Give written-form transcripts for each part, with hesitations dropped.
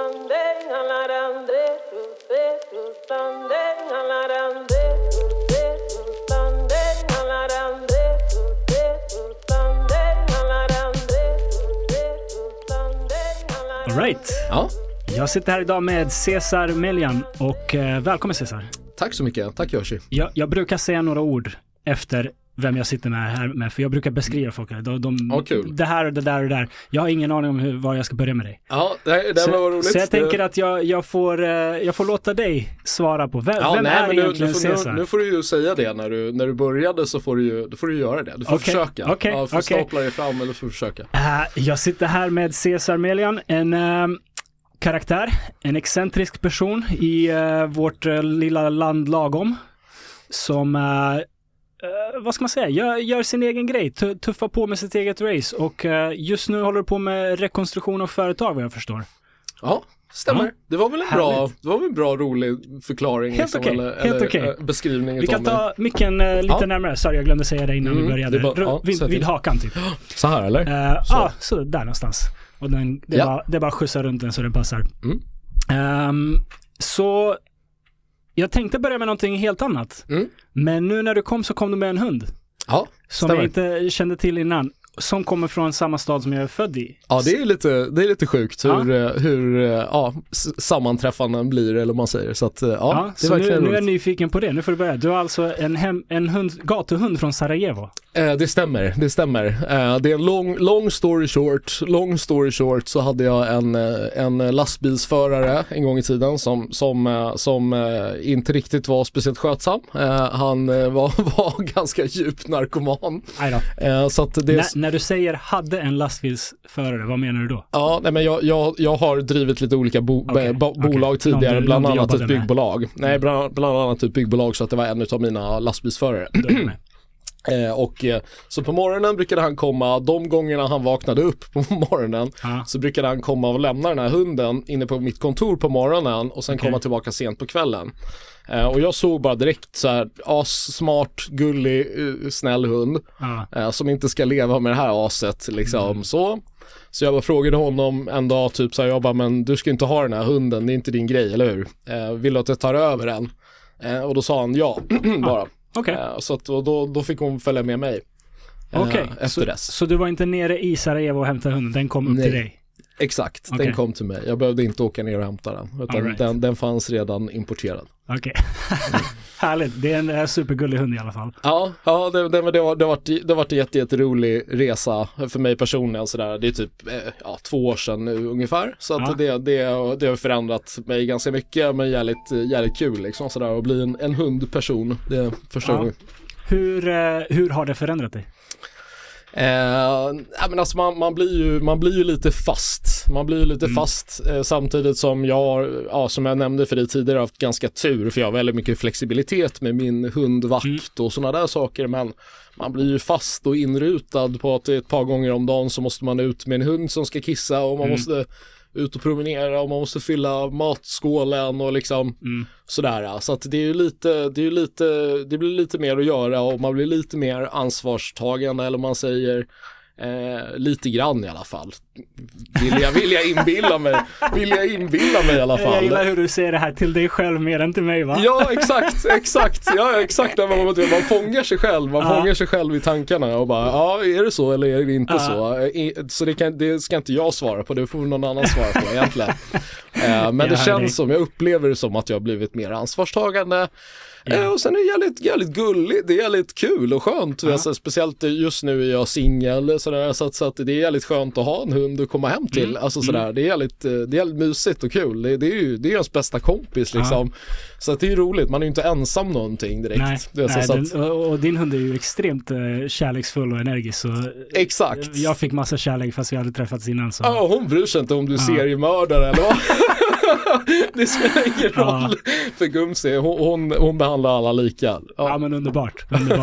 All right. Ja. Jag sitter här idag med Cesar Melian och välkommen Cesar. Tack så mycket. Tack Yoshi. Jag brukar säga några ord efter vem jag sitter med här med, för jag brukar beskriva folk. Kul. Det här och det där och det där. Jag har ingen aning om var jag ska börja med dig. Ja, det var roligt. Så jag tänker att jag får låta dig svara på vem är egentligen Cesar? Nu får du ju säga det när du började, så får du göra det. Du får försöka. Du får stapla dig fram eller får försöka. Jag sitter här med Cesar Melian, en karaktär, en excentrisk person i vårt lilla land lagom, som vad ska man säga, gör sin egen grej, tuffar på med sitt eget race, och just nu håller på med rekonstruktion av företag, vad jag förstår. Ja, stämmer. Ja. Det var väl en bra rolig förklaring. Helt liksom, okej. Beskrivning. Vi kan ta micken lite närmare. Sorry, jag glömde säga det innan vi började. Vid hakan typ. Så här eller? Så där någonstans. Och det är bara skjutsa runt den så den passar. Så jag tänkte börja med någonting helt annat. Men nu när du kom så kom du med en hund. Ja, som jag inte kände till innan. Som kommer från samma stad som jag är född i. Ja, det är lite sjukt hur sammanträffanden blir, eller man säger. Så att, det är så verkligen nu är jag nyfiken på det. Nu får du börja. Du har alltså en gatuhund från Sarajevo. Det stämmer. Det är en long story short så hade jag en lastbilsförare en gång i tiden som inte riktigt var speciellt skötsam. Han var ganska djup narkoman. Så att när du säger hade en lastbilsförare, vad menar du då? Ja, nej, men jag har drivit lite olika bolag tidigare, bland annat ett byggbolag. Nej, bland annat ett byggbolag, så att det var en av mina lastbilsförare. Och så på morgonen brukade han komma, de gångerna han vaknade upp på morgonen, så brukade han komma och lämna den här hunden inne på mitt kontor på morgonen och sen komma tillbaka sent på kvällen. Och jag såg bara direkt så här smart, gullig, snäll hund som inte ska leva med det här aset liksom. Så jag bara frågade honom en dag typ så här, jag bara, men du ska inte ha den här hunden, det är inte din grej, eller hur? Vill du att jag tar över den? Och då sa han ja, bara. Så att, då fick hon följa med mig efter dess. Så du var inte nere i Sarajevo och hämtade hunden, den kom upp till dig? Exakt, den kom till mig. Jag behövde inte åka ner och hämta den, utan den fanns redan importerad. Okej. Härligt, det är en supergullig hund i alla fall. Ja, det har varit en jätterolig resa för mig personligen. Sådär. Det är typ 2 år sedan nu ungefär. Så att det har förändrat mig ganska mycket, men jävligt kul liksom, sådär, att bli en hundperson. Det förstår jag. Hur har det förändrat dig? Men alltså man blir ju lite fast. Man blir ju lite fast samtidigt som som jag nämnde för dig tidigare, har haft ganska tur, för jag har väldigt mycket flexibilitet med min hundvakt och sådana där saker, men man blir ju fast och inrutad på att ett par gånger om dagen så måste man ut med en hund som ska kissa, och man måste ut och promenera, och man måste fylla matskålen och liksom sådär. Så att det blir lite mer att göra, och man blir lite mer ansvarstagande, eller man säger lite grann i alla fall. Vill jag inbilla mig i alla fall. Jag gillar hur du säger det här till dig själv mer än till mig, va? Ja, exakt. Ja, exakt. Man fångar sig själv. Man fångar sig själv i tankarna och bara, är det så eller är det inte så? Så det ska inte jag svara på. Det får någon annan svara på egentligen. Men det känns som, jag upplever det som att jag har blivit mer ansvarstagande. Och sen är det jävligt gulligt. Det är jävligt kul och skönt. Alltså, speciellt just nu är jag singel, så att det är jävligt skönt att ha en hund att komma hem till. Alltså, sådär. Det är jävligt mysigt och kul. Det är ju ens bästa kompis liksom. Så att det är roligt. Man är ju inte ensam någonting direkt. Nej, och din hund är ju extremt kärleksfull och energisk. Så exakt. Jag fick massa kärlek fast vi hade träffats innan. Så. Hon bryr sig inte om du seriemördare eller vad? Det spelar ingen roll för Gumsi. Hon behandlar alla lika. Ja, men underbart.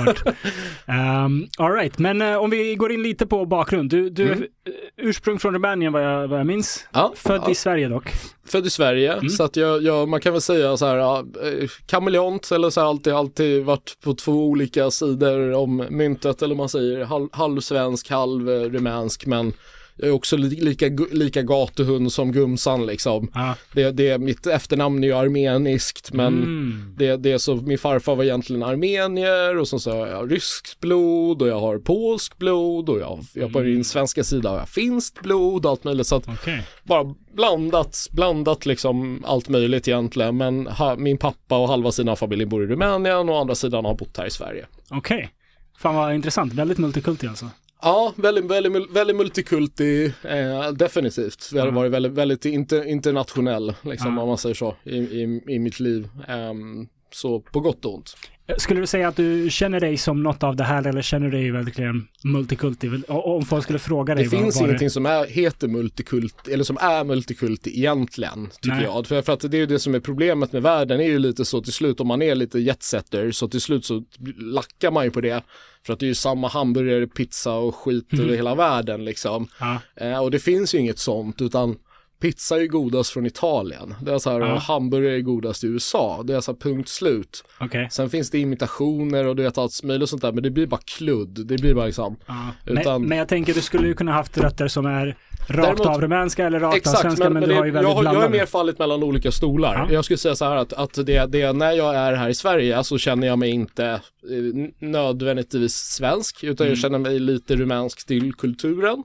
All right, men om vi går in lite på bakgrund. Du är ursprung från Rumänien vad jag minns. Född i Sverige dock. Född i Sverige, så att man kan väl säga så här, kameleont, eller så här, alltid varit på 2 olika sidor om myntet, eller man säger halv svensk, halv rumänsk, men jag är också lika gatuhund som Gumsan liksom. Det mitt efternamn är ju armeniskt, men det är så, min farfar var egentligen armenier, och så har jag ryskt blod och jag har polsk blod och jag på din svenska sida har jag finskt blod och allt möjligt, så att bara blandat liksom allt möjligt egentligen, men min pappa och halva sidan av familjen bor i Rumänien och andra sidan har bott här i Sverige. Okej. Fan vad intressant, väldigt multikulti alltså. Ja, väldigt multikulti, definitivt. Vi har varit väldigt internationell, liksom, om man säger så, i mitt liv. Så på gott och ont. Skulle du säga att du känner dig som något av det här, eller känner du dig verkligen multikulti? Om folk skulle fråga dig. Det finns ingenting som heter multikulti, eller som är multikulti egentligen, tycker jag. För att det är ju det som är problemet med världen, är ju lite så till slut, om man är lite jetsetter, så till slut så lackar man ju på det. För att det är ju samma hamburgare, pizza och skit över hela världen liksom. Och det finns ju inget sånt, utan pizza är godast från Italien. Det är så här, hamburgare är godast i USA. Det är så här, punkt slut. Sen finns det imitationer och du vet allt möjligt sånt där, men det blir bara kludd. Det blir bara liksom. Men jag tänker, du skulle ju kunna haft rötter som är rakt av rumänska eller rakt av svenska, men du har ju väldigt blandade. Jag är mer fallit mellan olika stolar. Jag skulle säga så här att det när jag är här i Sverige så känner jag mig inte nödvändigtvis svensk, utan jag känner mig lite rumänsk till kulturen.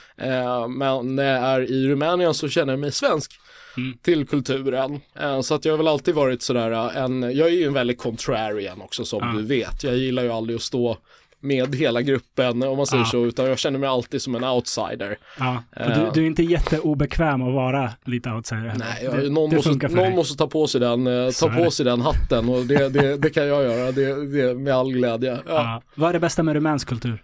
Men när jag är i Rumänien så känner jag mig svensk till kulturen. Så att jag har väl alltid varit sådär jag är ju en väldigt contrarian också, som du vet. Jag gillar ju aldrig att stå med hela gruppen, om man säger så, utan jag känner mig alltid som en outsider. Du är inte jätteobekväm att vara lite outsider. Nej, någon måste ta på sig den hatten, och det kan jag göra, det med all glädje. Vad är det bästa med rumänsk kultur?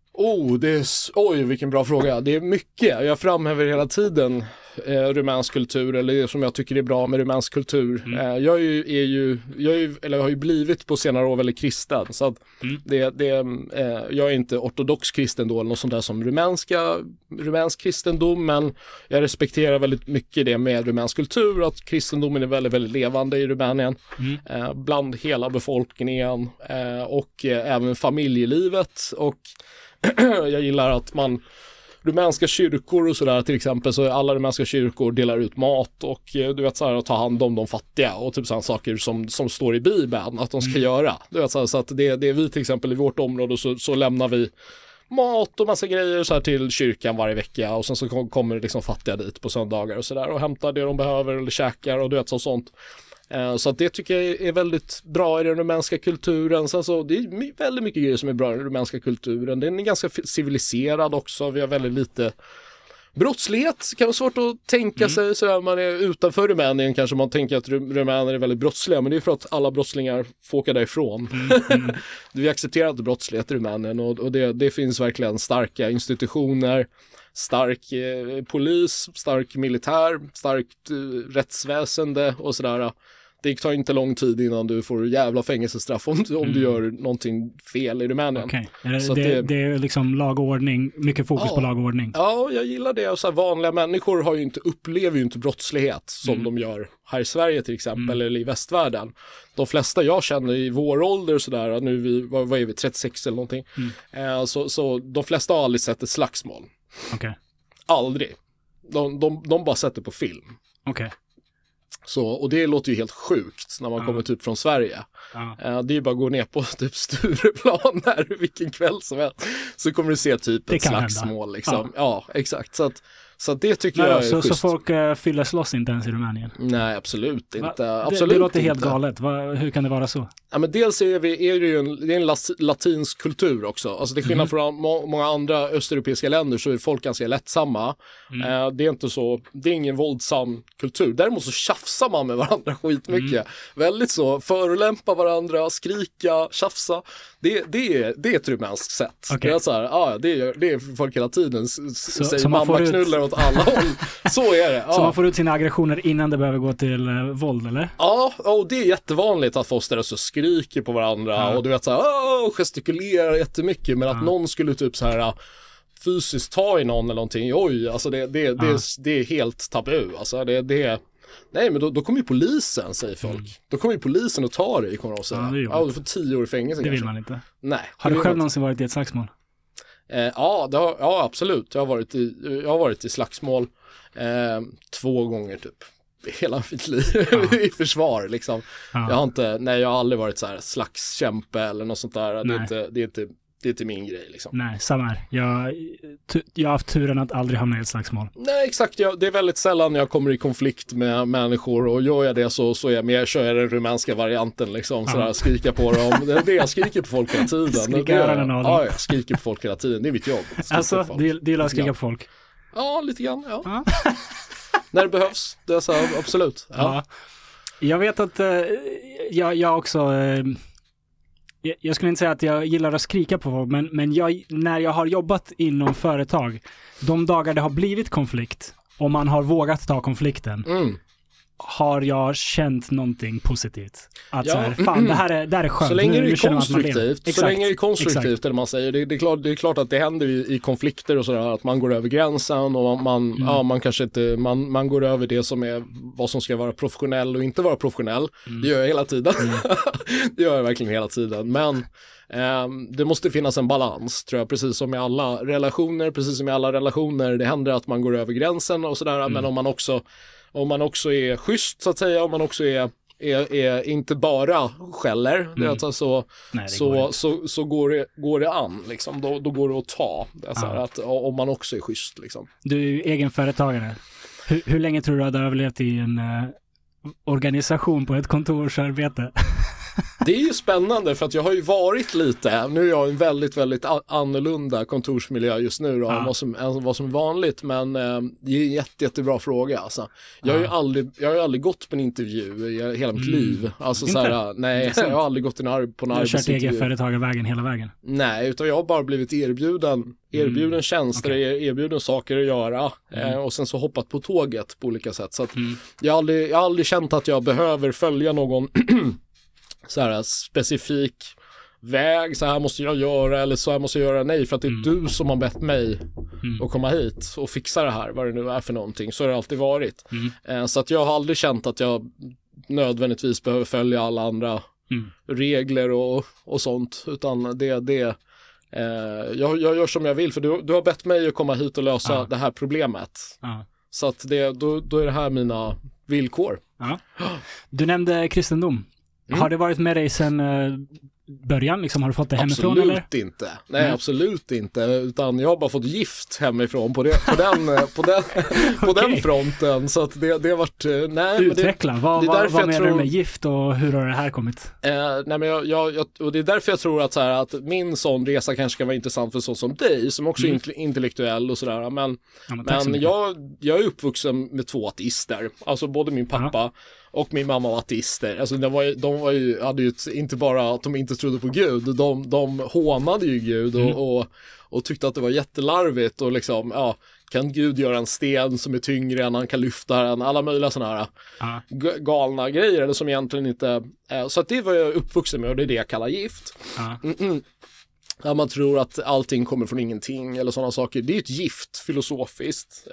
Oj, vilken bra fråga. Det är mycket. Jag framhäver hela tiden rumänsk kultur, eller det som jag tycker är bra med rumänsk kultur. Jag har ju blivit på senare år väldigt kristen, så att jag är inte ortodox kristen då, eller något sånt där som rumänsk kristendom, men jag respekterar väldigt mycket det med rumänsk kultur, att kristendomen är väldigt, väldigt levande i Rumänien, bland hela befolkningen, och även familjelivet, och jag gillar att rumänska kyrkor och sådär, till exempel, så alla rumänska kyrkor delar ut mat och du vet så här, att ta hand om de fattiga och typ sådana saker som står i Bibeln att de ska göra. Du vet så att det är vi till exempel i vårt område, så lämnar vi mat och massa grejer så här till kyrkan varje vecka, och sen så kommer liksom fattiga dit på söndagar och sådär och hämtar det de behöver eller käkar och du vet sånt. Så att det tycker jag är väldigt bra i den rumänska kulturen. Så alltså, det är väldigt mycket grejer som är bra i den rumänska kulturen. Den är ganska civiliserad också. Vi har väldigt lite brottslighet. Det kan vara svårt att tänka sig sådär, man är utanför Rumänien kanske man tänker att rumäner är väldigt brottsliga, men det är för att alla brottslingar får åka därifrån. Vi accepterar inte brottslighet i Rumänien, och det finns verkligen starka institutioner, stark polis, stark militär, starkt rättsväsende och sådär. Det tar inte lång tid innan du får jävla fängelsestraff om du gör någonting fel i Rumänien. Så det är liksom lagordning, mycket fokus på lagordning. Ja, jag gillar det. Och så här, vanliga människor upplever ju inte brottslighet som de gör här i Sverige till exempel, eller i västvärlden. De flesta jag känner i vår ålder sådär, nu vad är vi, 36 eller någonting. Så de flesta har aldrig sett ett slagsmål. Aldrig. De bara sätter på film. Så, och det låter ju helt sjukt när man kommer typ från Sverige. Det är ju bara att gå ner på typ Stureplan här vilken kväll som helst, så kommer du se typ ett slagsmål liksom. Ja, exakt. Så det tycker jag är schysst. Så folk fyller slåss inte ens i Rumänien? Nej, absolut inte. Absolut det låter helt galet. Hur kan det vara så? Ja, men dels är det ju en latinsk kultur också. Alltså det är skillnad från många andra östeuropeiska länder, så är folk ganska lättsamma. Det är inte så, det är ingen våldsam kultur. Däremot så tjafsar man med varandra skitmycket. Väldigt så, förolämpa varandra, skrika, tjafsa. Det är ett rumänskt sätt. Det är så här, det är folk hela tiden säger mamma knullar åt alla håll. Så är det. Så man får ut sina aggressioner innan det behöver gå till våld, eller? Ja, och det är jättevanligt att folk ställer sig och skriker på varandra och du vet så här, gestikulerar jättemycket, men att någon skulle typ så här fysiskt ta i någon eller någonting. Oj, alltså det är helt tabu. Alltså nej, men då kommer ju polisen, säger folk. Då kommer ju polisen och tar dig, kommer de säga. Du får 10 år i fängelse. Det vill man inte. Nej. Har du själv någonsin varit i ett slagsmål? Ja, absolut. Jag har varit i slagsmål 2 gånger typ. Hela mitt liv i försvar liksom. Jag har aldrig varit så här slagskämpe eller något sånt där. Det är inte min grej liksom. Nej, samma här. Jag har haft turen att aldrig hamna i ett slagsmål. Nej, exakt. Det är väldigt sällan jag kommer i konflikt med människor, och gör jag det så kör jag den rumänska varianten liksom, sådär, skrika på dem. Det är det, jag skriker på folk hela tiden. Jag skriker på folk hela tiden. Det är mitt jobb. Alltså, det gillar att skrika på folk? Ja, lite grann, ja. När det behövs. Det är så här, absolut. Ja. Jag vet att jag också... jag skulle inte säga att jag gillar att skrika på folk, men när jag har jobbat inom företag, de dagar det har blivit konflikt och man har vågat ta konflikten, har jag känt någonting positivt. Att så här, fan, det här är skönt. Så länge det är konstruktivt, eller man säger, det är klart att det händer i konflikter och sådär, att man går över gränsen och man kanske inte, man går över det som är vad som ska vara professionell och inte vara professionell. Det gör jag hela tiden. Det gör jag verkligen hela tiden. Men det måste finnas en balans, tror jag, precis som i alla relationer. Det händer att man går över gränsen och sådär, men om man också är schysst, så att säga, om man också är inte bara skäller, så går det an liksom. Då går det att ta det, så här, att om man också är schysst liksom. Du är ju egenföretagare. Hur länge tror du att du har överlevt i en organisation på ett kontorsarbete? Det är ju spännande, för att jag har ju varit lite, nu är jag en väldigt, väldigt annorlunda kontorsmiljö just nu då, än vad som är vanligt, men det är en jättebra fråga alltså. Jag har ju aldrig gått på en intervju i hela mitt liv. Alltså såhär, nej, jag har aldrig gått på en arbetsintervju. Du har kört egenföretagarvägen hela vägen? Nej, utan jag har bara blivit erbjuden tjänster, erbjuden saker att göra, och sen så hoppat på tåget på olika sätt. Så att jag har aldrig känt att jag behöver följa någon så här specifik väg, så här måste jag göra, eller så här måste jag göra. Nej, för att det är du som har bett mig att komma hit och fixa det här, vad det nu är för någonting. Så har det alltid varit. Så att jag har aldrig känt att jag nödvändigtvis behöver följa alla andra regler och sånt, utan jag gör som jag vill, för du har bett mig att komma hit och lösa det här problemet. Så att då är det här mina villkor. Du nämnde kristendom. Har det varit med dig sedan början? Liksom, har du fått det hemifrån? Absolut eller? Inte. Nej, absolut inte. Utan jag har bara fått gift hemifrån på den fronten. Så att det har varit... Nej, utveckla. Vad menar du med gift och hur har det här kommit? Nej, men och det är därför jag tror att, så här, att min sån resa kanske ska vara intressant för så som dig, som också är intellektuell och sådär. Men jag är uppvuxen med 2 ateister. Alltså både min pappa och min mamma var ateister. Alltså hade ju inte bara att de inte trodde på Gud, de hånade ju Gud och tyckte att det var jättelarvigt och liksom, kan Gud göra en sten som är tyngre än han kan lyfta den, alla möjliga sådana här galna grejer, eller som egentligen inte, så att det var jag uppvuxen med, och det är det jag kallar gift. Ja, man tror att allting kommer från ingenting eller sådana saker. Det är ett gift filosofiskt.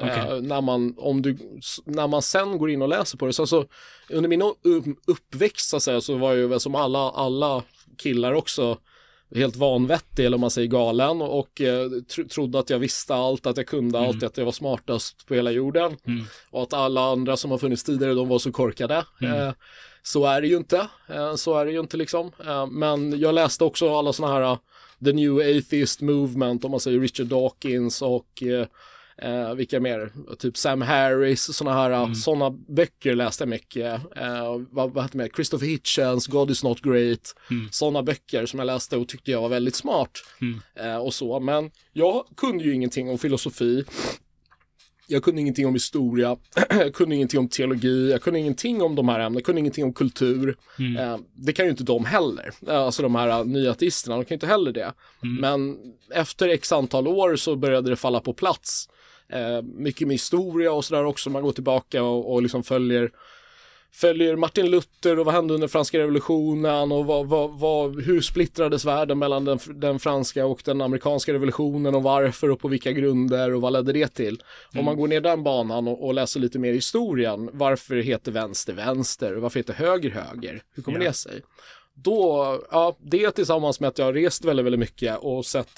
När man sen går in och läser på det. Så under min uppväxt så var jag som alla killar också helt vanvettig, eller om man säger galen, och trodde att jag visste allt, att jag kunde allt, att jag var smartast på hela jorden, och att alla andra som har funnits tidigare, de var så korkade. Så är det ju inte liksom. Men jag läste också alla såna här The New Atheist Movement, om man säger Richard Dawkins och vilka mer, typ Sam Harris, såna böcker läste jag mycket. Vad heter det? Christopher Hitchens God is not great. Såna böcker som jag läste och tyckte jag var väldigt smart. Och så, men jag kunde ju ingenting om filosofi. Jag kunde ingenting om historia, jag kunde ingenting om teologi, jag kunde ingenting om de här ämnena, jag kunde ingenting om kultur. Det kan ju inte de heller. Alltså de här nya ateisterna, de kan ju inte heller det. Men efter x antal år så började det falla på plats. Mycket med historia och sådär också. Man går tillbaka och liksom följer Martin Luther och vad hände under franska revolutionen, och hur splittrades världen mellan den franska och den amerikanska revolutionen, och varför och på vilka grunder, och vad ledde det till. Om man går ner den banan och läser lite mer historien, varför heter vänster och varför heter höger, hur kommer det sig? Då, det tillsammans med att jag har rest väldigt, väldigt mycket och sett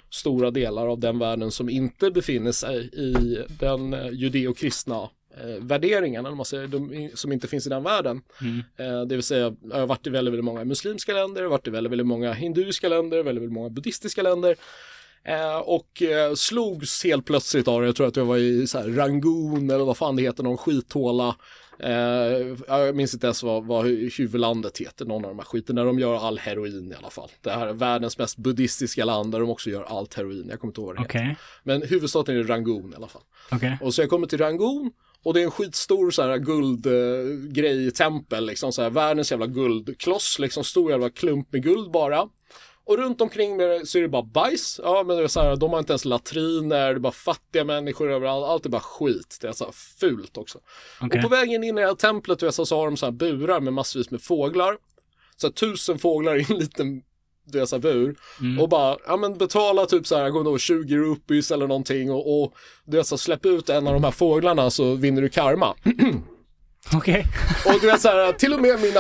stora delar av den världen som inte befinner sig i den judeo-kristna värderingen, eller man säger, som inte finns i den världen. Det vill säga, jag har varit i väldigt, väldigt många muslimska länder, varit i väldigt, väldigt många hinduiska länder, väldigt, väldigt många buddhistiska länder. Och slogs helt plötsligt av det. Jag tror att jag var i så här Rangoon eller vad fan det heter, någon skithåla. Jag minns inte ens vad huvudlandet heter, någon av de här skiten där de gör all heroin i alla fall. Det här är världens mest buddhistiska land där de också gör allt heroin. Jag kommer inte ihåg vad det heter. Men huvudstaden är Rangoon i alla fall. Och så jag kommer till Rangoon och det är en skitstor så här guldgrej tempel liksom, så här världens jävla guldkloss, liksom stor jävla klump med guld bara. Och runt omkring med så är det bara bajs. Ja, men det är så här, de har inte ens latriner, det är bara fattiga människor överallt. Allt är bara skit. Det är så här fult också. Och på vägen in i det här templet så har de så här burar med massvis med fåglar. Så här 1000 fåglar i en liten så här bur. Och bara, ja men betala typ så här 20 rupees eller någonting. Och det är så här, släpp ut en av de här fåglarna så vinner du karma. Och du vet så här, till och med min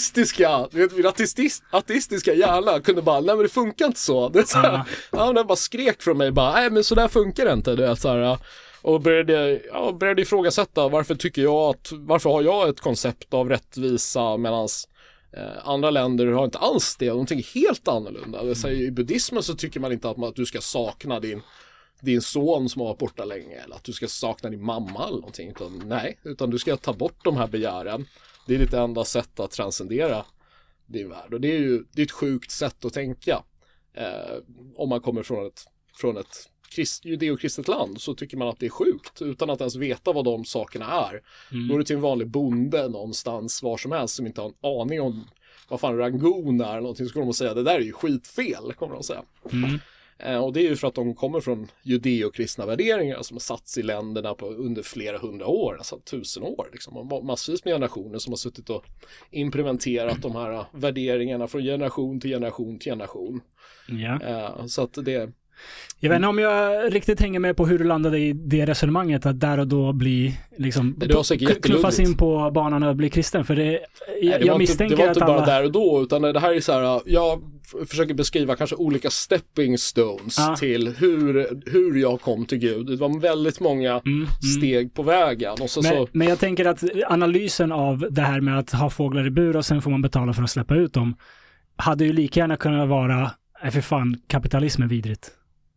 ateistiska hjärna kunde bara, nej men det funkar inte så. Det är så här, den bara skrek från mig bara, nej men så där funkar det inte. Det är så här, och började ifrågasätta varför har jag ett koncept av rättvisa medan andra länder har inte alls det, de tänker helt annorlunda. Det säger, i buddhismen så tycker man inte att du ska sakna din son som har varit borta länge, eller att du ska sakna din mamma eller någonting, utan du ska ta bort de här begären. Det är ditt enda sätt att transcendera din värld, och det är ett sjukt sätt att tänka. Om man kommer från ett judeo-kristet land så tycker man att det är sjukt utan att ens veta vad de sakerna är. Går du till en vanlig bonde någonstans var som helst som inte har en aning om vad fan Rangoon är eller någonting, så kommer de att säga det där är ju skitfel, kommer de att säga. Och det är ju för att de kommer från judeo-kristna värderingar som har satts i länderna under flera hundra år, alltså 1000 år liksom. Massvis med generationer som har suttit och implementerat de här värderingarna från generation till generation till generation. Så att det... Jag vet inte om jag riktigt hänger med på hur du landade i det resonemanget att där och då bli liksom knuffas in på banan och bli kristen, för jag misstänker att det var inte bara där och då, utan det här är så här, jag försöker beskriva kanske olika stepping stones till hur jag kom till Gud. Det var väldigt många steg på vägen. Och men jag tänker att analysen av det här med att ha fåglar i bur och sen får man betala för att släppa ut dem hade ju lika gärna kunnat vara för fan, kapitalismen vidrigt.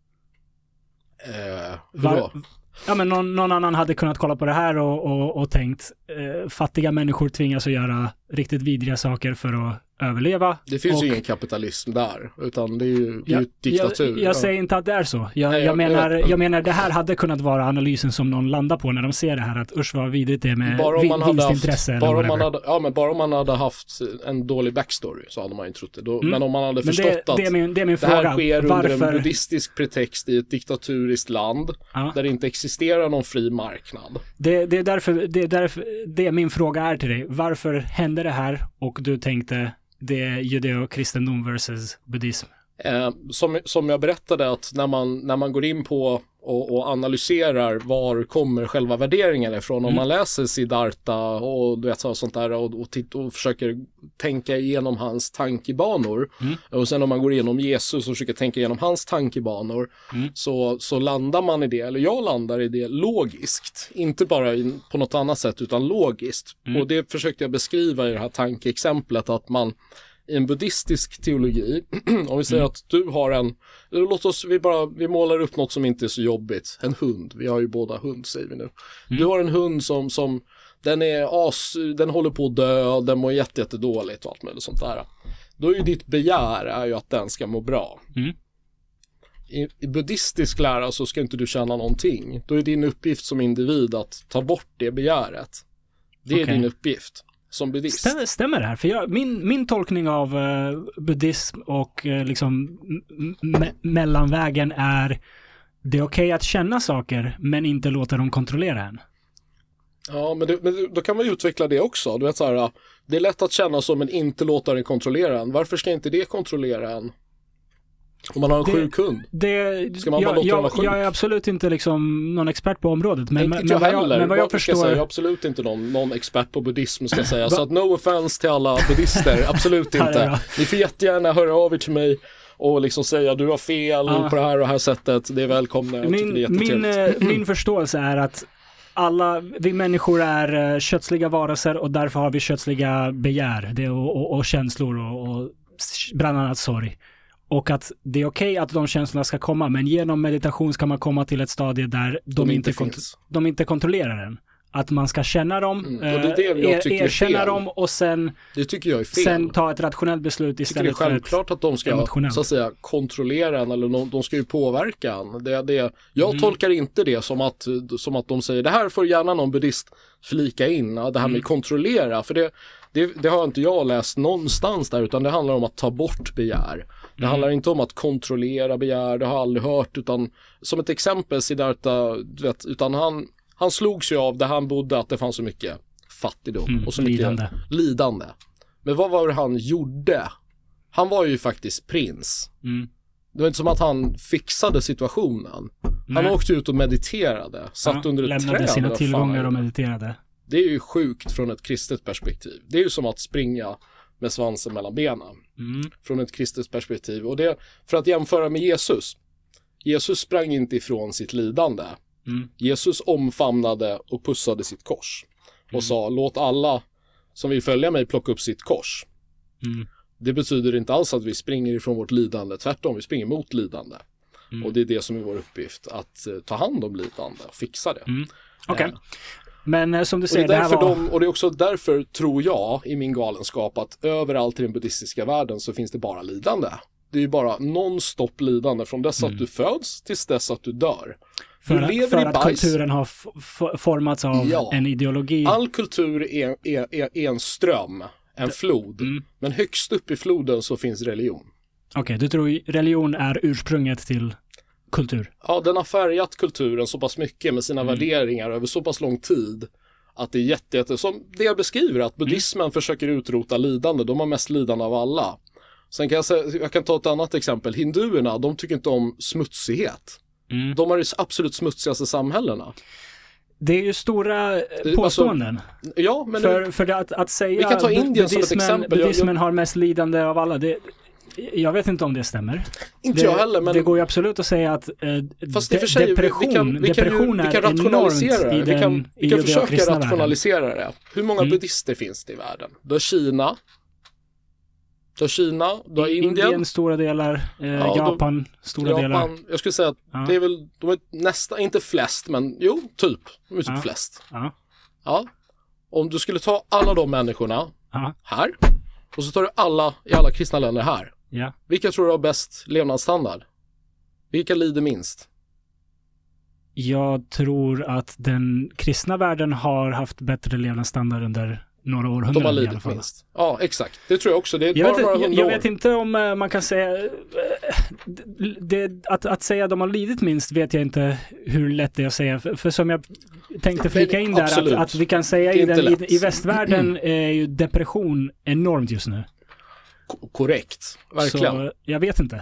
Ja, men någon annan hade kunnat kolla på det här och tänkt fattiga människor tvingas att göra riktigt vidriga saker för att överleva. Det finns ju ingen kapitalism där, utan det är ju diktatur. Jag säger inte att det är så. Jag menar det här hade kunnat vara analysen som någon landar på när de ser det här, att usch vad vidrigt det är med vinstintresse. Bara om man hade haft en dålig backstory så hade man ju trott det. Men om man hade förstått att det är min det här fråga. sker under en buddhistisk pretext i ett diktaturiskt land där det inte existerar någon fri marknad. Det är därför min fråga är till dig. Varför hände det här och du tänkte det är judeo-kristendom versus buddhism? Som jag berättade, att när man går in på och analyserar var kommer själva värderingen ifrån, om man läser Siddhartha och du vet sånt där och försöker tänka igenom hans tankebanor och sen om man går igenom Jesus och försöker tänka igenom hans tankebanor så landar man i det, eller jag landar i det logiskt, inte bara på något annat sätt utan logiskt. Och det försökte jag beskriva i det här tankeexemplet, att man i en buddhistisk teologi, om vi säger att du har vi målar upp något som inte är så jobbigt, en hund, vi har ju båda hund säger vi nu. Du har en hund som den håller på att dö, den mår jättedåligt och allt möjligt sånt där. Då är ju ditt begär är ju att den ska må bra. I buddhistisk lära så ska inte du känna någonting. Då är din uppgift som individ att ta bort det begäret. Det är din uppgift som buddhist. Stämmer det här? För min tolkning av buddhism och liksom mellanvägen är det är okej att känna saker men inte låta dem kontrollera en. Ja, men då kan man utveckla det också. Du vet så här, det är lätt att känna så men inte låta den kontrollera en. Varför ska inte det kontrollera en? Om man har en sjuk hund. Ska man bara låta den vara sjuk? Jag är absolut inte liksom någon expert på området. Men vad jag förstår... Jag är absolut inte någon expert på buddhism ska jag säga. Så att no offense till alla buddhister. Absolut inte. Ni får jättegärna höra av er till mig och liksom säga du har fel på det här och det här sättet. Det är välkomna. Min förståelse är att vi människor är kötsliga varelser och därför har vi kötsliga begär och känslor och bland annat sorg. Och att det är okej att de känslorna ska komma, men genom meditation ska man komma till ett stadie där de inte kontrollerar den. Att man ska känna dem, erkänna dem och sen, det tycker jag är fel. Sen ta ett rationellt beslut istället för självklart att de ska så att säga kontrollera en, eller de ska ju påverka en. Jag tolkar inte det som att de säger det här får gärna någon buddhist flika in, det här med kontrollera, för det har inte jag läst någonstans där, utan det handlar om att ta bort begär. Det handlar inte om att kontrollera begär, det har jag aldrig hört, utan som ett exempel Siddhartha, utan han slogs ju av där han bodde att det fanns så mycket fattigdom och så mycket lidande. Men vad var det han gjorde? Han var ju faktiskt prins. Det var inte som att han fixade situationen. Han åkte ut och mediterade, satt under ett träd. Lämnade sina tillgångar och mediterade. Det är ju sjukt från ett kristet perspektiv. Det är ju som att springa med svansen mellan benen. Från ett kristet perspektiv. Och det, för att jämföra med Jesus. Jesus sprang inte ifrån sitt lidande. Jesus omfamnade och pussade sitt kors. Och sa, låt alla som vill följa mig plocka upp sitt kors. Det betyder inte alls att vi springer ifrån vårt lidande. Tvärtom, vi springer mot lidande. Och det är det som är vår uppgift. Att ta hand om lidande och fixa det. Okej. Men som du säger, och det är också därför tror jag i min galenskap att överallt i den buddhistiska världen så finns det bara lidande. Det är ju bara non-stop lidande från dess att du föds tills dess att du dör. För att kulturen har formats av en ideologi. All kultur är en ström, en flod. Men högst upp i floden så finns religion. Okej, du tror religion är ursprunget till kultur? Ja, den har färgat kulturen så pass mycket med sina värderingar över så pass lång tid att det är jätte som det jag beskriver, att buddhismen försöker utrota lidande. De har mest lidande av alla. Sen kan jag kan ta ett annat exempel. Hinduerna, de tycker inte om smutsighet. De har de absolut smutsigaste samhällena. Det är ju stora påståenden. Alltså, ja, men för att säga vi kan ta Indien som ett exempel. Buddhismen har mest lidande av alla. Jag vet inte om det stämmer. Inte jag heller, men det går ju absolut att säga att depression vi kan rationalisera det. Vi kan försöka rationalisera det. Hur många buddhister finns det i världen? Du har Kina, du har Indien, stora delar, Japan, stora delar. Jag skulle säga att det är väl, de är nästan, inte flest, men jo, typ. De är typ flest. Ja. Om du skulle ta alla de människorna här, och så tar du alla i alla kristna länder här. Vilka tror du har bäst levnadsstandard? Vilka lider minst? Jag tror att den kristna världen har haft bättre levnadsstandard under några århundraden. De har lidit minst. Ja, exakt. Det tror jag också. Det är jag vet inte om man kan säga att säga de har lidit minst vet jag inte hur lätt det är att säga. För som jag tänkte flika in där att vi kan säga i västvärlden är ju depression enormt just nu. Korrekt. Verkligen. Så jag vet inte.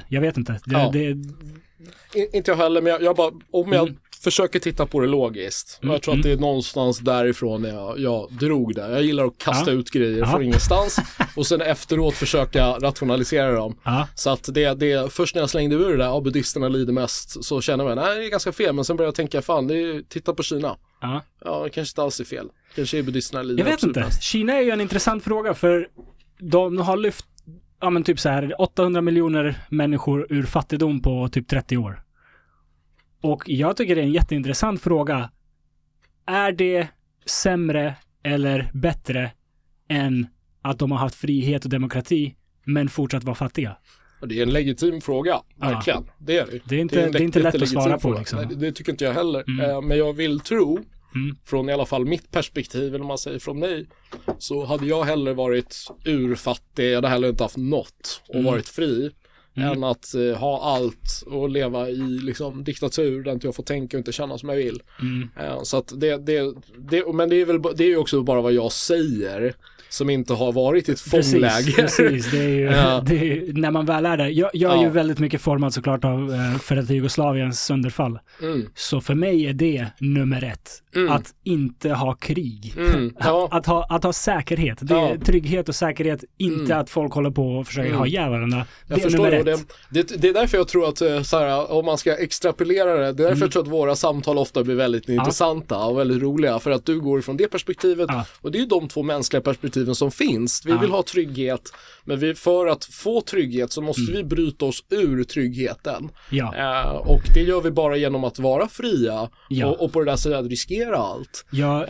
Inte jag heller, men jag bara, om jag försöker titta på det logiskt. Jag tror att det är någonstans därifrån jag drog det. Jag gillar att kasta ut grejer från ingenstans och sen efteråt försöka rationalisera dem. Så att det först när jag slängde ur det där, buddhisterna lider mest, så känner jag, nej, det är ganska fel, men sen börjar jag tänka, titta på Kina. Ja, det kanske inte alls är fel. Kanske är buddhisterna lider. Jag vet inte. Mest. Kina är ju en intressant fråga, för de har lyft typ så här 800 miljoner människor ur fattigdom på typ 30 år. Och jag tycker det är en jätteintressant fråga. Är det sämre eller bättre än att de har haft frihet och demokrati men fortsatt vara fattiga? Det är en legitim fråga, verkligen. Det är det. Det är inte lätt att svara på. Liksom. Nej, det tycker inte jag heller. Men jag vill tro, från i alla fall mitt perspektiv, eller man säger från mig, så hade jag hellre varit urfattig, jag hade heller inte haft något och varit fri, än att ha allt och leva i liksom diktatur där inte jag får tänka och inte känna som jag vill. Så att men det är ju också bara vad jag säger, som inte har varit i ett fångläge. Precis. Det är ju, när man väl är där. Jag är ju väldigt mycket formad såklart av för att Jugoslaviens sönderfall. Så för mig är det nummer 1. Att inte ha krig. Att ha säkerhet. Det är trygghet och säkerhet. Inte att folk håller på och försöker ha ihjäl varandra. Det är nummer 1. det är därför jag tror att så här, om man ska extrapolera det är därför jag tror att våra samtal ofta blir väldigt intressanta och väldigt roliga, för att du går ifrån det perspektivet och det är ju de två mänskliga perspektiven som finns. Vi vill ha trygghet, men för att få trygghet så måste vi bryta oss ur tryggheten. Och det gör vi bara genom att vara fria och på det där sättet riskera allt.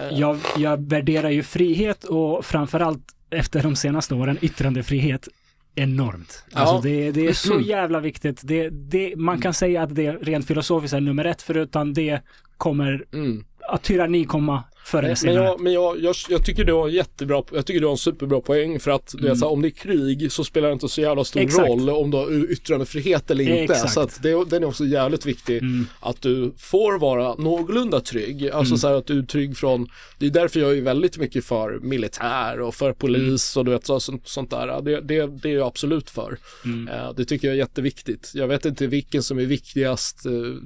Jag värderar ju frihet, och framförallt efter de senaste åren yttrandefrihet enormt. Alltså det är så jävla viktigt. Man kan säga att det rent filosofiskt är nummer 1, förutom det kommer att tyranni komma förr eller senare. Men jag tycker det var jättebra. Jag tycker det var en superbra poäng, för att det är så här, om det är krig så spelar det inte så jävla stor roll om du har yttrandefrihet eller inte. Så att den är också jävligt viktig, att du får vara någorlunda trygg. Alltså så här, att du är trygg från, det är därför jag är väldigt mycket för militär och för polis och du vet sånt där. Det är jag absolut för. Det tycker jag är jätteviktigt. Jag vet inte vilken som är viktigast,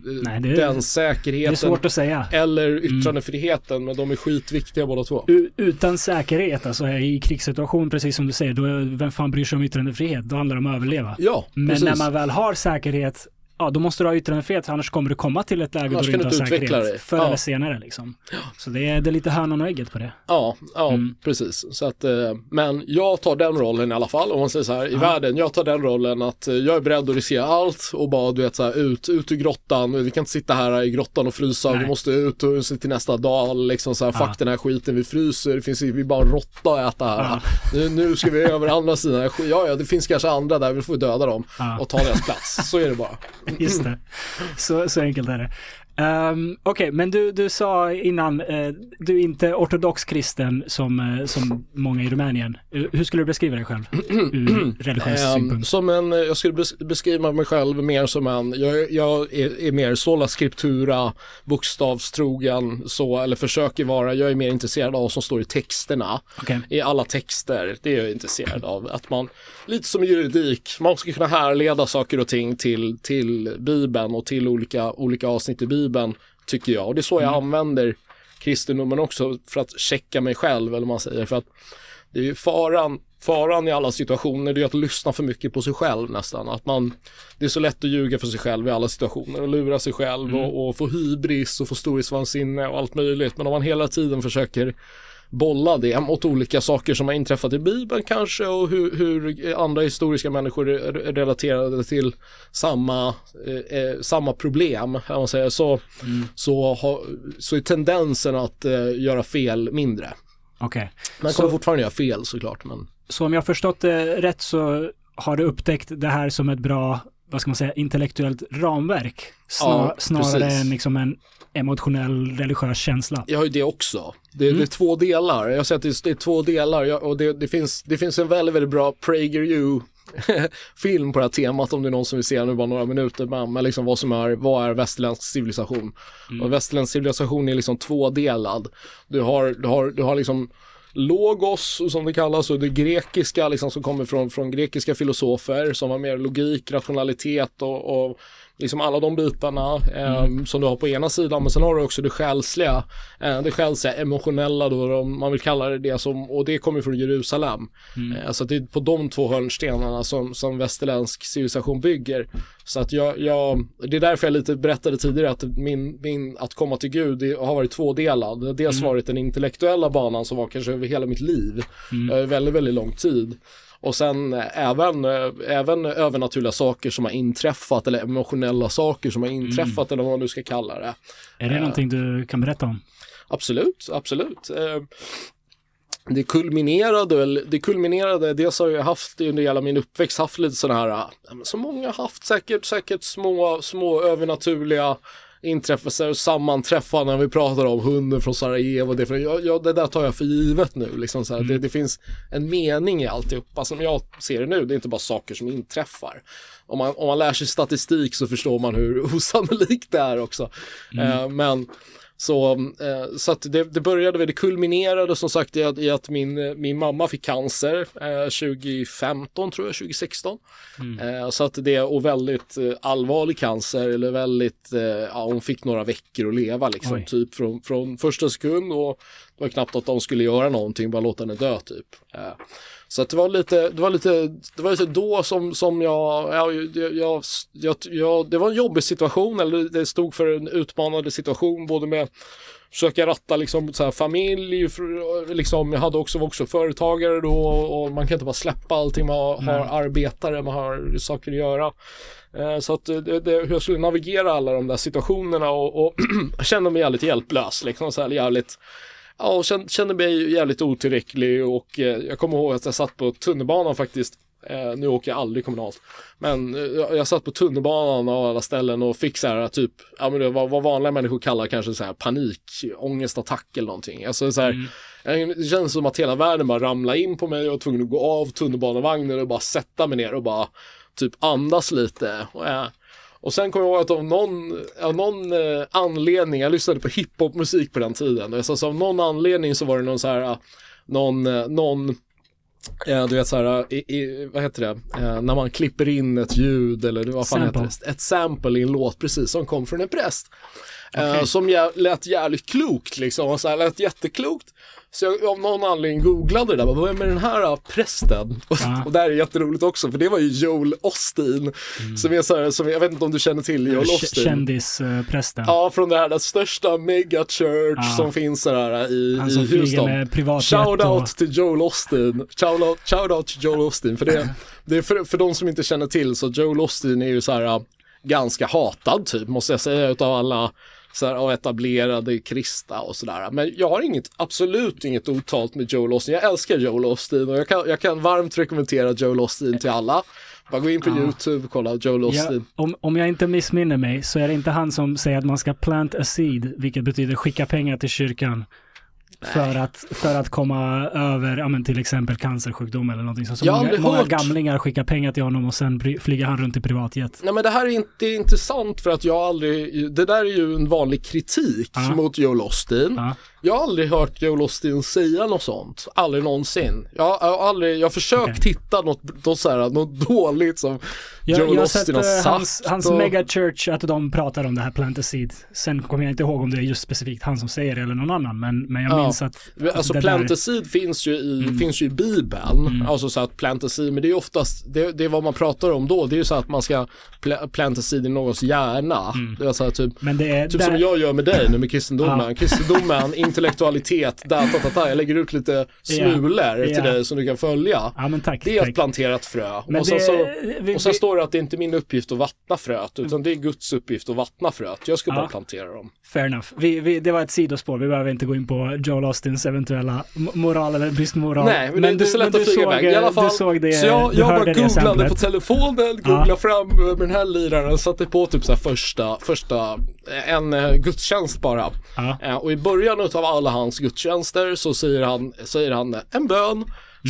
den säkerheten. Det är svårt att säga. Eller yttrandefriheten, men de är skitviktiga båda två. Utan säkerhet, alltså i krigssituation, precis som du säger, då vem fan bryr sig om yttrandefrihet? Då handlar det om att överleva. Men precis. När man väl har säkerhet, då måste du ha yttrandefrihet, annars kommer du komma till ett läge då du inte har säkerhet. Förr eller senare liksom. Så det är lite hönan och ägget på det. Precis. Så att, men jag tar den rollen i alla fall, om man säger så här, i världen, jag tar den rollen att jag är beredd att riskera allt och bara, du vet, så här, ut ur grottan. Vi kan inte sitta här i grottan och frysa. Vi måste ut och se till nästa dal liksom så här, fuck den här skiten, vi fryser, vi bara råtta och äta här. Nu ska vi över andra sidan. Det finns kanske andra där, vi får döda dem och ta deras plats. Så är det bara. Just det. Så enkelt är det. Okej, men du sa innan du är inte ortodox kristen som många i Rumänien. Hur skulle du beskriva dig själv ur religiös synpunkt? Jag skulle beskriva mig själv mer som jag är mer sola scriptura, bokstavstrogen så, eller försöker vara. Jag är mer intresserad av vad som står i texterna. I alla texter, det är jag intresserad av. Att man, lite som juridik, man ska kunna härleda saker och ting till Bibeln och till olika avsnitt i Bibeln, tycker jag. Och det är så jag använder kristendomen också, för att checka mig själv, eller man säger. För att det är ju faran i alla situationer, det är att lyssna för mycket på sig själv nästan. Det är så lätt att ljuga för sig själv i alla situationer och lura sig själv och få hybris och få storhetsvansinne och allt möjligt. Men om man hela tiden försöker bolla det mot olika saker som har inträffat i Bibeln kanske, och hur andra historiska människor är relaterade till samma problem, kan man säga, så är tendensen att göra fel mindre. Man kommer fortfarande göra fel såklart, men... Så om jag har förstått det rätt så har du upptäckt det här som ett bra, vad ska man säga, intellektuellt ramverk snarare än liksom en emotionell, religiös känsla. Jag har ju det också. Det är 2 delar. Jag har sett att det är 2 delar. Och det finns en väldigt, väldigt bra PragerU film på det här temat, om det är någon som vill se nu bara några minuter, men liksom vad är västerländsk civilisation. Och västerländsk civilisation är liksom 2-delad. Du har liksom logos, som det kallas, och det grekiska liksom, som kommer från grekiska filosofer som har mer logik, rationalitet och liksom alla de bitarna som du har på ena sidan, men sen har du också det själsliga emotionella då, man vill kalla det som, och det kommer från Jerusalem. Så det är på de 2 hörnstenarna som västerländsk civilisation bygger. Så att det är därför jag lite berättade tidigare att min att komma till Gud har varit 2-delad. Det har dels varit den intellektuella banan som var kanske över hela mitt liv, väldigt, väldigt lång tid. Och sen även övernaturliga saker som har inträffat, eller emotionella saker som har inträffat, eller vad man nu ska kalla det. Är det någonting du kan berätta om? Absolut. Det kulminerade, dels har jag haft under hela min uppväxt haft lite sådana här, som många har haft, säkert små övernaturliga inträffelser och sammanträffar när vi pratar om hunden från Sarajevo. Det där tar jag för givet nu. Liksom så här. Det finns en mening i alltihopa som jag ser det nu. Det är inte bara saker som inträffar. Om man lär sig statistik så förstår man hur osannolikt det är också. Men så att det började, det kulminerade som sagt i att min mamma fick cancer 2015 tror jag, 2016. Så att det, och väldigt allvarlig cancer, eller väldigt hon fick några veckor att leva liksom. Typ från första sekund, och var knappt att de skulle göra någonting, bara låta henne dö typ. Så att det var lite då som jag det var en jobbig situation, eller det stod för en utmanande situation, både med försöka ratta liksom så här familj, liksom jag var också företagare då, och man kan inte bara släppa allting, man har arbetare, man har saker att göra. Så att hur jag skulle navigera alla de där situationerna och kände mig jävligt hjälplös liksom, så här jävligt. Ja, och kände mig jävligt otillräcklig, och jag kommer ihåg att jag satt på tunnelbanan faktiskt. Nu åker jag aldrig kommunalt, men jag satt på tunnelbanan och alla ställen och fick så här typ, ja men det var vad vanliga människor kallar kanske så här panik, ångestattack eller någonting. Alltså så här, det känns som att hela världen bara ramlade in på mig och jag var tvungen att gå av tunnelbanevagnen och bara sätta mig ner och bara typ andas lite. Och sen kom jag ihåg att av någon anledning, jag lyssnade på hiphopmusik på den tiden, och så av någon anledning så var det någon så här någon du vet så här, vad heter det? När man klipper in ett ljud, eller vad fan heter det? Ett sample i en låt, precis, som kom från en präst. Som lät jävligt klokt liksom, och så här, lät jätteklokt. Så jag av någon anledning googlade det där, vad är med den här prästen? Och där är jätteroligt också, för det var ju Joel Osteen, som är så här, som jag vet inte om du känner till Joel Osteen. Kändisprästen. Ja, från det här, den största megachurch som finns där i Houston. Shoutout till Joel Osteen. Shoutout till Joel Osteen, för det är för de som inte känner till, så Joel Osteen är ju så här ganska hatad typ, måste jag säga, utav alla så här, av etablerade kristna och sådär. Men jag har absolut inget otalt med Joel Osteen. Jag älskar Joel Osteen, och jag kan varmt rekommendera Joel Osteen till alla. Bara gå in på YouTube och kolla Joel Osteen. Om jag inte missminner mig så är det inte han som säger att man ska plant a seed, vilket betyder skicka pengar till kyrkan. För att komma över till exempel cancersjukdom eller någonting så många gamlingar skickar pengar till honom och sen flyger han runt i privatjet. Nej, men det här är inte intressant, för att det där är ju en vanlig kritik mot Joel Osteen. Jag har aldrig hört Joel Osteen säga något sånt. Aldrig någonsin. Jag har försökt hitta något dåligt som Joel Osteen har sagt. Hans megachurch, att de pratar om det här plant a seed. Sen kommer jag inte ihåg om det är just specifikt han som säger det eller någon annan, men jag minns att alltså plant a seed finns ju i Bibeln. Alltså så att plant a seed, men det är oftast det är vad man pratar om då. Det är ju så att man ska plant a seed i någons hjärna. Det är så här, typ, men det är typ som jag gör med dig nu med kristendomen. Kristendomen, intellektualitet, jag lägger ut lite smulor till dig som du kan följa. Det är ett planterat frö. Men och sen står det att det är inte min uppgift att vattna fröet, utan det är Guds uppgift att vattna fröet. Jag ska bara plantera dem. Fair enough. Det var ett sidospår. Vi behöver inte gå in på Joel Osteens eventuella moral eller bristmoral. Nej, men det är så lätt att flyga iväg. I alla fall, så jag bara googlade på telefonen, googlade fram med den här liraren, satte på typ så här första en gudstjänst bara. Och i början av alla hans gudstjänster så säger han en bön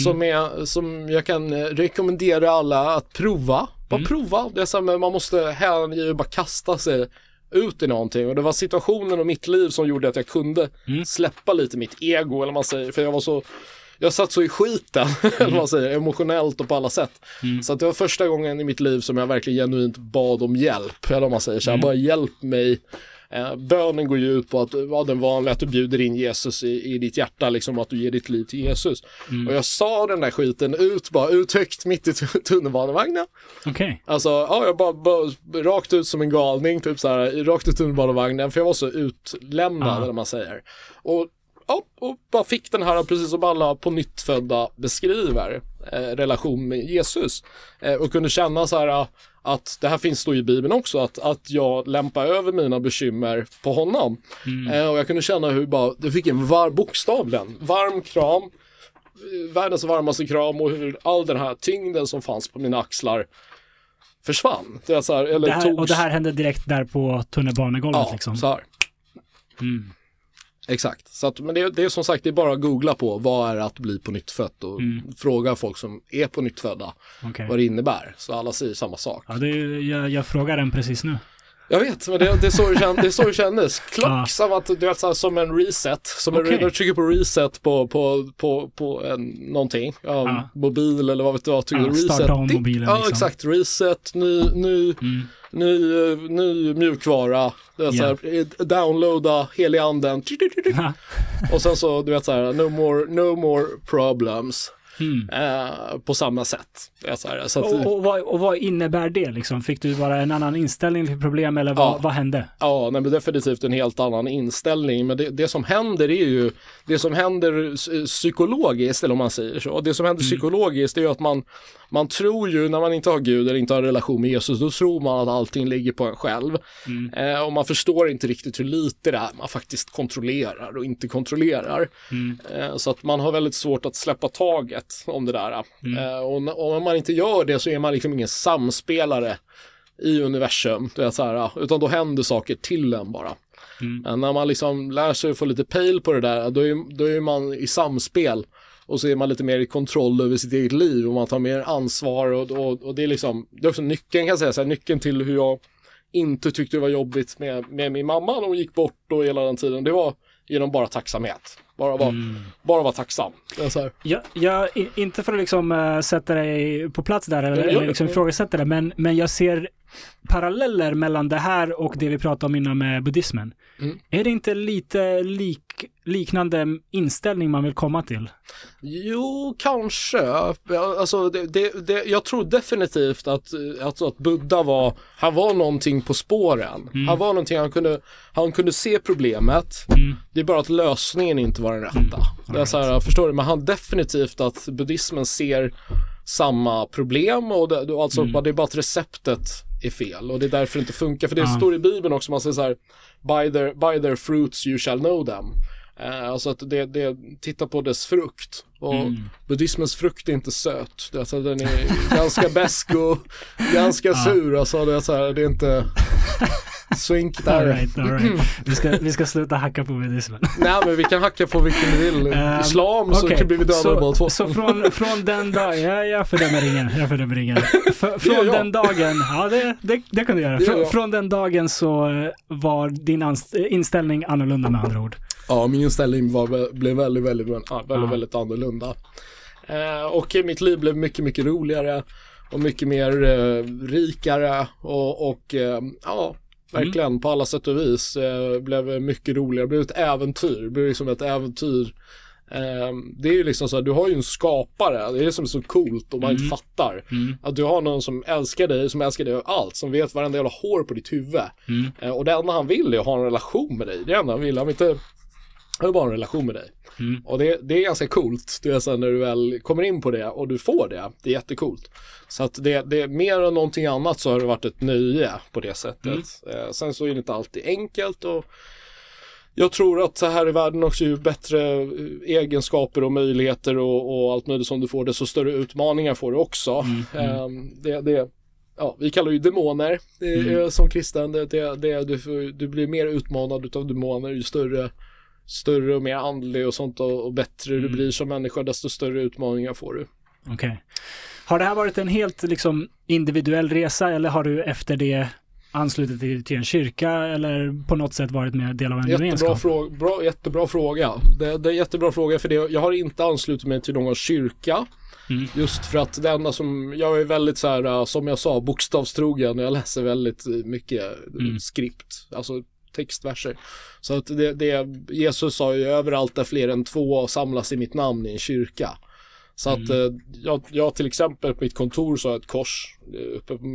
som jag kan rekommendera alla att prova. Bara prova. Det är så här, man måste bara kasta sig ut i någonting, och det var situationen och mitt liv som gjorde att jag kunde släppa lite mitt ego, eller man säger, för jag satt så i skiten eller man säger, emotionellt och på alla sätt. Så att det var första gången i mitt liv som jag verkligen genuint bad om hjälp, eller man säger så här, bara hjälp mig. Bönen går ju ut på att vara den vanliga, att du bjuder in Jesus i ditt hjärta, liksom, att du ger ditt liv till Jesus. Och jag sa den där skiten ut högt mitt i tunnelbanevagnen. Alltså, jag bara rakt ut som en galning, typ så här, rakt ut tunnelbanevagnen, för jag var så utlämnad, eller man säger. Och bara fick den här, precis som alla på nyttfödda beskriver, relation med Jesus. Och kunde känna så här att det här finns då i Bibeln också, att jag lämpar över mina bekymmer på honom. Och jag kunde känna hur det fick en varm kram, världens varmaste kram, och hur all den här tyngden som fanns på mina axlar försvann. Det är så här, och det här hände direkt där på tunnelbanegolvet liksom? Så här. Exakt. Så att, men det är som sagt, det är bara att googla på vad är att bli på nytt född och fråga folk som är på nytt födda vad det innebär. Så alla säger samma sak. Ja, jag frågar den precis nu. Jag vet, men det är så det kändes. Klock, som att du vet, så här, som en reset. Som när du trycker på reset på någonting. Mobil eller vad vet du. Reset. Starta om mobilen. Ja, liksom. Exakt. Reset, ny mjukvara. Det är så här, downloada helig anden. Och sen så, du vet så här, no more problems. På samma sätt. Och vad innebär det liksom? Fick du bara en annan inställning till problem eller vad hände? Ja, nej, men definitivt en helt annan inställning. Men det som händer är ju det som händer psykologiskt, eller om man säger så. Och det som händer psykologiskt är ju att man tror ju, när man inte har Gud eller inte har en relation med Jesus, då tror man att allting ligger på en själv. Och man förstår inte riktigt hur lite det är man faktiskt kontrollerar och inte kontrollerar. Så att man har väldigt svårt att släppa taget om det där. Och om man inte gör det så är man liksom ingen samspelare i universum. Det är så här, utan då händer saker till en bara. När man liksom lär sig att få lite pejl på det där, då är man i samspel. Och så är man lite mer i kontroll över sitt eget liv och man tar mer ansvar och det är liksom, det är också nyckeln, kan jag säga, så här, nyckeln till hur jag inte tyckte det var jobbigt med min mamma när hon gick bort och hela den tiden, det var genom bara tacksamhet. Bara vara tacksam. Det är så här. Jag inte för att liksom sätta dig på plats där eller liksom ifrågasätta det, men jag ser paralleller mellan det här och det vi pratade om innan med buddhismen. Är det inte lite liknande inställning man vill komma till? Jo, kanske. Alltså, jag tror definitivt att Buddha var någonting på spåren. Han var någonting, han kunde se problemet. Det är bara att lösningen inte var den rätta. Det är så här, förstår du? Men han definitivt att buddhismen ser samma problem och det är bara att receptet är fel och det är därför det inte funkar, för det står i Bibeln också, man säger så här, by their fruits you shall know them. Alltså att det titta på dess frukt och buddhismens frukt är inte söt, alltså den är ganska besk och ganska sur, alltså det är så här, det är inte så enkelt där. All right. Vi ska sluta hacka på buddhismen. Nej, men vi kan hacka på vilken vi vill. Islam, så kan vi döda båda två. Så från den dagen, jag fördömer ingen. Från den dagen, det kan du göra. Från den dagen så var din inställning annorlunda, med andra ord. Ja, min inställning blev väldigt annorlunda. Och mitt liv blev mycket, mycket roligare och mycket mer rikare och verkligen på alla sätt och vis blev mycket roligare. Det blev ett äventyr. Det blev liksom ett äventyr. Det är ju liksom så här, du har ju en skapare. Det är som så coolt om man inte fattar. Att du har någon som älskar dig av allt. Som vet varenda jävla hår på ditt huvud. Och det enda han vill är att ha en relation med dig. Det enda han vill. Han vill bara en relation med dig. Och det är ganska coolt. Det är så när du väl kommer in på det och du får det. Det är jättecoolt. Så att det är mer än någonting annat, så har det varit ett nöje på det sättet. Sen så är det inte alltid enkelt, och jag tror att så här i världen också, ju bättre egenskaper och möjligheter och allt möjligt som du får, desto större utmaningar får du också. Vi kallar ju demoner som kristen. Du blir mer utmanad utav demoner ju större och mer andlig och sånt, och bättre du blir som människa, desto större utmaningar får du. Okej. Har det här varit en helt liksom individuell resa, eller har du efter det anslutit dig till en kyrka eller på något sätt varit med del av en gemenskap? Jättebra fråga. Det är en jättebra fråga, för jag har inte anslutit mig till någon kyrka. Just för att det enda som jag är väldigt så här, som jag sa, bokstavstrogen. Jag läser väldigt mycket skript, alltså textverser. Så att det Jesus sa ju, överallt där fler än två samlas i mitt namn i en kyrka. Så att jag till exempel på mitt kontor så har ett kors uppe på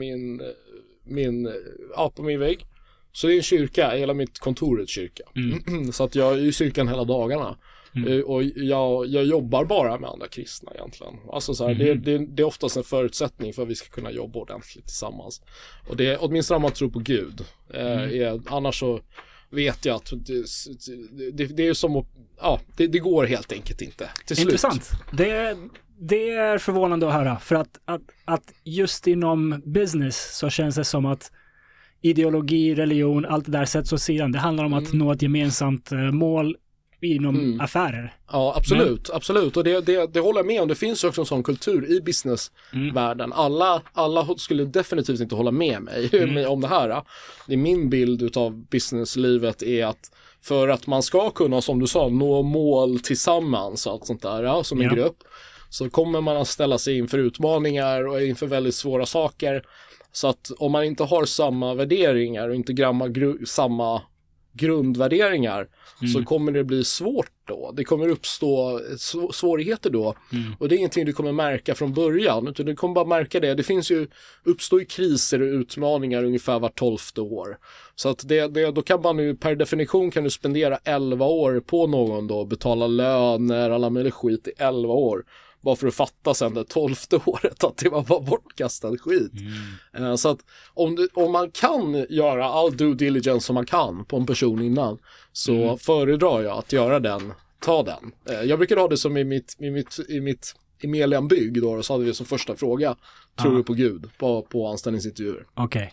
på min vägg. Så det är en kyrka, hela mitt kontor är ett kyrka. Så att jag är i kyrkan hela dagarna. Och jag jobbar bara med andra kristna egentligen. Alltså så här, det är oftast en förutsättning för att vi ska kunna jobba ordentligt tillsammans. Och det är åtminstone om man tror på Gud. Annars så vet jag att det är som att, det går helt enkelt inte till slut. Intressant. Det är förvånande att höra, för att just inom business så känns det som att ideologi, religion, allt det där sätts åt sidan. Det handlar om att nå ett gemensamt mål inom affärer. Ja, absolut. Och det håller jag med om. Det finns också en sån kultur i businessvärlden. Alla skulle definitivt inte hålla med mig om det här. Det är min bild utav businesslivet är att för att man ska kunna, som du sa, nå mål tillsammans och allt sånt där, som en grupp, så kommer man att ställa sig inför utmaningar och inför väldigt svåra saker. Så att om man inte har samma värderingar och inte samma grundvärderingar så kommer det bli svårt då. Det kommer uppstå svårigheter då. Och det är ingenting du kommer märka från början, utan du kommer bara märka det. Det uppstår ju kriser och utmaningar ungefär var 12:e år. Så att då kan man ju per definition kan du spendera 11 år på någon då, betala löner, alla möjliga skit i 11 år. Bara för att fatta sen det 12:e året att det var bara bortkastad skit. Så att om man kan göra all due diligence som man kan på en person innan, så föredrar jag att göra ta den. Jag brukar ha det som i mitt Emelian-bygg då, så hade vi som första fråga, tror du på Gud på anställningsintervjuer. Okej.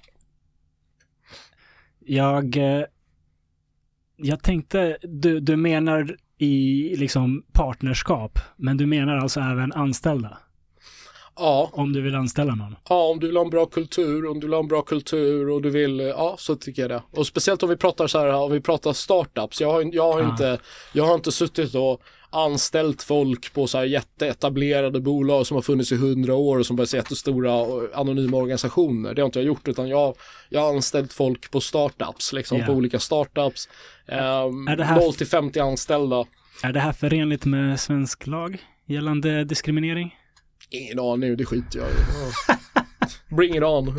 Jag tänkte, du menar i liksom partnerskap, men du menar alltså även anställda? Ja. Om du vill anställa någon? Ja, om du vill ha en bra kultur, och du vill, så tycker jag det. Och speciellt om vi pratar startups. Jag har inte suttit och anställt folk på så här jätteetablerade bolag som har funnits i 100 år och som bara är jättestora anonyma organisationer. Det har inte jag gjort, utan jag har anställt folk på startups, liksom, på olika startups. 0-50 anställda. Är det här förenligt med svensk lag gällande diskriminering? Ingen aning, det skiter jag i. Bring it on.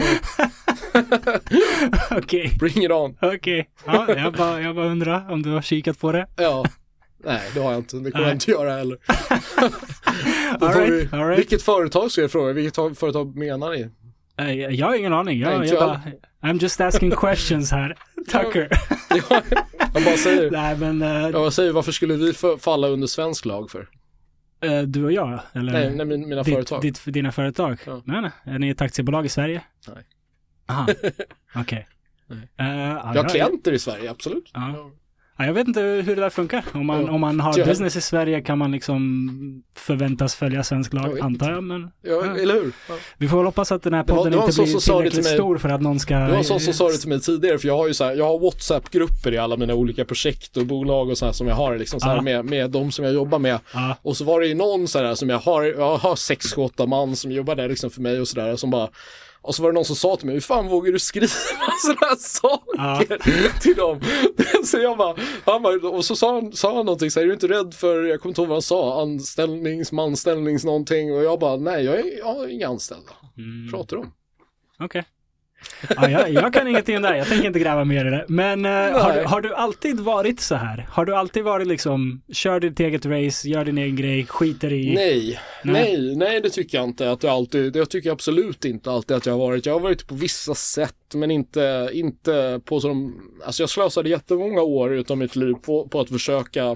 Okej. Bring it on. Okej. Ja, jag bara undrar om du har kikat på det. Ja. Nej, det har jag inte. Det kommer jag inte göra heller. All right. Vilket företag ska jag fråga? Vilket företag menar ni? Jag har ingen aning. I'm just asking questions här. Tackar. Jag bara säger. Nej, men jag säger, varför skulle vi falla under svensk lag för? Du och jag? Eller? Nej, mina företag. Dina företag? Ja. Nej. Är ni ett aktiebolag i Sverige? Nej. Aha. Okej. Jag har klienter i Sverige, absolut. Ja. Ja, jag vet inte hur det där funkar. Om man har business i Sverige kan man liksom förväntas följa svensk lag, antar jag. Men, eller hur? Ja. Vi får väl hoppas att den här podden inte blir tillräckligt stor för att någon ska... Det var en sån som sa det till mig tidigare, för jag har WhatsApp-grupper i alla mina olika projekt och bolag och så här som jag har liksom, så här, med de som jag jobbar med. Och så var det ju någon så här som jag har 6-8 man som jobbar där liksom för mig och sådär, som bara... Och så var det någon som sa till mig, hur fan vågar du skriva sådana saker till dem? Så jag bara, och så sa han någonting så här, är du inte rädd för, jag kommer inte ihåg vad han sa, anställnings någonting, och jag bara, nej, jag har inga anställda. Pratar om. Okej. Ja, jag kan ingenting om det här. Jag tänker inte gräva mer i det. Men har du alltid varit så här? Har du alltid varit liksom, kör ditt eget race, gör din egen grej, skiter i... Nej, det tycker jag inte att jag alltid, det tycker jag absolut inte alltid att jag har varit. Jag har varit på vissa sätt, men inte på som, alltså jag slösade jättemånga år utav mitt liv på att försöka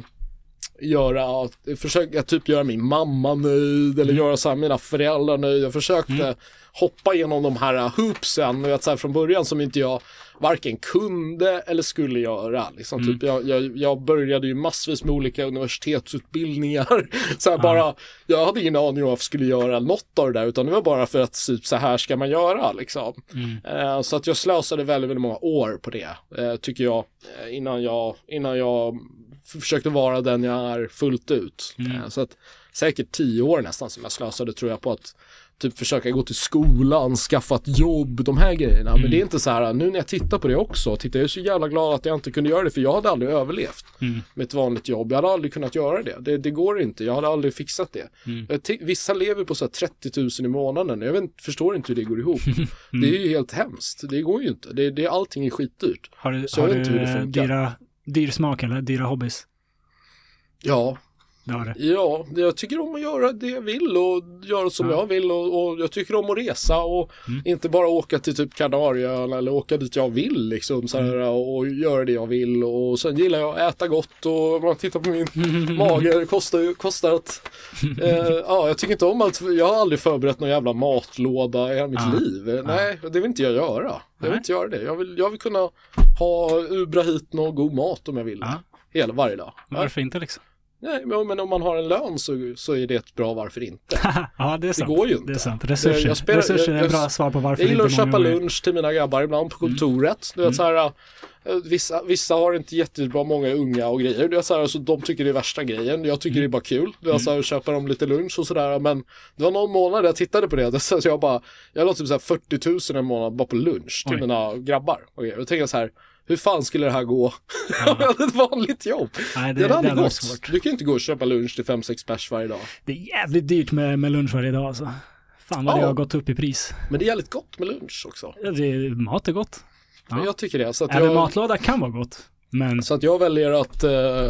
göra min mamma nöjd eller göra så här mina föräldrar nöjd. Jag försökte hoppa igenom de här hoopsen, och så här från början som inte jag varken kunde eller skulle göra liksom. Typ jag började ju massvis med olika universitetsutbildningar så här, bara, jag hade ingen aning om vad jag skulle göra något av det där, utan det var bara för att typ, så här ska man göra liksom. Så att jag slösade väldigt, väldigt många år på det, tycker jag, innan jag försökte vara den jag är fullt ut. Så att säkert 10 år nästan som jag slösade, tror jag, på att typ försöka gå till skolan, skaffa ett jobb, de här grejerna. Men det är inte så här, nu när jag tittar på det också, jag är så jävla glad att jag inte kunde göra det, för jag hade aldrig överlevt med ett vanligt jobb. Jag hade aldrig kunnat göra det. Det går inte. Jag hade aldrig fixat det. Vissa lever på så här 30 000 i månaden. Jag förstår inte hur det går ihop. Det är ju helt hemskt. Det går ju inte. Allting är skitdyrt. Har du dyr smak eller dyra hobbies? Ja. Ja, jag tycker om att göra det jag vill och göra som jag vill, och jag tycker om att resa och inte bara åka till typ Kanarieöarna eller åka dit jag vill liksom, så här, och göra det jag vill, och sen gillar jag att äta gott, och man tittar på min mage, det kostar att jag tycker inte om att jag har aldrig förberett någon jävla matlåda i hela mitt liv. Nej, det vill inte jag göra. Jag vill inte göra det. Jag vill kunna ha ubra hit någon god mat om jag vill. varje dag. Varför inte liksom? Nej, men om man har en lön så är det ett bra varför inte. Ja, det är sant. Det går ju inte. Det är sant. Resurser är en bra svar på varför jag gillar inte att köpa lunch till mina grabbar ibland på kontoret. Du vet så här, vissa har inte jättebra många unga och grejer. Du vet så här, så de tycker det är värsta grejen. Jag tycker det är bara kul. Du vet så här, köpa dem lite lunch och sådär. Men det var någon månad jag tittade på det. Så jag la typ så här 40 000 en månad bara på lunch till mina grabbar. Och jag tänkte så här, hur fan skulle det här gå? Jag hade ett vanligt jobb. Nej, det hade aldrig gått. Svårt. Du kan inte gå och köpa lunch till 5-6 pers varje dag. Det är jävligt dyrt med lunch varje dag alltså. Fan vad det har gått upp i pris. Men det är jävligt gott med lunch också. Ja, mat är gott. Ja. Jag tycker det. Så att även matlåda kan vara gott. Men... Så att jag väljer att,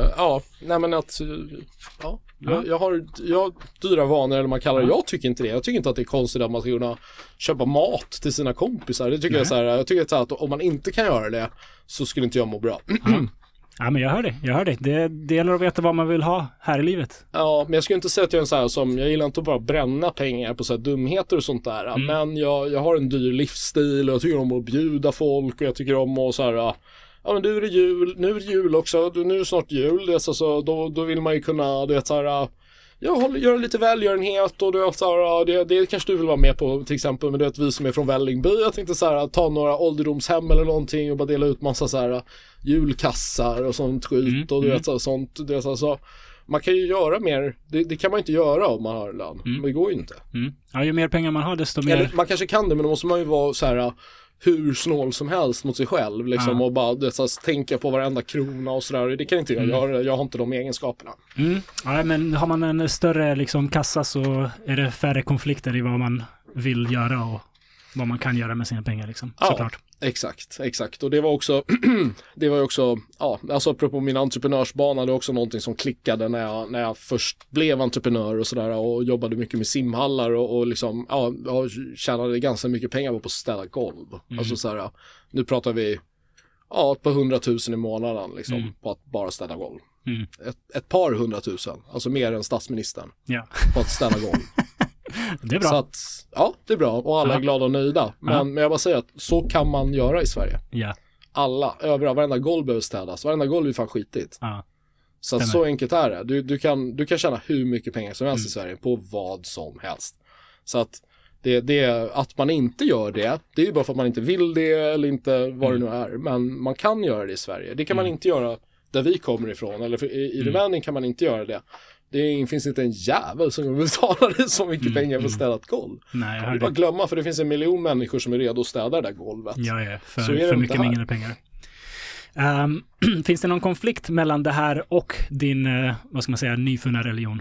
jag har dyra vanor eller man kallar det. Jag tycker inte det. Jag tycker inte att det är konstigt att man ska kunna köpa mat till sina kompisar. Det tycker jag så här. Jag tycker att om man inte kan göra det så skulle inte jag må bra. Ja, men jag hör det. Det gäller att veta vad man vill ha här i livet. Ja, men jag skulle inte säga att jag är en så här som, jag gillar inte att bara bränna pengar på så här dumheter och sånt där. Men jag har en dyr livsstil och jag tycker om att bjuda folk och jag tycker om att så här, ja men nu är det jul också, nu är det snart jul, det är så då vill man ju kunna, du vet så här, göra lite välgörenhet och du vet så här, det kanske du vill vara med på till exempel, men du vet vi som är från Vällingby, jag tänkte så här, ta några ålderdomshem eller någonting och bara dela ut massa så här julkassar och sånt skit och du vet så sånt, det är så man kan ju göra mer, det kan man inte göra om man har lön, men det går ju inte. Ja, ju mer pengar man har desto mer. Eller, man kanske kan det, men då måste man ju vara så här hur snål som helst mot sig själv liksom, och bara tänka på varenda krona och sådär. Det kan inte jag göra, jag har inte de egenskaperna. Ja, men har man en större liksom kassa så är det färre konflikter i vad man vill göra och vad man kan göra med sina pengar liksom, såklart. Exakt. Och det var också alltså apropå min entreprenörsbana, det är också någonting som klickade när jag först blev entreprenör och sådär och jobbade mycket med simhallar och liksom, jag tjänade ganska mycket pengar på att ställa golv. Alltså såhär, nu pratar vi ett par 100 000 i månaden liksom, på att bara ställa golv. Ett par 100 000, alltså mer än statsministern, på att ställa golv. Det är bra. Så att, det är bra och alla är glada och nöjda. Men jag bara säger att så kan man göra i Sverige. Alla, överallt, varenda golv behöver städas. Varenda golv är fan skitigt. Så att så enkelt är det. Du kan tjäna hur mycket pengar som helst i Sverige på vad som helst. Så att att man inte gör det är ju bara för att man inte vill det eller inte vad det nu är. Men man kan göra det i Sverige. Det kan man inte göra där vi kommer ifrån. Eller i Rumänien kan man inte göra det. Det finns inte en jävel som kommer betala det så mycket pengar för att städa ett golv. Nej, jag bara glömma, för det finns 1 miljon människor som är redo att städa det där golvet. Ja, för mycket mindre pengar. Finns det någon konflikt mellan det här och din, vad ska man säga, nyfunna religion?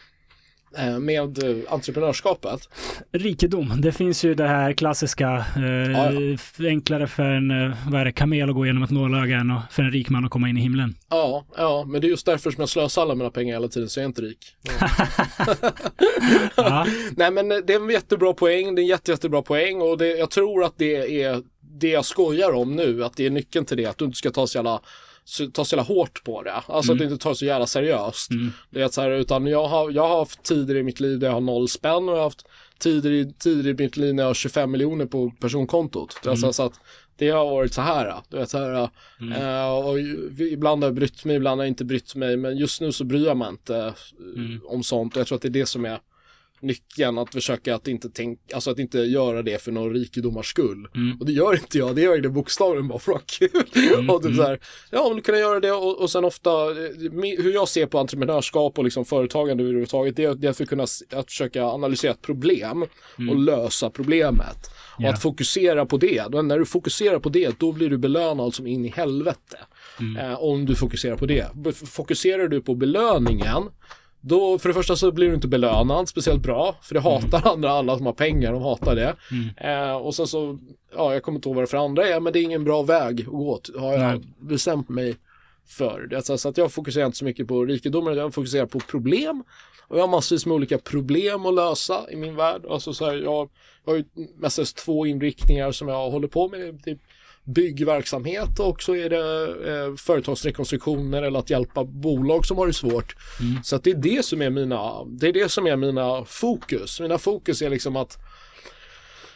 Med entreprenörskapet? Rikedom. Det finns ju det här klassiska enklare för en kamel att gå igenom ett nålöga än för en rik man att komma in i himlen. Ja, men det är just därför som jag slösar alla mina pengar hela tiden, så jag är inte rik. Nej, men det är en jättebra poäng. Det är en jättebra poäng och jag tror att det är det jag skojar om nu, att det är nyckeln till det, att du inte ska ta så jävla hårt på det. Alltså att du inte tar så jävla seriöst. Det är så här, utan jag har haft tider i mitt liv där jag har 0 spänn och jag har haft tider i mitt liv när jag har 25 miljoner på personkontot. Alltså, så att det har varit så här. Du vet, så här och ibland har jag brytt mig, ibland har jag inte brytt mig, men just nu så bryr jag mig inte om sånt. Jag tror att det är det som är nyckeln, att försöka att att inte göra det för någon rikedomars skull. Och det gör inte jag, det gör det bokstavligen bara för att kul. Och typ så här, men du kan göra det och sen ofta hur jag ser på entreprenörskap och liksom företagande överhuvudtaget, det är att försöka analysera ett problem och lösa problemet. Och att fokusera på det. När du fokuserar på det, då blir du belönad som in i helvete. Om du fokuserar på det. Fokuserar du på belöningen, då för det första så blir du inte belönad speciellt bra, för det hatar alla som har pengar, de hatar det. Och sen så, jag kommer inte ihåg vad det för andra är, men det är ingen bra väg att gå, har jag bestämt mig för. Det är så att jag fokuserar inte så mycket på rikedomar, jag fokuserar på problem. Och jag har massvis med olika problem att lösa i min värld. Alltså så här, jag har ju mest 2 inriktningar som jag håller på med, typ byggverksamhet, och så är det företagsrekonstruktioner eller att hjälpa bolag som har det svårt. Så att det är det som är mina fokus. Mina fokus är liksom att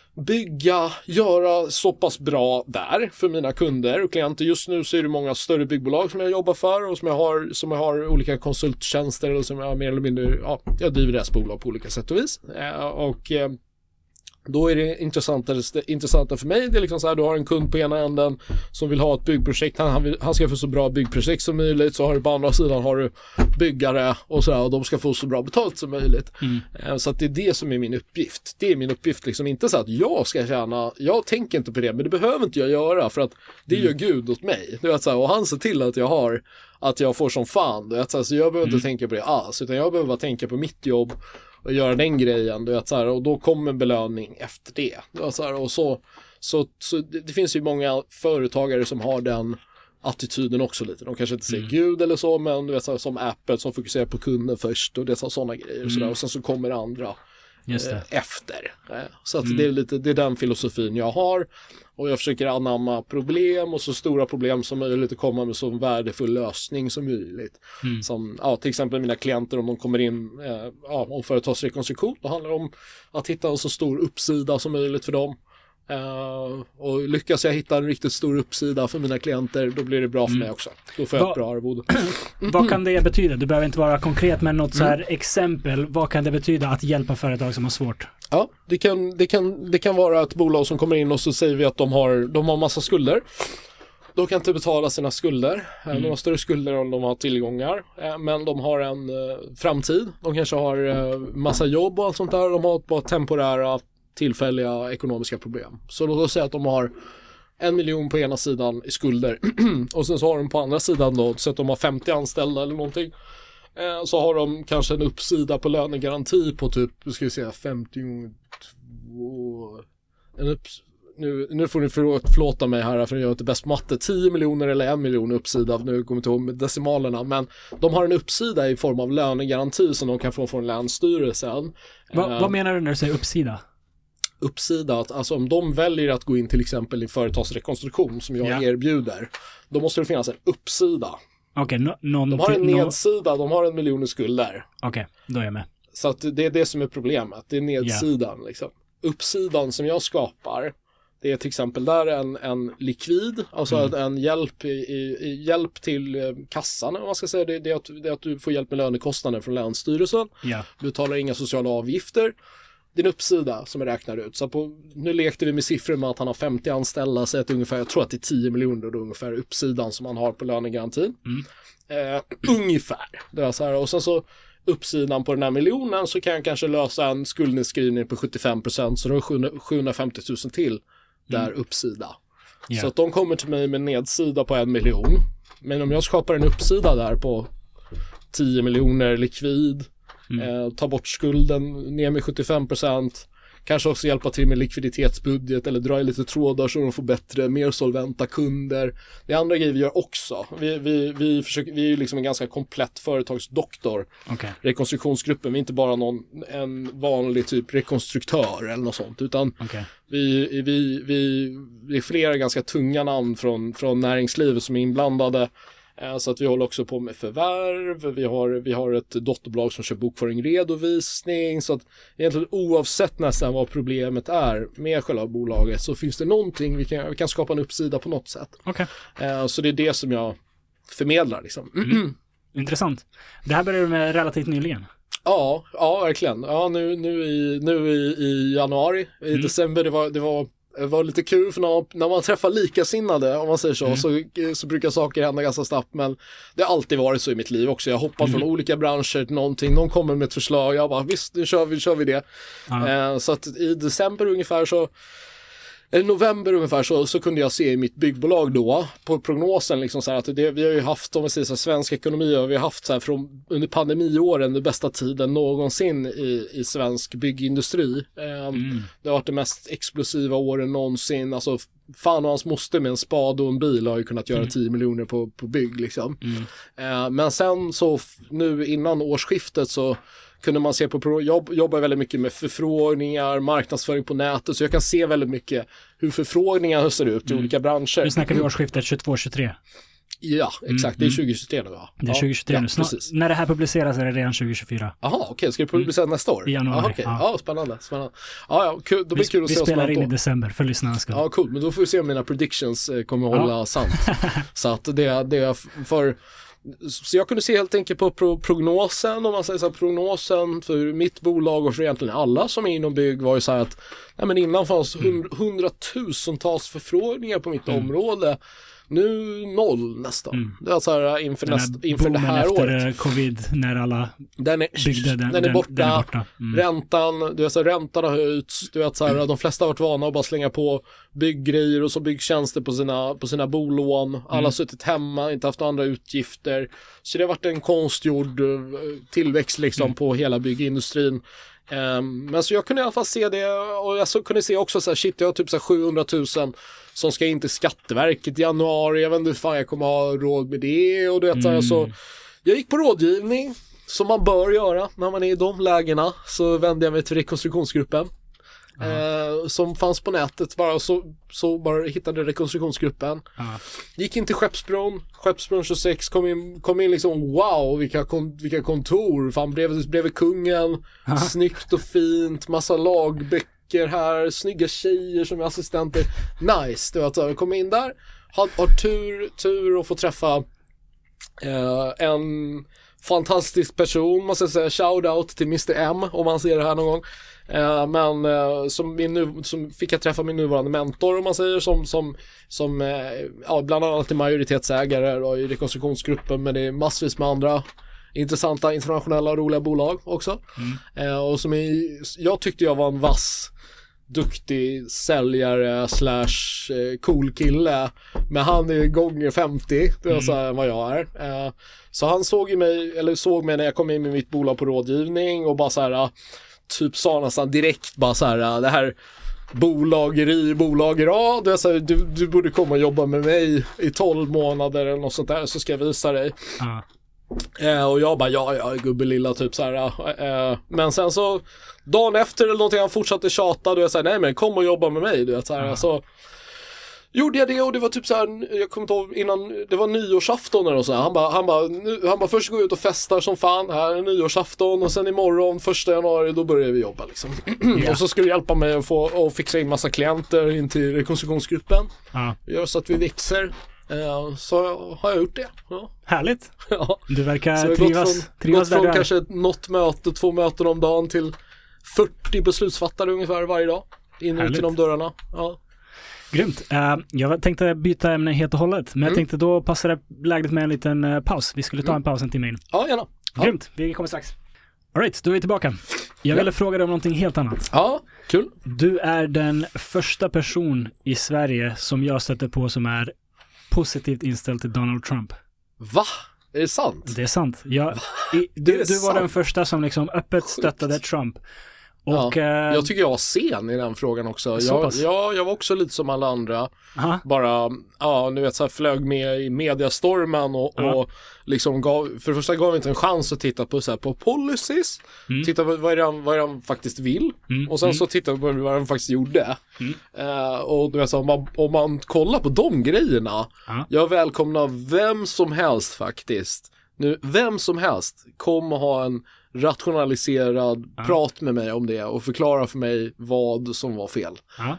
göra så pass bra där för mina kunder och klienter. Just nu så är det många större byggbolag som jag jobbar för och som jag har olika konsulttjänster eller som jag mer eller mindre, jag driver deras bolag på olika sätt och vis. Och då är det intressanta för mig, det är liksom så här, du har en kund på ena änden som vill ha ett byggprojekt, han ska få så bra byggprojekt som möjligt, så har du på andra sidan har du byggare och så här, och de ska få så bra betalt som möjligt. Så att det är det som är min uppgift. Det är min uppgift liksom, inte så att jag ska tjäna, jag tänker inte på det, men det behöver inte jag göra för att det gör Gud åt mig. Du vet så här, och han ser till att jag får som fan, du vet så här, så jag behöver inte tänka på det alls, utan jag behöver bara tänka på mitt jobb och göra den grejen, du vet, så här, och då kommer belöning efter det. Du vet, så här, och så det finns ju många företagare som har den attityden också lite. De kanske inte säger Gud eller så, men du vet, så här, som Apple som fokuserar på kunden först och det är sådana grejer och, så där, och sen så kommer andra efter. Så att det är den filosofin jag har, och jag försöker anamma problem och så stora problem som möjligt och komma med så värdefull lösning som möjligt. Som till exempel mina klienter, om de kommer in om företagsrekonstruktion, då handlar det om att hitta en så stor uppsida som möjligt för dem. Och lyckas jag hitta en riktigt stor uppsida för mina klienter, då blir det bra för mig också. Då får jag ett bra arvode. Vad kan det betyda? Du behöver inte vara konkret, men något så här exempel. Vad kan det betyda att hjälpa företag som har svårt? Ja, det kan vara ett bolag som kommer in och så säger vi att de har massa skulder. De kan inte betala sina skulder. De har större skulder än de har tillgångar. Men de har en framtid. De kanske har massa jobb och allt sånt där. De har bara temporära tillfälliga ekonomiska problem. Så låt oss säga att de har 1 miljon på ena sidan i skulder och sen så har de på andra sidan då, så att de har 50 anställda eller någonting, så har de kanske en uppsida på lönegaranti på typ, ska vi säga 52 nu får ni förlåta mig här för att jag är inte bäst matte, 10 miljoner eller 1 miljon uppsida, nu kommer jag inte ihåg med decimalerna, men de har en uppsida i form av lönegaranti som de kan få från länsstyrelsen. Vad menar du när du säger uppsida? Uppsida, att alltså om de väljer att gå in till exempel i företagsrekonstruktion som jag erbjuder, då måste det finnas en uppsida. Okej, de har en nedsida, de har 1 miljon i skulder. Okej, då är jag med. Så att det är det som är problemet, det är nedsidan liksom. Uppsidan som jag skapar, det är till exempel där en likvid, alltså en hjälp till kassan, om man ska säga. Det är att du får hjälp med lönekostnader från länsstyrelsen. Du betalar inga sociala avgifter. Det är en uppsida som jag räknar ut. Så nu lekte vi med siffror med att han har 50 anställda, så att ungefär, jag tror att det är 10 miljoner då ungefär uppsidan som han har på lönegarantin. Ungefär. Det är så här. Och sen så uppsidan på den här miljonen, så kan jag kanske lösa en skuldnedskrivning på 75%, så då är 750 000 till där uppsida. Så att de kommer till mig med nedsida på 1 miljon. Men om jag skapar en uppsida där på 10 miljoner likvid, ta bort skulden ner med 75%, kanske också hjälpa till med likviditetsbudget eller dra i lite trådar så de får bättre, mer solventa kunder. Det är andra grejer vi gör också. Vi är ju liksom en ganska komplett företagsdoktor. Rekonstruktionsgruppen, vi är inte bara en vanlig typ rekonstruktör eller något sånt, utan vi är flera ganska tunga namn från näringslivet som är inblandade. Så att vi håller också på med förvärv, vi har ett dotterbolag som kör bokföring, redovisning, så att egentligen oavsett nästan vad problemet är med själva bolaget, så finns det någonting, vi kan skapa en uppsida på något sätt. Så det är det som jag förmedlar liksom. Intressant. Det här började med relativt nyligen. Ja, verkligen. Ja, nu i januari, i december, det var lite kul, för när man träffar likasinnade, om man säger så brukar saker hända ganska snabbt, men det har alltid varit så i mitt liv också. Jag hoppar från olika branscher till någonting, någon kommer med ett förslag, jag bara visst, nu kör vi det. Så att i december ungefär i november ungefär så kunde jag se i mitt byggbolag då på prognosen liksom så här, att vi har ju haft, om vi säger så här, svensk ekonomi, och vi har haft så här under pandemiåren den bästa tiden någonsin i svensk byggindustri. Det har varit det mest explosiva åren någonsin. Alltså fan och hans moster med en spad och en bil har ju kunnat göra 10 miljoner på bygg liksom. Men sen så nu innan årsskiftet så kunde man se på jobbar väldigt mycket med förfrågningar, marknadsföring på nätet, så jag kan se väldigt mycket hur förfrågningar ser ut i olika branscher. Nu snackar vi årsskiftet 22-23. Ja, exakt. Det är 2023 nu, va? Det är 2023 nu. När det här publiceras är det redan 2024. Jaha, okej. Ska det publiceras nästa år? I januari. Ja, spännande. Ja, kul. Då blir kul att se vi spelar in i december för lyssnarna ska. Ja, cool. Men då får vi se om mina predictions kommer att hålla sant. Så att det är för... Så jag kunde se helt enkelt på prognosen, om man säger så här, prognosen för mitt bolag och för egentligen alla som är inom bygg var ju så här att men innan fanns 100,000-tals förfrågningar på mitt område. Nu 0 nästan. Det är så här inför det här efter året. Efter covid när alla den är borta. Räntan, du vet så här, räntan har höjts. Du vet så här, de flesta har varit vana att bara slänga på bygggrejer och så byggtjänster på sina bolån. Alla har suttit hemma, inte haft andra utgifter. Så det har varit en konstgjord tillväxt liksom på hela byggindustrin. Men så jag kunde i alla fall se det, och jag så kunde se också så här, shit, jag har typ så här 700 000 som ska in till Skatteverket i januari, jag vet inte hur fan jag kommer ha råd med det, och du vet så här, så jag gick på rådgivning som man bör göra när man är i de lägena. Så vände jag mig till rekonstruktionsgruppen som fanns på nätet bara, så bara hittade rekonstruktionsgruppen. Gick in till Skeppsbron 26, kom in liksom, wow, vilka kontor, fan bredvid kungen, snyggt och fint, massa lagböcker här, snygga tjejer som är assistenter, nice. Du vet, jag kom in där, har tur att få träffa en fantastisk person, måste jag säga, shoutout till Mr. M om man ser det här någon gång. Men som fick jag träffa min nuvarande mentor, om man säger, som bland annat är majoritetsägare då, i rekonstruktionsgruppen, men det är massvis med andra intressanta internationella och roliga bolag också. Och jag tyckte jag var en vass, duktig säljare / cool kille, men han är gånger 50, det är så här vad jag är. Så han såg mig när jag kom in med mitt bolag på rådgivning och bara så här typ sa nästan direkt bara så här, det här bolager, ja, det är så här, du borde komma och jobba med mig i 12 månader eller något sånt där, så ska jag visa dig. Och jag bara, ja, gubbelilla typ så här. Men sen så dagen efter eller någonting, han fortsatte tjata, och jag sa nej men kom och jobba med mig, du vet så här. Så gjorde jag det, och det var typ så här, jag kommer inte ihåg, innan det var nyårsafton eller så här. Han bara först gå ut och festar som fan, här är nyårsafton, och sen imorgon 1 januari då börjar vi jobba liksom. Och så skulle du hjälpa mig att fixa in massa klienter in till rekonstruktionsgruppen. Gör så att vi växer. Så har jag gjort det. Ja. Härligt. Ja. Du verkar så trivas från kanske något möte, 2 möten om dagen till 40 beslutsfattare ungefär varje dag. In och ut genom dörrarna. Ja. Grymt. Jag tänkte byta ämne helt och hållet, men jag tänkte då passar det lägligt med en liten paus. Vi skulle ta en paus en timme in. Ja, gärna. Ja. Grymt, vi kommer strax. All right, då är vi tillbaka. Jag ville fråga dig om någonting helt annat. Ja, kul. Du är den första person i Sverige som jag stöter på som är positivt inställd till Donald Trump. Va? Är det sant? Det är sant. Du var den första som liksom öppet stöttade Trump. Och, jag tycker jag var sen i den frågan också. Jag var också lite som alla andra. Bara, nu vet så här, flög med i mediastormen och liksom för det första gav inte en chans att titta på så här, på policies. Titta vad han faktiskt vill. Och sen så titta på vad han faktiskt gjorde. Och du vet så, om man kollar på de grejerna, jag välkomnar vem som helst faktiskt. Nu, vem som helst kommer ha en rationaliserad prat med mig om det och förklara för mig vad som var fel.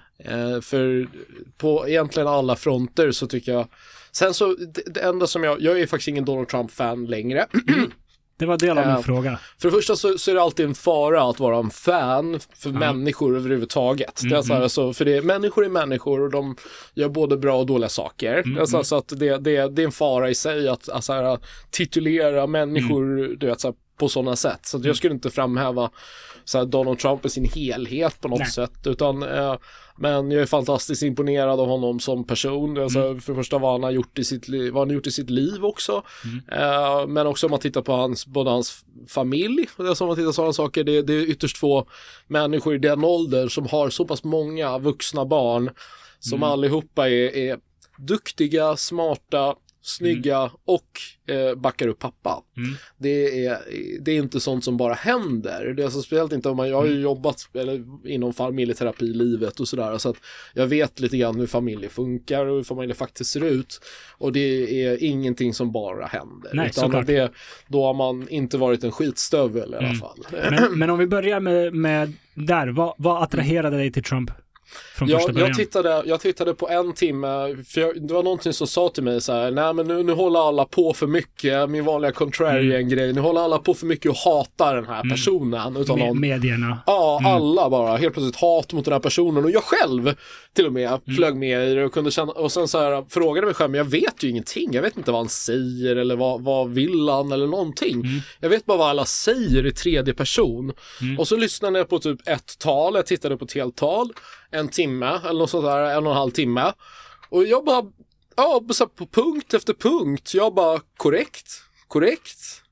För på egentligen alla fronter så tycker jag. Sen så, det enda som jag är faktiskt ingen Donald Trump-fan längre. Det var del av min fråga. För det första så är det alltid en fara att vara en fan för människor överhuvudtaget. Det är så här, alltså, för människor är människor och de gör både bra och dåliga saker. Så att det är en fara i sig att alltså, titulera människor du vet, så här, på sådana sätt. Så att jag skulle inte framhäva så här, Donald Trump i sin helhet på något sätt. Utan, men jag är fantastiskt imponerad av honom som person. Alltså, för det första vad han har gjort i sitt liv också. Men också om man tittar på både hans familj. Alltså, om man tittar på sådana saker. Det är ytterst få människor i den åldern som har så pass många vuxna barn. Som allihopa är duktiga, smarta, snygga och backar upp pappa. Det är inte sånt som bara händer. Det är alltså speciellt inte om jag har ju jobbat inom familjeterapi i livet och sådär, så att jag vet lite grann hur familjer funkar och hur familjer faktiskt ser ut, och det är ingenting som bara händer. Nej, utan då har man inte varit en skitstövel i alla fall. Men om vi börjar med där, vad attraherade dig till Trump? Jag tittade på en timme, för det var någonting som sa till mig så här: nej men nu håller alla på för mycket, min vanliga contrarian-grej, nu håller alla på för mycket och hatar den här personen utan medierna. Ja, alla bara helt plötsligt hat mot den här personen, och jag själv till och med flög med i det och kunde känna, och sen så här frågade mig själv, men jag vet ju ingenting, jag vet inte vad han säger eller vad vill han eller någonting. Jag vet bara vad alla säger i tredje person. Och så lyssnade jag på typ ett tal, jag tittade på ett helt tal, en timme eller något sånt där, 1,5 timme. Och jag bara, så på punkt efter punkt, jag bara korrekt.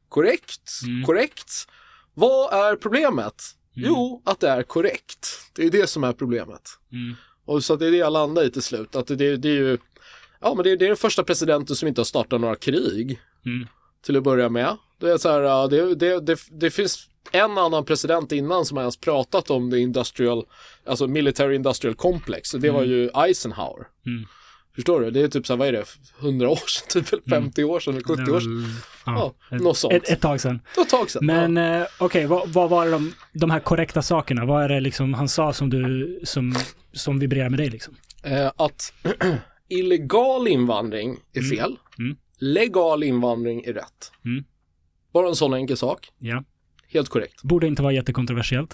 Vad är problemet? Jo, att det är korrekt. Det är det som är problemet. Och så det är det jag landar i till slut. Att det är ju, men det är den första presidenten som inte har startat några krig. Till att börja med. Det är så här, det finns en annan president innan som har ens pratat om det military industrial complex, och det var ju Eisenhower. Förstår du? Det är typ så här, vad är det? 100 år sedan, typ 50 år sedan, 70 år sedan. Något sånt. Ett tag sedan. Men okej, vad var de här korrekta sakerna? Vad är det liksom han sa som vibrerar med dig liksom? Att illegal invandring är fel. Legal invandring är rätt. Bara en sån enkel sak. Ja. Helt korrekt. Borde inte vara jättekontroversiellt.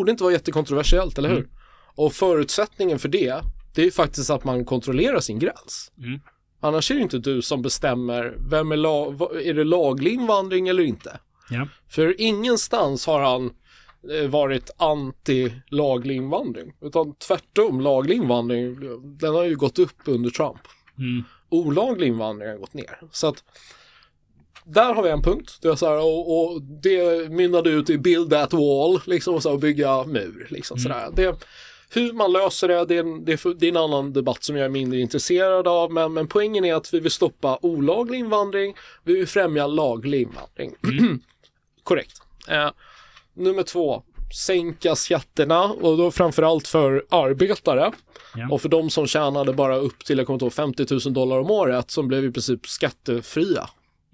Eller hur? Och förutsättningen för det är ju faktiskt att man kontrollerar sin gräns. Annars är det inte du som bestämmer är det laglig invandring eller inte. Ja. För ingenstans har han varit anti-laglig invandring. Utan tvärtom, laglig invandring, den har ju gått upp under Trump. Olaglig invandring har gått ner. Så att där har vi en punkt. Det är så här, och det mynnade ut i build that wall liksom, och så bygga mur liksom, sådär. Hur man löser det är en annan debatt som jag är mindre intresserad av, men poängen är att vi vill stoppa olaglig invandring, vi vill främja laglig invandring. Korrekt. Nummer 2, sänka skatterna, och då framförallt för arbetare. Och för de som tjänade bara upp till $50,000 om året, som blev i princip skattefria.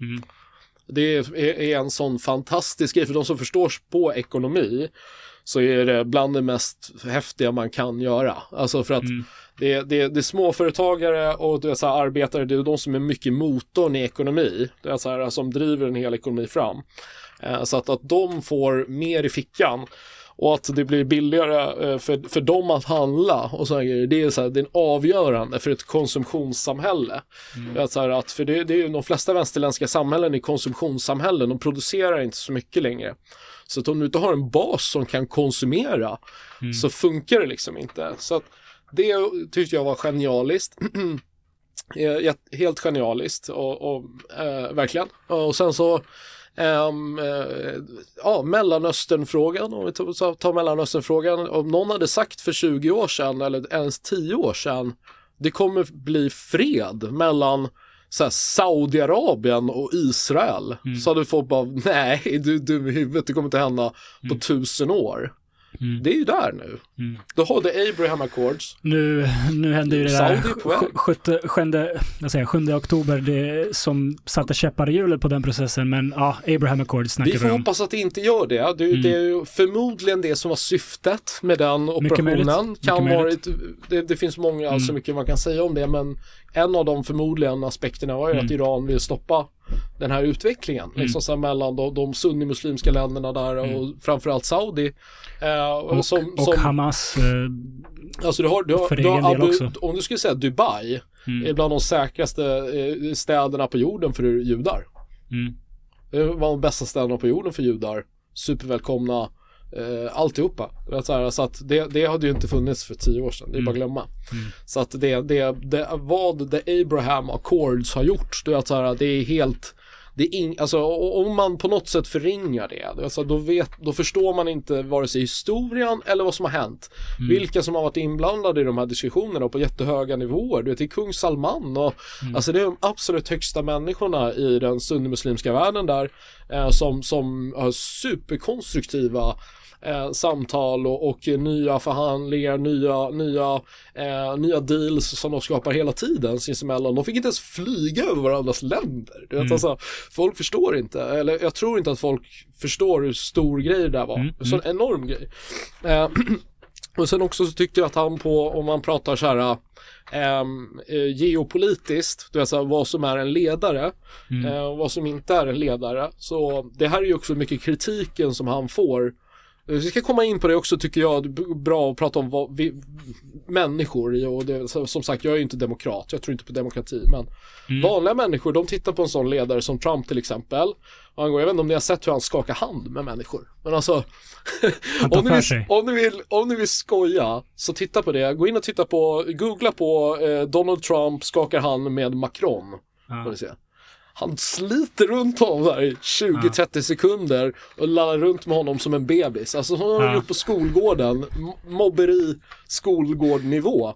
Det är en sån fantastisk grej. För de som förstår på ekonomi så är det bland det mest häftiga man kan göra. Alltså för att det är småföretagare och det är så här arbetare, det är de som är mycket motorn i ekonomi. Det är så här, som driver en hel ekonomi fram. Så att de får mer i fickan. Och att det blir billigare för dem att handla och så här, det är så här, det är en avgörande för ett konsumtionssamhälle. Så här, att för det är ju de flesta västerländska samhällen i konsumtionssamhällen, de producerar inte så mycket längre. Så att om du inte har en bas som kan konsumera så funkar det liksom inte. Så att det tyckte jag var genialiskt. Helt genialiskt och verkligen. Och sen så Mellanösternfrågan, om vi tar Mellanösternfrågan, om någon hade sagt för 20 år sedan eller ens 10 år sedan det kommer bli fred mellan så här, Saudiarabien och Israel, så hade folk bara, nej, du är dum i huvudet, det kommer inte hända på 1000 år. Det är ju där nu. Då har det Abraham Accords. Nu händer ju det där 7 oktober det som satte käppar i hjulet på den processen, men Abraham Accords snackar vi om. Vi får hoppas att det inte gör det. Det är ju förmodligen det som var syftet med den operationen. Det finns många, alltså mycket man kan säga om det, men en av de förmodligen aspekterna var ju att Iran vill stoppa den här utvecklingen liksom så mellan de sunnimuslimska länderna där och framförallt Saudi och Hamas alltså du har om du skulle säga Dubai är bland de säkraste städerna på jorden för judar. Det var de bästa städerna på jorden för judar, supervälkomna, alltihopa. Så att det hade ju inte funnits för 10 år sedan. Det är bara att glömma. Så att vad The Abraham Accords har gjort, det är att det är helt, alltså, om man på något sätt förringar det, alltså, då förstår man inte vare sig historien eller vad som har hänt. Vilka som har varit inblandade i de här diskussionerna på jättehöga nivåer. Du vet, det är kung Salman och alltså det är de absolut högsta människorna i den sunnimuslimska världen där som har superkonstruktiva samtal och nya förhandlingar, nya deals som de skapar hela tiden sinsemellan. De fick inte ens flyga över varandras länder. Du vet, alltså, folk förstår inte, eller jag tror inte att folk förstår hur stor grej det där var. Så en enorm grej. Och sen också så tyckte jag att han om man pratar så här geopolitiskt, du vet, så här, vad som är en ledare och vad som inte är en ledare. Så det här är ju också mycket kritiken som han får. Vi ska komma in på det också, tycker jag. Det är bra att prata om människor. Och det, som sagt, jag är ju inte demokrat. Jag tror inte på demokrati. Men vanliga människor, de tittar på en sån ledare som Trump till exempel. Och jag vet inte om ni har sett hur han skakar hand med människor. Men alltså, om ni vill skoja, så titta på det. Gå in och googla på Donald Trump skakar hand med Macron. Får ni se. Han sliter runt honom där i 20-30 sekunder och lallar runt med honom som en bebis. Alltså som han har gjort på skolgården. Mobberi skolgårdnivå.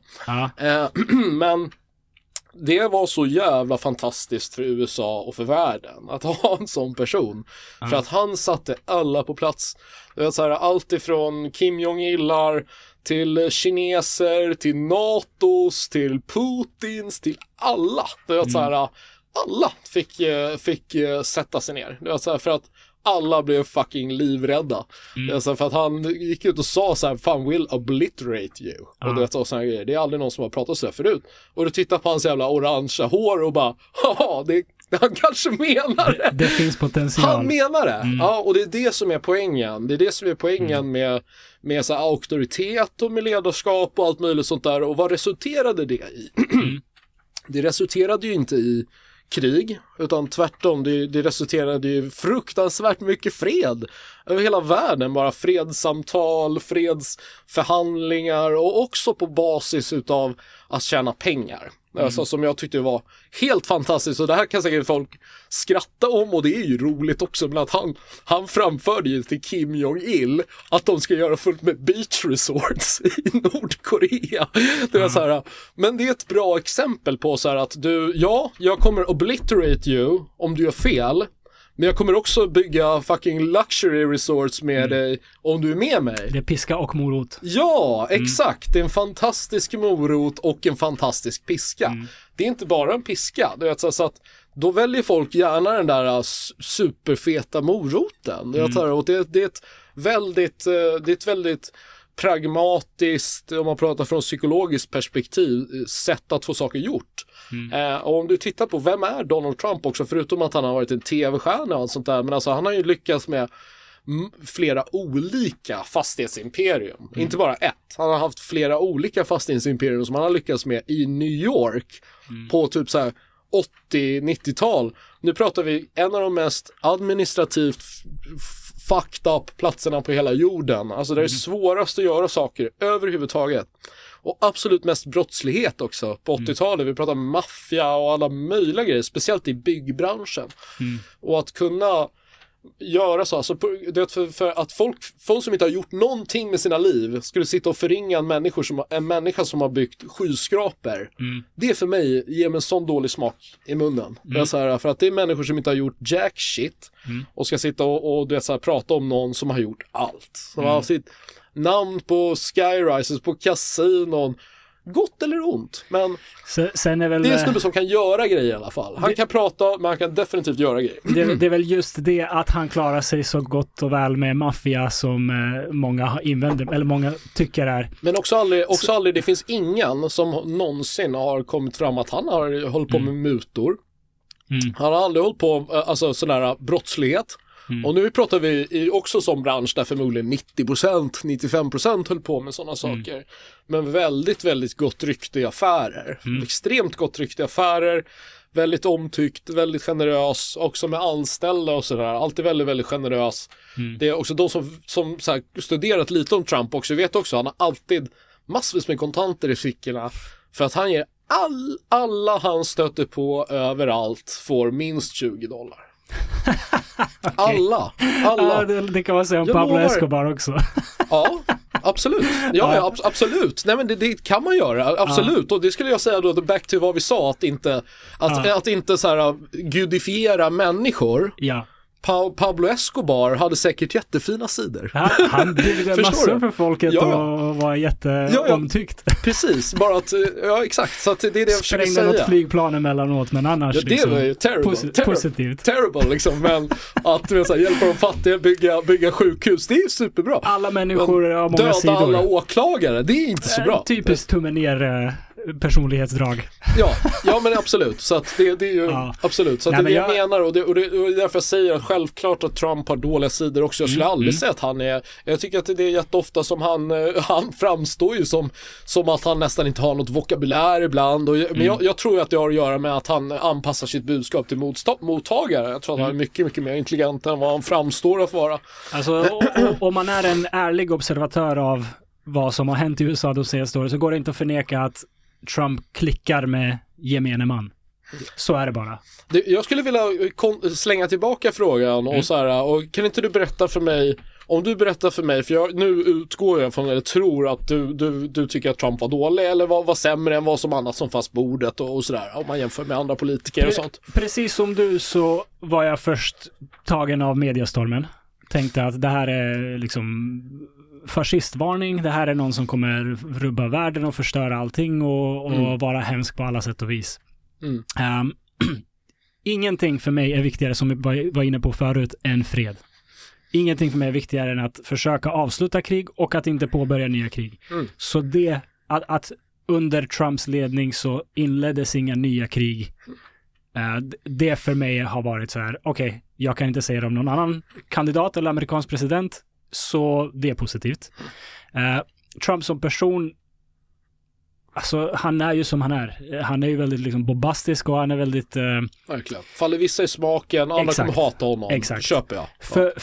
Men det var så jävla fantastiskt för USA och för världen att ha en sån person. För att han satte alla på plats. Det var så här, allt ifrån Kim Jong-ilar till kineser, till NATOs, till Putins, till alla. Det var så här, alla fick sätta sig ner. Det var så här, för att alla blev fucking livrädda. Det var så här, för att han gick ut och sa så här, fan, will obliterate you. Och det var såna grejer. Det är aldrig någon som har pratat så här förut. Och du tittar på hans jävla orangea hår och bara, haha, han kanske menar det. Det finns potential. Han menar det. Ja, och det är det som är poängen. Det är det som är poängen med så här auktoritet och med ledarskap och allt möjligt sånt där. Och vad resulterade det i? Det resulterade ju inte i krig, utan tvärtom, det resulterade ju fruktansvärt mycket fred över hela världen, bara fredssamtal, fredsförhandlingar och också på basis utav att tjäna pengar. Alltså, som jag tyckte var helt fantastiskt, och det här kan säkert folk skratta om, och det är ju roligt också, men att han framförde ju till Kim Jong-il att de ska göra fullt med beach resorts i Nordkorea. Det var så här, men det är ett bra exempel på så här att jag kommer obliterate you om du gör fel, men jag kommer också bygga fucking luxury resorts med dig om du är med mig. Det är piska och morot. Ja, exakt. Det är en fantastisk morot och en fantastisk piska. Det är inte bara en piska. Du vet, så att då väljer folk gärna den där superfeta moroten. Det är ett väldigt pragmatiskt, om man pratar från psykologiskt perspektiv, sätt att få saker gjort. Och om du tittar på vem är Donald Trump också, förutom att han har varit en tv-stjärna och sånt där, men alltså han har ju lyckats med flera olika fastighetsimperium. Inte bara ett. Han har haft flera olika fastighetsimperium som han har lyckats med i New York på typ så här 80-90-tal. Nu pratar vi en av de mest administrativt fucked up platserna på hela jorden. Alltså det är svårast att göra saker överhuvudtaget. Och absolut mest brottslighet också på 80-talet. Vi pratar maffia och alla möjliga grejer, speciellt i byggbranschen. Och att kunna göra så, alltså, för att folk som inte har gjort någonting med sina liv skulle sitta och förringa en människa som har byggt skyskrapor. Det för mig ger mig en sån dålig smak i munnen. Det är så här, för att det är människor som inte har gjort jack shit och ska sitta och det är så här, prata om någon som har gjort allt. Som har sitt namn på skyrises, på kasinon. Gott eller ont, men sen är väl, det är en snubbe som kan göra grejer i alla fall. Han kan prata, men han kan definitivt göra grejer. Det är väl just det att han klarar sig så gott och väl med maffia som många invänder, eller många tycker är. Men också aldrig, det finns ingen som någonsin har kommit fram att han har hållit på med mutor. Han har aldrig hållit på, alltså sån där brottslighet. Och nu pratar vi också som bransch där förmodligen 90%, höll på med sådana saker. Men väldigt, väldigt gott rykte i affärer. Extremt gott rykte i affärer. Väldigt omtyckt, väldigt generös. Också med anställda och sådär. Alltid väldigt, väldigt generös. Det är också de som så här, studerat lite om Trump också vet också. Han har alltid massvis med kontanter i fickorna. För att han ger alla han stöter på överallt får minst $20. Alla. Ja, det kan man säga om Pablo Escobar också. Ja, absolut. Ja, absolut. Nej, men det kan man göra, absolut. Och det skulle jag säga då, back to vad vi sa, att inte så här gudifiera människor. Ja. Pablo Escobar hade säkert jättefina sidor. Ja, han byggde massor för folket och var jätteomtyckt. Precis, bara att, exakt. Så att det är det jag försöker säga. Sprängde något flygplan emellanåt, men annars det liksom, var ju positivt. Terrible liksom, men att hjälpa de fattiga bygga sjukhus, det är superbra. Alla människor har många döda sidor. Alla åklagare, det är inte så bra. Typiskt tummen ner personlighetsdrag. Ja, men absolut. Så att det är ju absolut. Så att det jag menar, och det är därför jag säger att självklart att Trump har dåliga sidor också. Jag skulle aldrig säga att han är, jag tycker att det är jätteofta som han framstår ju som att han nästan inte har något vokabulär ibland. Men jag tror att det har att göra med att han anpassar sitt budskap till mottagare. Jag tror att han är mycket, mycket mer intelligent än vad han framstår att vara. Alltså, om man är en ärlig observatör av vad som har hänt i USA de senaste åren, så går det inte att förneka att Trump klickar med gemene man. Så är det bara. Jag skulle vilja slänga tillbaka frågan och så här, och kan inte du berätta för mig, om du berättar för mig, för jag nu utgår jag från, eller tror att du tycker att Trump var dålig eller var sämre än vad som annat som fast bordet och sådär, om man jämför med andra politiker och sånt. Precis som du så var jag först tagen av mediastormen. Tänkte att det här är liksom fascistvarning, det här är någon som kommer rubba världen och förstöra allting och vara hemsk på alla sätt och vis. Ingenting för mig är viktigare, som vi var inne på förut, än fred. Ingenting för mig är viktigare än att försöka avsluta krig och att inte påbörja nya krig. Så det att under Trumps ledning så inleddes inga nya krig. Det för mig har varit så här, okej, jag kan inte säga det om någon annan kandidat eller amerikansk president, så det är positivt. Trump som person, alltså han är ju som han är. Han är ju väldigt liksom bombastisk och han är väldigt... Verkligen. Faller vissa i smaken, andra kommer hata honom. Exakt. Köper jag.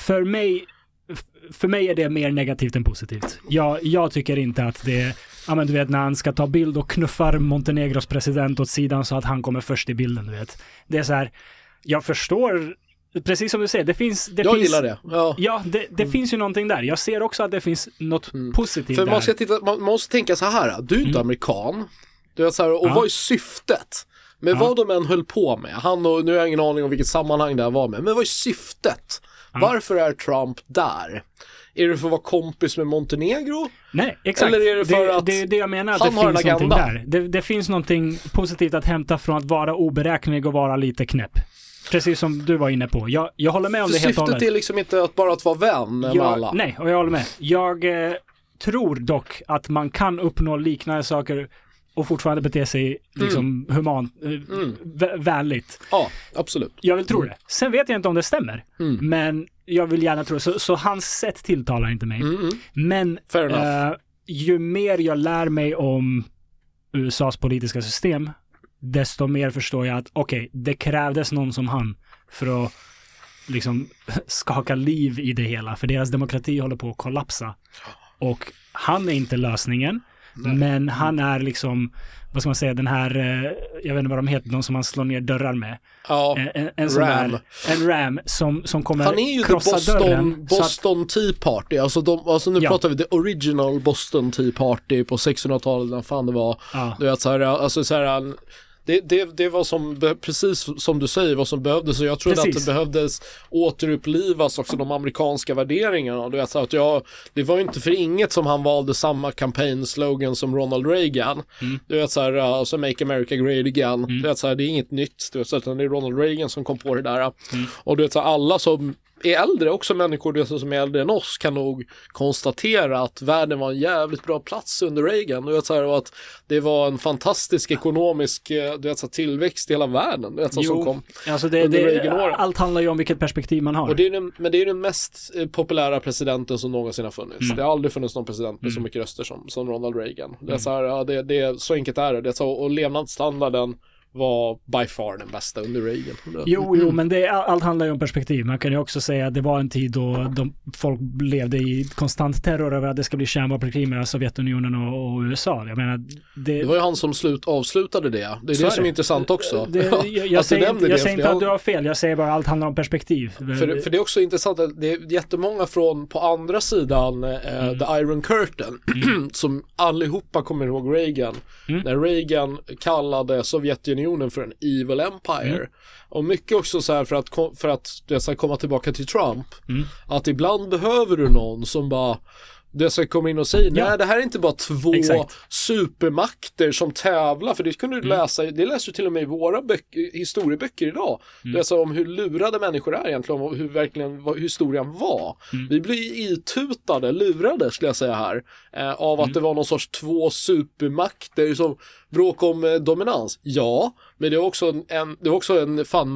För mig är det mer negativt än positivt. Jag tycker inte att det... Ja, men du vet, när han ska ta bild och knuffar Montenegros president åt sidan så att han kommer först i bilden, du vet. Det är så här, jag förstår... Precis som du säger, jag gillar det. Ja, det finns ju någonting där. Jag ser också att det finns något positivt för där. Man måste tänka så här, du är inte amerikan. Du vet så här, och vad är syftet? Men vad de än höll på med, nu har jag ingen aning om vilket sammanhang det här var med, men vad är syftet? Varför är Trump där? Är det för att vara kompis med Montenegro? Nej, exakt. Eller är det för att det jag menar, att det finns någonting där. Det finns någonting positivt att hämta från att vara oberäknelig och vara lite knäpp. Precis som du var inne på. Jag håller med om det helt och hållet. Syftet är liksom inte att bara att vara vän med alla. Nej, och jag håller med. Jag tror dock att man kan uppnå liknande saker och fortfarande bete sig liksom humant, vänligt. Ja, absolut. Jag vill tro det. Sen vet jag inte om det stämmer. Men jag vill gärna tro det. Så hans sätt tilltalar inte mig. Men ju mer jag lär mig om USAs politiska system, desto mer förstår jag att det krävdes någon som han för att liksom skaka liv i det hela. För deras demokrati håller på att kollapsa. Och han är inte lösningen. Men han är liksom, vad ska man säga, den här, jag vet inte vad de heter, de som man slår ner dörrar med. Ja, en sån Ram. En Ram som kommer han är ju krossa dörren. Boston Tea Party, alltså nu pratar vi the original Boston Tea Party på 1600-talet, när fan det var. Du vet så här, alltså så här, det var som, precis som du säger, vad som behövdes, och jag trodde att det behövdes återupplivas också, de amerikanska värderingarna. Du vet, så att det var inte för inget som han valde samma campaign-slogan som Ronald Reagan. Du vet så här, alltså Make America Great Again. Du vet så här, det är inget nytt, du vet, så att det är Ronald Reagan som kom på det där. Och du vet så här, alla som är äldre, också människor som är äldre än oss, kan nog konstatera att världen var en jävligt bra plats under Reagan. Du vet, så här, och att det var en fantastisk ekonomisk tillväxt i hela världen. Du vet, så som kom alltså allt handlar ju om vilket perspektiv man har. Och men det är den mest populära presidenten som någonsin har funnits. Det har aldrig funnits någon president med så mycket röster som Ronald Reagan. Det är så här, det är så enkelt är det. Det är så, och levnadsstandarden var by far den bästa under Reagan. Jo, men allt handlar ju om perspektiv. Man kan ju också säga att det var en tid då folk levde i konstant terror över att det ska bli kärnvapenkrig mellan Sovjetunionen och USA. Jag menar, det var ju han som avslutade det. Det är det som är intressant också. Jag säger inte att du har fel, jag säger bara att allt handlar om perspektiv. För det är också intressant att det är jättemånga från på andra sidan The Iron Curtain som allihopa kommer ihåg Reagan. När Reagan kallade Sovjetunionen för en evil empire. Och mycket också så här för att det ska komma tillbaka till Trump. Att ibland behöver du någon som bara det ska komma in och säga, nej det här är inte bara två supermakter som tävlar, för det kunde du läsa, det läser du till och med i våra historieböcker idag. Läsa om hur lurade människor är egentligen, och hur verkligen historien var. Vi blir lurade skulle jag säga här, av att det var någon sorts två supermakter som bråkade om dominans. Ja, men det är också en fan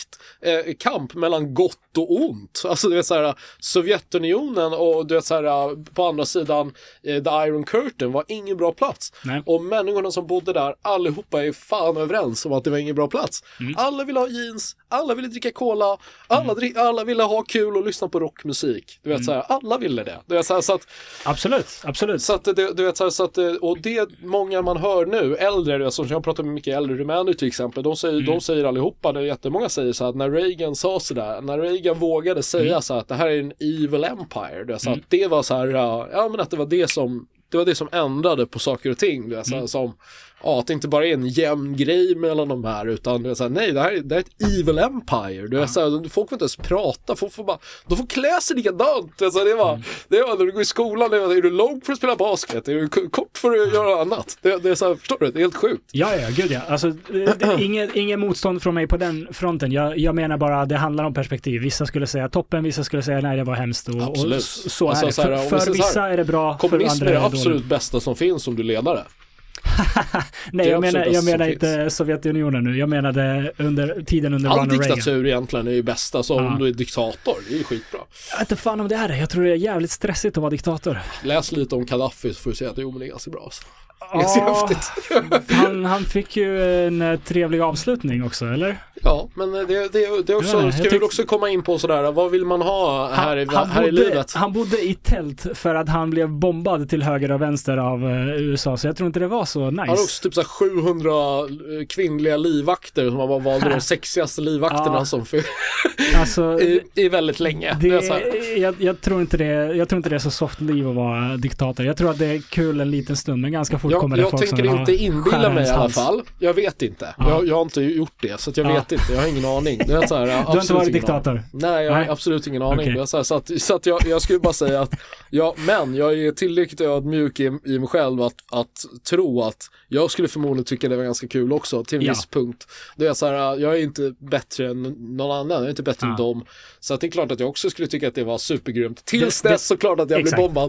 kamp mellan gott och ont. Alltså det är så här, Sovjetunionen och det är så här, på andra sidan The Iron Curtain var ingen bra plats. Nej. Och människorna som bodde där, allihopa är fan överens om att det var ingen bra plats. Alla ville ha jeans, alla ville dricka cola, alla ville ha kul och lyssna på rockmusik. Du vet så här, alla ville det. Du vet så här, så att absolut. Så att du vet så här, så att och det många man hör nu, äldre, som jag pratar med mycket äldre rumäner till exempel, de säger allihopa, det är jättemånga säger så att när Reagan sa så där, när Reagan vågade säga så att det här är en evil empire, det så att det var så här, ja men att det var det som ändrade på saker och ting, det så här, som att det inte bara är en jämn grej mellan de här, utan det är så här, nej, det är ett evil empire. Det är så här, folk får inte ens prata, de får klä sig likadant. Alltså, det var när du går i skolan, är du lång för att spela basket, är du kort för att göra annat. Det är så här, förstår du? Det är helt sjukt. Ja, gud ja. Alltså, det är ingen motstånd från mig på den fronten. Jag menar bara att det handlar om perspektiv. Vissa skulle säga toppen, vissa skulle säga nej, det var hemskt. Och så är det. Så här, för vissa är det bra, för andra är det dåligt. Kommunism är det absolut bästa som finns som du ledare. Nej, jag menar inte Sovjetunionen nu. Jag menade under tiden under Ronald Reagan. All diktatur egentligen är ju bästa, så om du är diktator, det är ju skitbra. Jag vet inte fan om det är det. Jag tror det är jävligt stressigt att vara diktator. Läs lite om Gaddafi så får du se att det är ganska bra. Han fick ju en trevlig avslutning också, eller? Ja, men det är också, ska vi också komma in på sådär, vad vill man ha här i livet? Han bodde i tält för att han blev bombad till höger och vänster av USA, så jag tror inte det var så nice. Han har också typ så 700 kvinnliga livvakter som var valde de sexigaste livvakterna som alltså, i väldigt länge. Jag tror inte det är så soft liv att vara diktator. Jag tror att det är kul en liten stund, men ganska fort kommer det folk som Jag tänker inte inbilla mig i alla fall. Jag vet inte. Jag har inte gjort det, så att jag vet inte. Jag har ingen aning. Det är så här, du har inte varit diktator? Nej, jag har absolut ingen aning. Okay. Så att jag skulle bara säga att men jag är tillräckligt ödmjuk i mig själv att tro att jag skulle förmodligen tycka det var ganska kul också till en viss punkt. Det är så här, jag är inte bättre än någon annan. Jag är inte bättre än dem. Så att det är klart att jag också skulle tycka att det var supergrymt. Tills dess så klart att jag blir bombad.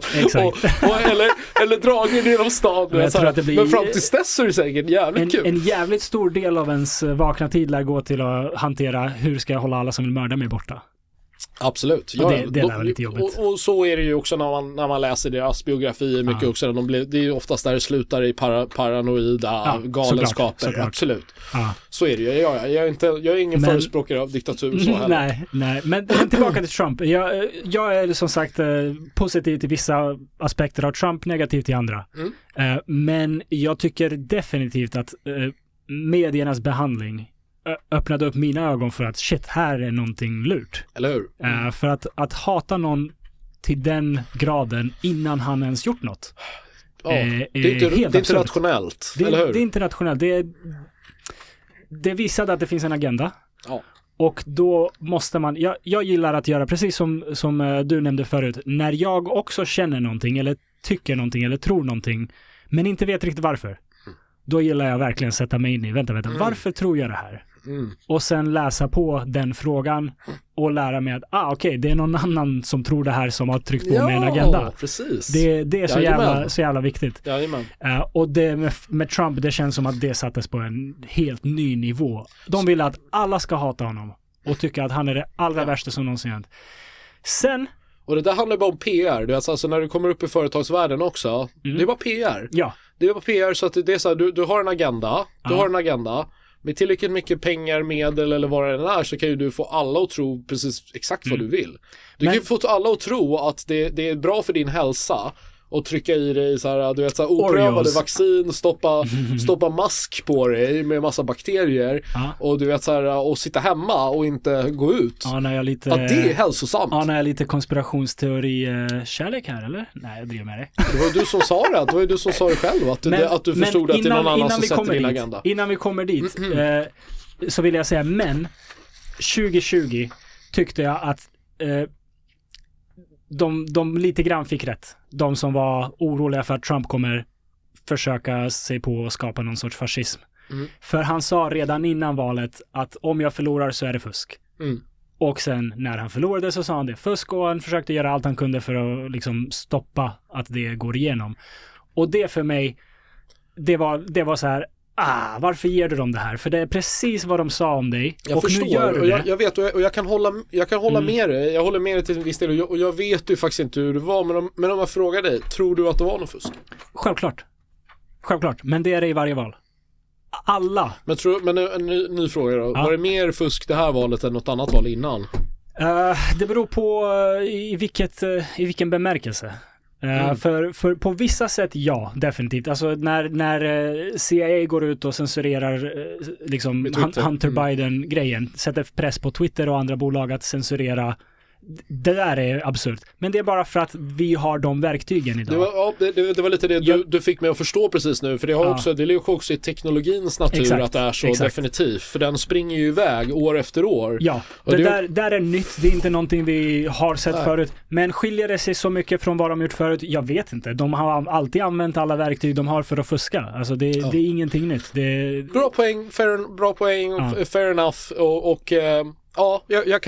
Eller dragen genom stan. Men fram till dess så är det säkert jävligt kul. En jävligt stor del av ens vakna tid lär gå till att hantera hur ska jag hålla alla som vill mörda mig borta. Absolut. Det är lite jobbigt. Och så är det ju också när man läser deras biografier mycket också. Det är ju oftast där det slutar i paranoida galenskaper. Såklart. Absolut. Så är det ju. Jag är ingen förespråkare av diktatur så heller. Nej. Men tillbaka till Trump. Jag är som sagt positiv till vissa aspekter av Trump, negativ till andra. Men jag tycker definitivt att mediernas behandling öppnade upp mina ögon för att shit, här är någonting lurt. Eller hur? För att hata någon till den graden innan han ens gjort något. Det är inte rationellt. Eller hur? Det är inte rationellt. Det visade att det finns en agenda. Ja. Och då måste man, jag gillar att göra precis som du nämnde förut, när jag också känner någonting eller tycker någonting eller tror någonting men inte vet riktigt varför. Då gillar jag verkligen sätta mig in i, vänta, varför tror jag det här? Och sen läsa på den frågan och lära mig att okej, det är någon annan som tror det här som har tryckt på med en agenda. Precis. Det är så jävla viktigt. Och det med Trump, det känns som att det sattes på en helt ny nivå. De vill att alla ska hata honom och tycka att han är det allra värsta som någonsin hänt. Sen och det där handlar bara om PR. Alltså när du kommer upp i företagsvärlden också, det är bara PR. Ja. Det är bara PR, så att det är så här, du har en agenda. Du har en agenda. med tillräckligt mycket pengar, medel eller vad det än är, så kan ju du få alla att tro precis exakt vad du vill. Du kan ju få alla att tro att det är bra för din hälsa och trycka i dig så här, du vet, så här, oprövade vaccin, stoppa mask på dig med massa bakterier och du vet så här, och sitta hemma och inte gå ut. Ja, när jag lite, att det är hälsosamt. Ja, när jag är lite konspirationsteori kärlek här, eller? Nej, jag driver med det. Det var du som sa det. Det var ju du som sa det själv, att du förstod att det är någon annan som sätter din agenda. Innan vi kommer dit så vill jag säga, men 2020 tyckte jag att de lite grann fick rätt. De som var oroliga för att Trump kommer försöka sig på att skapa någon sorts fascism. För han sa redan innan valet att om jag förlorar så är det fusk. Och sen när han förlorade så sa han det fusk, och han försökte göra allt han kunde för att liksom stoppa att det går igenom. Och det för mig, det var så här, varför ger du dem det här? För det är precis vad de sa om dig. Jag förstår, nu gör du det. Jag vet, och jag kan hålla med dig. Jag håller med dig till en viss del, och jag vet ju faktiskt inte hur det var, men om jag frågar dig, tror du att det var någon fusk? Självklart, men det är det i varje val. Alla. Men en ny fråga då. Var det mer fusk det här valet än något annat val innan? Det beror på i vilken bemärkelse. För på vissa sätt, ja, definitivt. Alltså när CIA går ut och censurerar liksom Hunter Biden-grejen, sätter press på Twitter och andra bolag att censurera, det där är absurt. Men det är bara för att vi har de verktygen idag. Det var lite det du fick mig att förstå precis nu. För det har också, det ligger också i teknologins natur att det är så definitivt. För den springer ju iväg år efter år. Ja, där är nytt. Det är inte någonting vi har sett förut. Men skiljer det sig så mycket från vad de gjort förut? Jag vet inte. De har alltid använt alla verktyg de har för att fuska. Alltså det är ingenting nytt. Bra poäng, fair enough. Ja, jag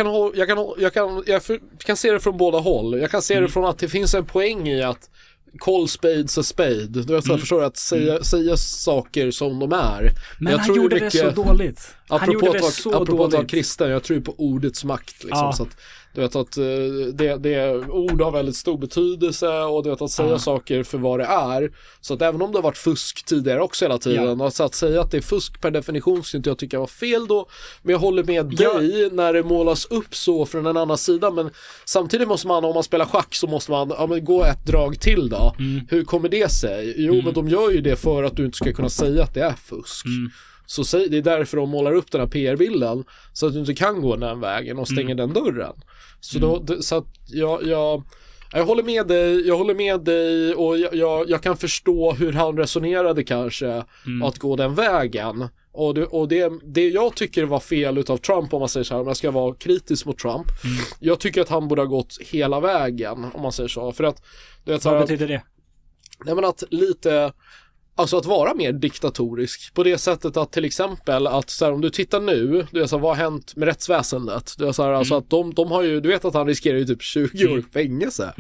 kan se det från båda håll. Jag kan se det från att det finns en poäng i att call spades a spade. Du vet, jag förstår att säga saker som de är. Men jag han gjorde mycket, det så dåligt. Apropå att vara kristen, jag tror på ordets makt. Liksom, så att, du vet att det ord har väldigt stor betydelse, och du vet att säga saker för vad det är. Så att även om det har varit fusk tidigare också hela tiden, alltså att säga att det är fusk per definition skulle inte jag tycka var fel då. Men jag håller med dig när det målas upp så från en annan sida. Men samtidigt måste man, om man spelar schack, så måste man gå ett drag till då. Hur kommer det sig? Jo, men de gör ju det för att du inte ska kunna säga att det är fusk. Så det är därför de målar upp den här PR-bilden, så att du inte kan gå den vägen och stänger den dörren. Så att jag håller med dig, och jag kan förstå hur han resonerade kanske att gå den vägen. Och det jag tycker var fel utav Trump, om man säger så här, om jag ska vara kritisk mot Trump, jag tycker att han borde ha gått hela vägen, om man säger så. För att, vad betyder det? Nej, men att lite... Alltså att vara mer diktatorisk på det sättet att till exempel att så här, om du tittar nu, du vet, så, vad har hänt med rättsväsendet? Du vet, så här, alltså att de har ju, du vet att han riskerar ju typ 20 år fängelse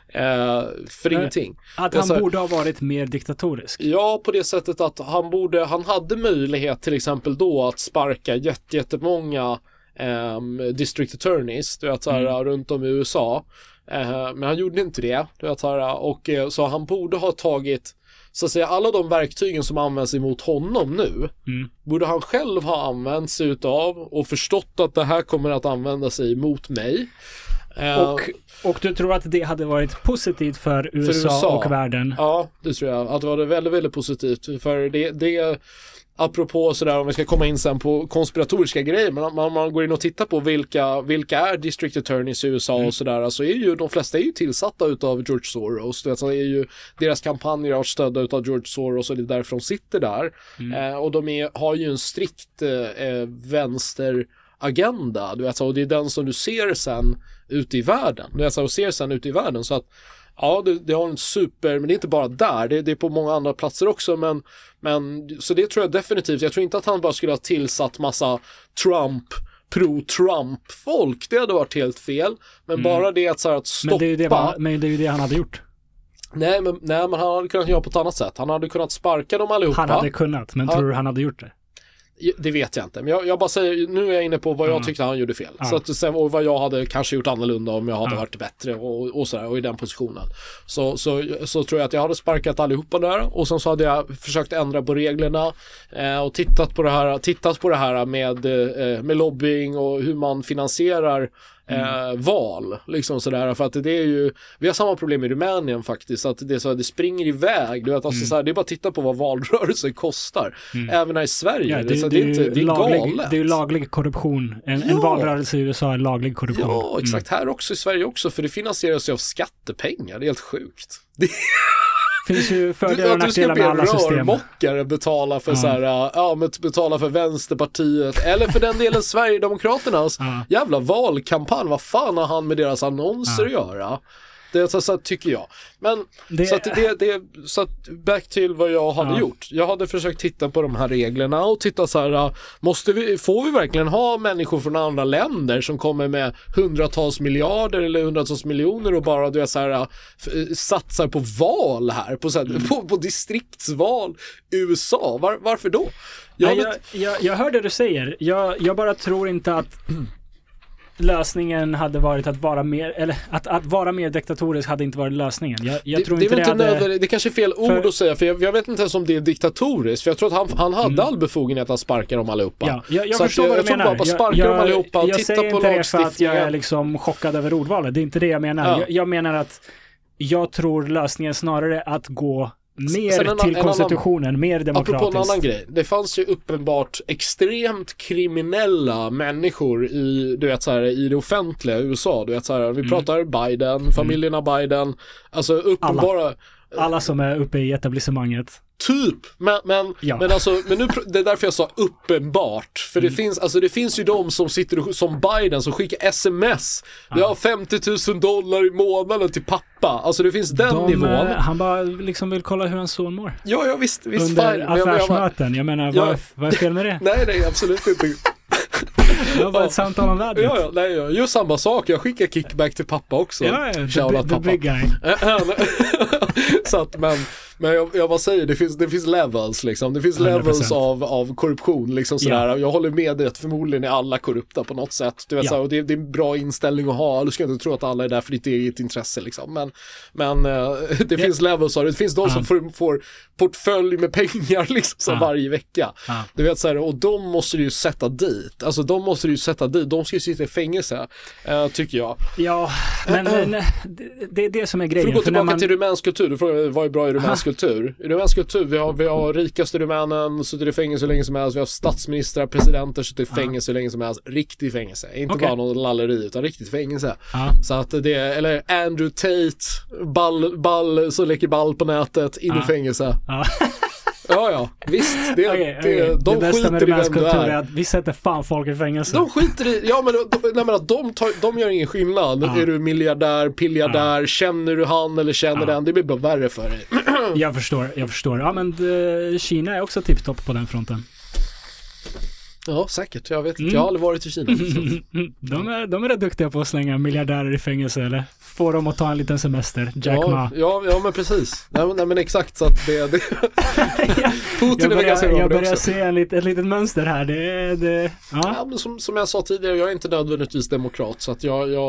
för ingenting. Att han borde ha varit mer diktatorisk. Ja, på det sättet att han hade möjlighet till exempel då att sparka jättemånga district attorneys, du vet, så här, runt om i USA. Men han gjorde inte det, du vet, så här, och så han borde ha tagit, så att säga, alla de verktygen som används emot honom nu borde han själv ha använt sig utav och förstått att det här kommer att använda sig emot mig. Och du tror att det hade varit positivt för USA och världen? Ja, det tror jag. Att det var väldigt, väldigt positivt. För det apropå sådär, om vi ska komma in sen på konspiratoriska grejer, men om man går in och tittar på vilka är district attorneys i USA och sådär, alltså är ju de flesta är ju tillsatta utav George Soros. Det är ju deras kampanjer har stödda utav George Soros, och det är därför de sitter där. Och de har ju en strikt vänsteragenda, du vet, och det är den som du ser sen ute i världen. Du vet, och ser sen ute i världen, så att ja, det har en men det är inte bara där, det är på många andra platser också, men så det tror jag definitivt. Jag tror inte att han bara skulle ha tillsatt massa pro-Trump-folk, det hade varit helt fel, men bara det att, så här, att stoppa. Men det är ju det han hade gjort. Nej, men han hade kunnat göra på ett annat sätt. Han hade kunnat sparka dem allihopa. Han hade kunnat, men tror du han hade gjort det? Det vet jag inte, men jag bara säger, nu är jag inne på vad jag tyckte han gjorde fel. Så att sen, och vad jag hade kanske gjort annorlunda om jag hade varit bättre och sådär, och i den positionen. Så tror jag att jag hade sparkat allihopa där, och sen så hade jag försökt ändra på reglerna och tittat på det här med lobbying och hur man finansierar val, liksom sådär, för att det är ju, vi har samma problem i Rumänien faktiskt, att det är så att det springer iväg, du vet, alltså så här, det är bara att titta på vad valrörelser kostar, även här i Sverige, det är galet. Det är ju laglig korruption, en valrörelse i USA är laglig korruption. Ja, exakt, här också i Sverige också, för det finansieras ju av skattepengar, det är helt sjukt. Finns ju fördelar och nackdelar med alla system. Du ska be rörmokare betala för betala för Vänsterpartiet, eller för den delen Sverigedemokraternas jävla valkampanj. Vad fan har han med deras annonser att göra? Det är så tycker jag. Men så att back till vad jag hade gjort. Jag hade försökt titta på de här reglerna och titta så här, får vi verkligen ha människor från andra länder som kommer med hundratals miljarder eller hundratals miljoner och bara så här, satsar på val här på distriktsval i USA. Varför då? Jag hör det du säger. Jag bara tror inte att lösningen hade varit att vara mer, eller att vara mer diktatorisk hade inte varit lösningen. Jag tror inte det kanske är fel ord att säga, för jag vet inte ens om det är diktatoriskt, för jag tror att han hade all befogenhet att sparka dem allihopa. Jag förstår vad du menar. Jag titta säger på inte det för att jag är liksom chockad över ordvalet. Det är inte det jag menar. Jag menar att jag tror lösningen snarare att gå mer till konstitutionen, mer demokratiskt. Apropå en annan grej. Det fanns ju uppenbart extremt kriminella människor i det offentliga USA. Du vet så här, vi pratar Biden, familjerna Biden, alltså uppenbara alla som är uppe i etablissemanget. Typ, men nu, det är därför jag sa uppenbart, för det finns ju de som sitter som Biden som skickar sms. Vi har $50,000 i månaden till pappa. Alltså det finns den nivån. Han bara liksom vill kolla hur hans son mår. Ja, visst under fine. Affärsmöten. Jag menar, vad är fel med det? Nej, absolut inte. Det var ett samtal om värdet. Jag gör samma sak. Jag skickar kickback till pappa också. The big guy. Så att, men jag bara säger, det finns levels liksom. Det finns 100%. Levels av korruption liksom sådär. Yeah. Jag håller med dig att förmodligen är alla korrupta på något sätt. Du vet, så här, och det är en bra inställning att ha. Du ska inte tro att alla är där för ditt eget intresse liksom. Men det finns levels av det. Det finns de som får portfölj med pengar liksom varje vecka. Du vet så här, och de måste du ju sätta dit. Alltså de måste du ju sätta dit. De ska ju sitta i fängelse, tycker jag. Ja, men det är det som är grejen. För att gå tillbaka till rumänsk kultur. Du frågar vad är bra i rumänsk kultur? I rumänsk kultur, vi har rikaste rumänen sitter i fängelse hur länge som helst. Vi har statsministrar, presidenter sitter i fängelse hur länge som helst. Riktigt fängelse. Inte bara någon lalleri, utan riktigt fängelse. Så att det är, eller Andrew Tate, ball som leker ball på nätet, in i fängelse. Ja, visst. De skiter i vem du är. Att vi sätter fan folk i fängelse. De skiter i, de gör ingen skillnad. Är du miljardär, piljardär, känner du han eller känner den? Det blir bara värre för dig. Jag förstår. Ja, men Kina är också tipptopp på den fronten. Ja, säkert. Jag vet inte. Jag har aldrig varit i Kina. De är rätt duktiga på att slänga miljardärer i fängelse, eller får dem att ta en liten semester. Jack Ma. Ja, men precis. Nej, men exakt, så att det Putin jag börjar se ett litet mönster här. Ja, men som jag sa tidigare, jag är inte nödvändigtvis demokrat, så att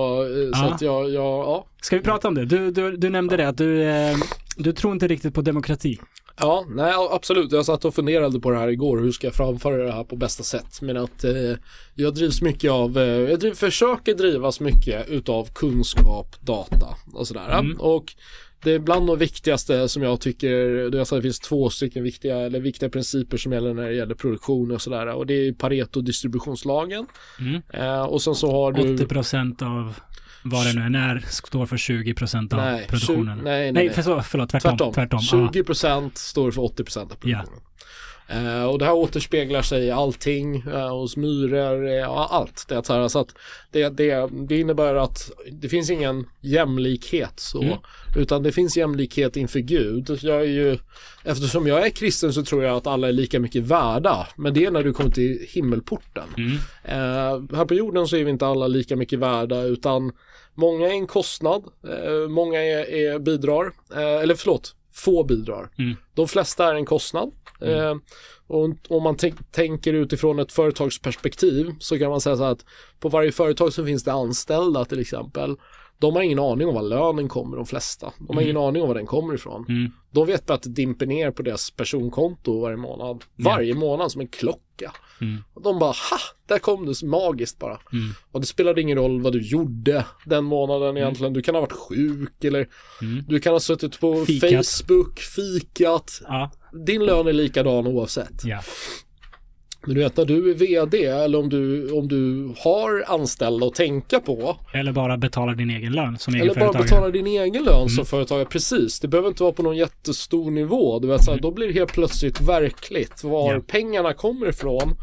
jag Ska vi prata om det? Du nämnde det att du tror inte riktigt på demokrati. Ja, nej, absolut. Jag satt och funderade på det här igår. Hur ska jag framföra det här på bästa sätt? Men att jag drivs mycket av... försöker drivas mycket utav kunskap, data och sådär. Och det är bland de viktigaste som jag tycker... Det finns 2 stycken viktiga principer som gäller när det gäller produktion och sådär. Och det är Pareto-distributionslagen. Och sen så har du... 80% av... vad det nu än är, står för 20% av produktionen. Nej, förlåt, tvärtom. 20% står för 80% av produktionen. Och det här återspeglar sig i allting, hos myror, allt det här, så att det innebär att det finns ingen jämlikhet så, utan det finns jämlikhet inför Gud. Eftersom jag är kristen så tror jag att alla är lika mycket värda, men det är när du kommer till himmelporten. Här på jorden så är vi inte alla lika mycket värda, utan många är en kostnad, många bidrar, få bidrar. De flesta är en kostnad. Och om man tänker utifrån ett företagsperspektiv så kan man säga så att på varje företag så finns det anställda till exempel. De har ingen aning om var lönen kommer, de flesta. De har ingen aning om var den kommer ifrån. De vet bara att det dimper ner på deras personkonto varje månad. Varje månad som en klocka. Och de bara, där kom det magiskt bara. Och det spelade ingen roll vad du gjorde den månaden egentligen. Du kan ha varit sjuk eller du kan ha suttit på Facebook, fikat. Din lön är likadan oavsett. Men du vet, när du är vd eller om du har anställda att tänka på. Eller bara betalar din egen lön som egen företagare. Eller bara betalar din egen lön som företagare, precis. Det behöver inte vara på någon jättestor nivå. Du vet, så här, då blir det helt plötsligt verkligt var pengarna kommer ifrån.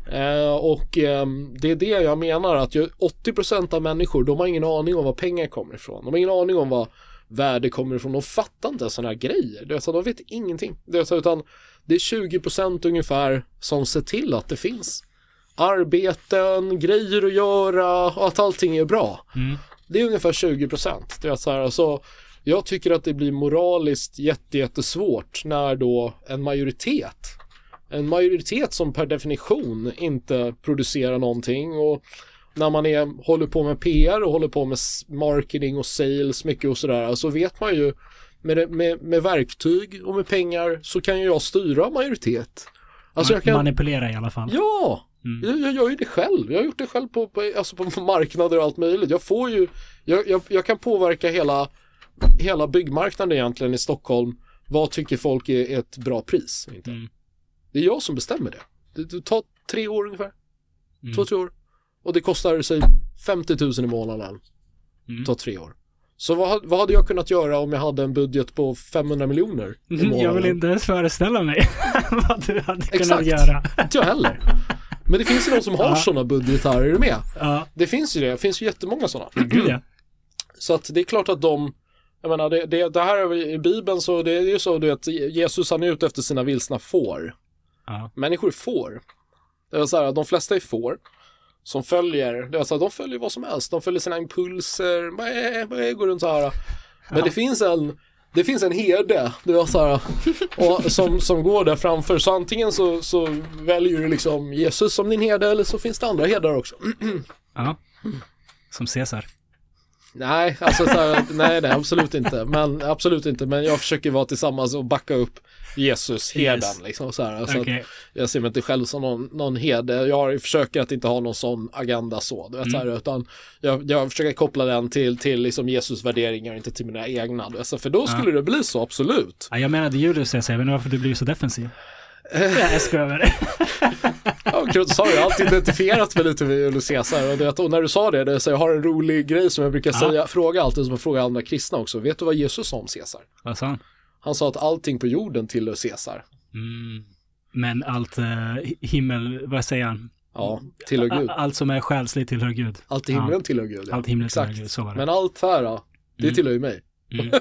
Det är det jag menar, att 80% av människor, de har ingen aning om var pengar kommer ifrån. De har ingen aning om vad värde kommer ifrån. De fattar inte sådana här grejer. Det är så, de vet ingenting. Det är så, utan det är 20% ungefär som ser till att det finns arbeten, grejer att göra och att allting är bra. Det är ungefär 20%. Det är så här, alltså, jag tycker att det blir moraliskt jättesvårt när då en majoritet som per definition inte producerar någonting, och när man håller på med PR och håller på med marketing och sales mycket och sådär, så vet man ju med verktyg och med pengar så kan ju jag styra majoritet. Alltså jag kan manipulera i alla fall. Ja, jag gör ju det själv. Jag har gjort det själv på marknader och allt möjligt. Jag får ju jag kan påverka hela byggmarknaden egentligen i Stockholm. Vad tycker folk är ett bra pris? Det är jag som bestämmer det. Det tar 3 år ungefär. 2-3 år. Och det kostar sig 50 000 i månaden. Det tar 3 år. Så vad hade jag kunnat göra om jag hade en budget på 500 miljoner i månaden? Jag vill inte ens föreställa mig vad du hade kunnat göra. Inte jag heller. Men det finns ju någon som har sådana budgetar, är du med? Det finns ju det. Det finns ju jättemånga sådana. Så att det är klart att jag menar, det här i Bibeln, så det är ju så, du vet, Jesus han är ute efter sina vilsna får. Människor är får. Det är så här, de flesta är får som följer, det är så här, de följer vad som helst. De följer sina impulser, går runt så här. Men det finns en herde, det är så här, och som går där framför. Så antingen så väljer du liksom Jesus som din herde, eller så finns det andra herdar också. Som Caesar. Nej, alltså så här, nej, absolut inte. Men jag försöker vara tillsammans och backa upp Jesus, herden, liksom så här. Alltså jag ser mig inte själv som någon herde. Jag försöker att inte ha någon sån agenda så, du vet, så här, utan jag försöker koppla den till liksom Jesus värderingar, inte till mina egna. Alltså, för då skulle det bli så, absolut. Jag menade Julius, jag vet inte varför du blir så defensiv. Jag ska över det. Jag har alltid identifierat mig lite med Julius Caesar, och när du sa det så jag har en rolig grej som jag brukar säga, fråga alltid, som jag frågar andra kristna också. Vet du vad Jesus sa om Caesar? Vad sa han? Han sa att allting på jorden tillhör Caesar. Men allt himmel, vad säger han? Ja, tillhör Gud. Allt som är själsligt tillhör Gud. Allt i himlen tillhör Gud. Allt himlen tillhör Gud, så var det. Men allt här, det tillhör ju mig.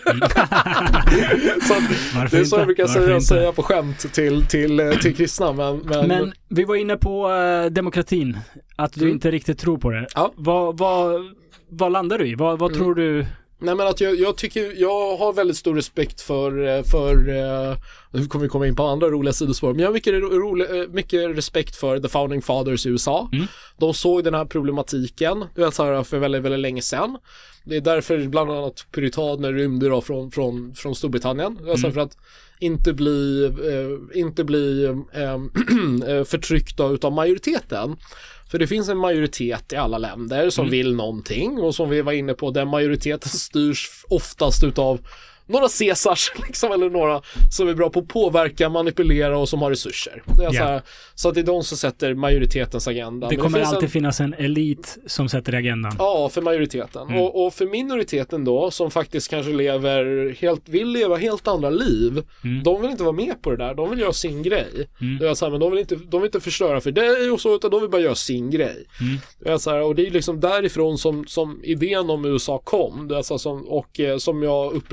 Så det är så jag brukar säga på skämt till kristna, men vi var inne på demokratin, att du inte riktigt tror på det. Vad landar du i? Vad tror du? Nej, men att jag tycker, jag har väldigt stor respekt för nu kommer vi komma in på andra roliga sidospår, men jag har mycket respekt för the founding fathers i USA. De såg den här problematiken, det var så här, för väldigt, väldigt länge sedan. Det är därför bland annat puritaner rymde då från Storbritannien, alltså för att inte bli förtryckta utav majoriteten. För det finns en majoritet i alla länder som vill någonting, och som vi var inne på, den majoriteten styrs oftast utav några Caesars liksom, eller några som är bra på att påverka, manipulera och som har resurser. Det är så här, så att det är de som sätter majoritetens agenda. Det kommer alltid finnas en elit som sätter agendan. Ja, för majoriteten. Och för minoriteten då, som faktiskt kanske vill leva helt andra liv, de vill inte vara med på det där. De vill göra sin grej. Det är så här, men de vill inte förstöra för dig och så, utan de vill bara göra sin grej. Det är så här, och det är liksom därifrån som idén om USA kom. Det är så, som jag upplever att